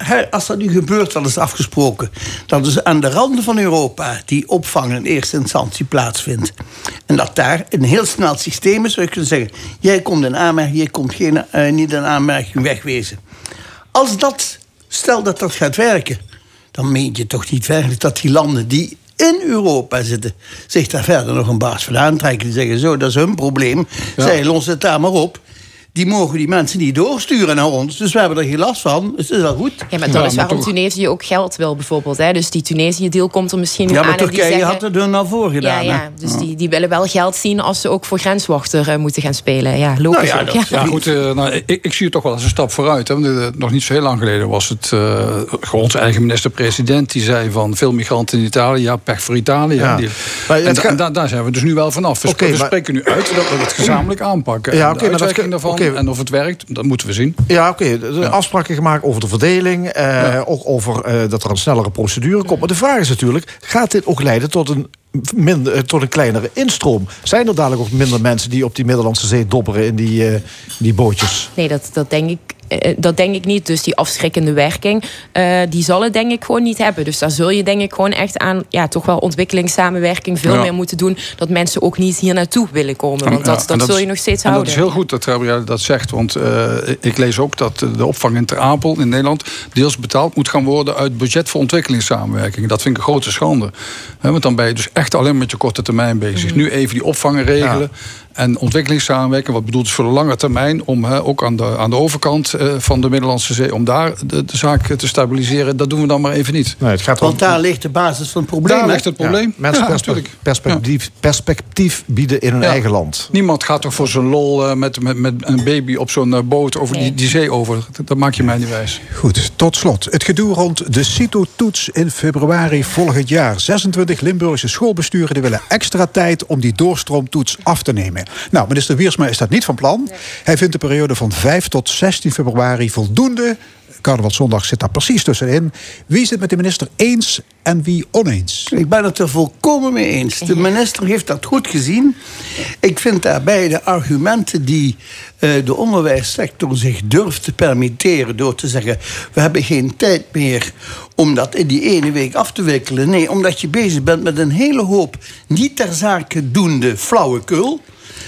als dat nu gebeurt, wat is afgesproken, dat dus aan de randen van Europa die opvang in eerste instantie plaatsvindt. En dat daar een heel snel systeem is, zou je kunnen zeggen, jij komt in aanmerking, jij komt geen, uh, niet in aanmerking, wegwezen. Als dat, stel dat dat gaat werken, dan meen je toch niet werkelijk dat die landen die in Europa zitten zich daar verder nog een baas van aantrekken. Die zeggen zo, dat is hun probleem. Ja. Zij lossen het daar maar op. Die mogen die mensen niet doorsturen naar ons. Dus we hebben er geen last van. Dus dat is wel goed. Ja, maar dat ja, is waarom toch... Tunesië ook geld wil bijvoorbeeld. Hè? Dus die Tunesië-deal komt er misschien ja, aan. Maar Turkije zeggen... had het er nou voor gedaan. Ja, ja. Dus ja. Die, die willen wel geld zien als ze ook voor grenswachter uh, moeten gaan spelen. Ja, logisch nou ja, ook. Dat, ja. ja, goed. Uh, nou, ik, ik zie het toch wel als een stap vooruit. Hè? Want, uh, nog niet zo heel lang geleden was het uh, gewoon onze eigen minister-president. Die zei van veel migranten in Italië. Ja, pech voor Italië. Ja. Die, en en ga... da, daar zijn we dus nu wel vanaf. We, okay, we maar... spreken nu uit dat we het gezamenlijk aanpakken. Ja, okay, de uitwerking dat... daarvan okay. en of het werkt. Dat moeten we zien. Ja, oké. Okay. Ja. Afspraken gemaakt over de verdeling. Eh, ja. Ook over uh, dat er een snellere procedure komt. Maar de vraag is natuurlijk, gaat dit ook leiden tot een, minder, tot een kleinere instroom? Zijn er dadelijk ook minder mensen die op die Middellandse Zee dobberen in die, uh, die bootjes? Nee, dat, dat denk ik. Dat denk ik niet. Dus die afschrikkende werking, uh, die zal het denk ik gewoon niet hebben. Dus daar zul je denk ik gewoon echt aan, ja, toch wel ontwikkelingssamenwerking veel ja. meer moeten doen. Dat mensen ook niet hier naartoe willen komen. Want dat, ja, dat, dat zul je nog steeds en houden. Dat is heel goed dat Gabrielle dat zegt. Want uh, ik lees ook dat de opvang in Ter Apel in Nederland deels betaald moet gaan worden uit het budget voor ontwikkelingssamenwerking. Dat vind ik een grote schande. He, want dan ben je dus echt alleen met je korte termijn bezig. Mm-hmm. Nu even die opvangen regelen. Ja. En ontwikkelingssamenwerking, wat bedoeld is voor de lange termijn, om he, ook aan de, aan de overkant uh, van de Middellandse Zee, om daar de, de zaak te stabiliseren, dat doen we dan maar even niet. Nee, het gaat Want om... daar ligt de basis van het probleem. Daar ligt het probleem. Ja. Mensen ja, perspe- perspectief, perspectief bieden in hun ja. eigen land. Niemand gaat toch voor zijn lol uh, met, met, met een baby op zo'n uh, boot over nee. die, die zee over. Dat, dat maak je mij niet wijs. Goed, tot slot. Het gedoe rond de CITO-toets in februari volgend jaar. zesentwintig Limburgse schoolbesturen die willen extra tijd om die doorstroomtoets af te nemen. Nou, minister Wiersma is dat niet van plan. Nee. Hij vindt de periode van vijf tot zestien februari voldoende. Carnavalszondag zit daar precies tussenin. Wie is het met de minister eens en wie oneens? Ik ben het er volkomen mee eens. De minister heeft dat goed gezien. Ik vind daarbij de argumenten die uh, de onderwijssector zich durft te permitteren door te zeggen, we hebben geen tijd meer om dat in die ene week af te wikkelen. Nee, omdat je bezig bent met een hele hoop niet ter zake doende flauwekul.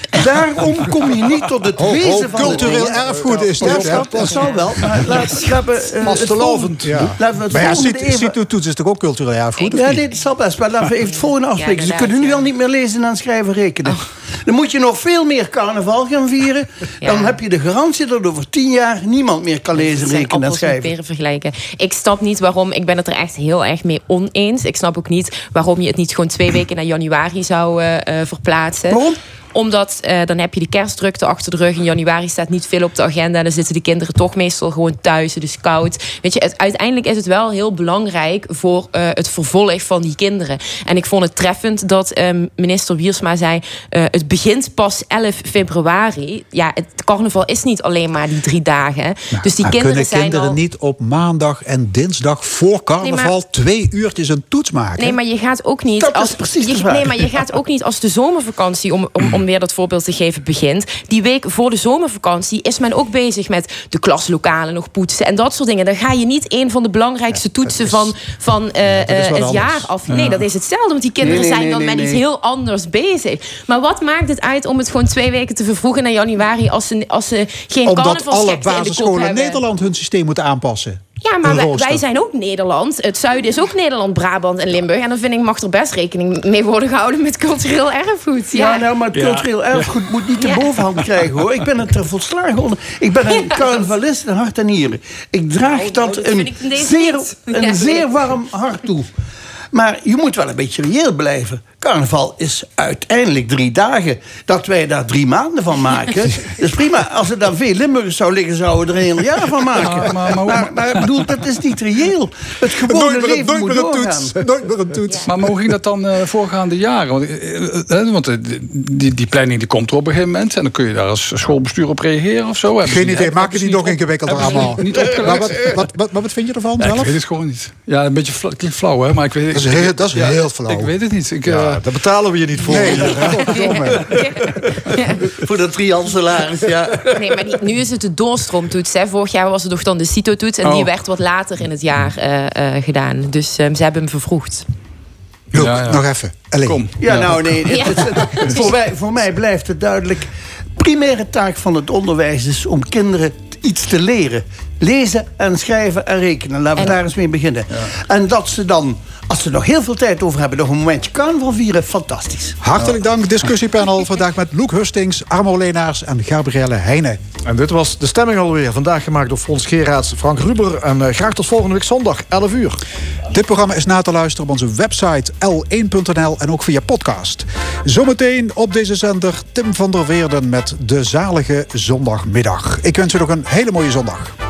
Daarom kom je niet tot het oh, wezen oh, van cultureel erfgoed is dit. Ja, dat, dat zal wel. Maar laten we uh, vastelovend. Ja. Laten we het maar ja, CITO-toets is toch ook cultureel erfgoed? Ja, nee, dat zal best. Maar laten we even het volgende afspreken. Ja, ze kunnen nu ja. al niet meer lezen en schrijven rekenen. Oh. Dan moet je nog veel meer carnaval gaan vieren. Ja. Dan heb je de garantie dat over tien jaar niemand meer kan lezen, rekenen en schrijven. Vergelijken. Ik snap niet waarom. Ik ben het er echt heel erg mee oneens. Ik snap ook niet waarom je het niet gewoon twee weken naar januari zou uh, verplaatsen. Waarom? Omdat uh, dan heb je de kerstdrukte achter de rug. In januari staat niet veel op de agenda. En dan zitten de kinderen toch meestal gewoon thuis. Het is koud. Weet je, het, uiteindelijk is het wel heel belangrijk voor uh, het vervolg van die kinderen. En ik vond het treffend dat um, minister Wiersma zei, Uh, het begint pas elf februari. Ja, het carnaval is niet alleen maar die drie dagen. Nou, dus die kinderen kunnen zijn kinderen al... niet op maandag en dinsdag voor carnaval nee, maar... twee uurtjes een toets maken? Nee, maar je gaat ook niet dat als is precies je, nee, maar je gaat ook niet als de zomervakantie om, om, om weer dat voorbeeld te geven begint. Die week voor de zomervakantie is men ook bezig met de klaslokalen nog poetsen en dat soort dingen. Dan ga je niet een van de belangrijkste ja, toetsen is, van, van uh, ja, uh, het jaar af. Nee, ja. dat is hetzelfde, want die kinderen nee, nee, zijn dan nee, nee, met nee. iets heel anders bezig. Maar wat maakt het uit om het gewoon twee weken te vervroegen naar januari als ze, als ze geen carnavalsgekte in de kop hebben? Omdat alle basisscholen in Nederland hun systeem moeten aanpassen. Ja, maar wij, wij zijn ook Nederland. Het zuiden is ook Nederland, Brabant en Limburg. En dan vind ik, mag er best rekening mee worden gehouden met cultureel erfgoed. Ja, ja nou, maar het cultureel erfgoed moet niet de ja. bovenhand krijgen, hoor. Ik ben het er volslagen onder. Ik ben een ja. carnavalist in hart en nieren. Ik draag nou, dat nou, een, zeer, een ja. zeer warm hart toe. Maar je moet wel een beetje reëel blijven. Carnaval is uiteindelijk drie dagen. Dat wij daar drie maanden van maken, is prima. Als er dan veel Limburgers zou liggen, zouden we er een heel jaar van maken. Maar, maar, maar, maar, maar ik bedoel, dat is niet reëel. Het gewone nooit leven nooit moet doorgaan. Toets. Nooit meer een toets. Ja. Maar, maar hoe ging dat dan uh, voorgaande jaren? Want, uh, want uh, die, die planning die komt er op een gegeven moment. En dan kun je daar als schoolbestuur op reageren of zo. Geen idee, maak het niet nog ingewikkelder allemaal. Niet opgelegd. Maar wat, wat, wat, wat vind je ervan Ja, zelf? ik weet het gewoon niet. Ja, een beetje flauw, hè. Maar ik weet, dat is is heel, dat is Ja, heel flauw. Ik weet het niet. Ik, Ja, eh, daar betalen we je niet voor. Nee, Voor dat Trian-salaris, ja. Nee, maar die, nu is het de doorstroomtoets. Hè. Vorig jaar was het toch dan de CITO-toets. En Oh. die werd wat later in het jaar uh, uh, gedaan. Dus um, ze hebben hem vervroegd. Loek, Ja, ja. nog even. Alleen. Kom. Ja, Ja. nou nee, het- het- het- voor, mij, voor mij blijft het duidelijk. Primaire taak van het onderwijs is om kinderen iets te leren. Lezen en schrijven en rekenen. Laten we En- daar eens mee beginnen. En dat ze dan, als ze nog heel veel tijd over hebben, nog een momentje carnaval vieren, fantastisch. Hartelijk dank, discussiepanel. Vandaag met Loek Hustings, Armo Leenaars en Gabrielle Heijnen. En dit was de stemming alweer. Vandaag gemaakt door Frans Geraerts, Frank Ruber. En uh, graag tot volgende week zondag, elf uur. Dit programma is na te luisteren op onze website L één punt n l en ook via podcast. Zometeen op deze zender Tim van der Weerden met de zalige zondagmiddag. Ik wens u nog een hele mooie zondag.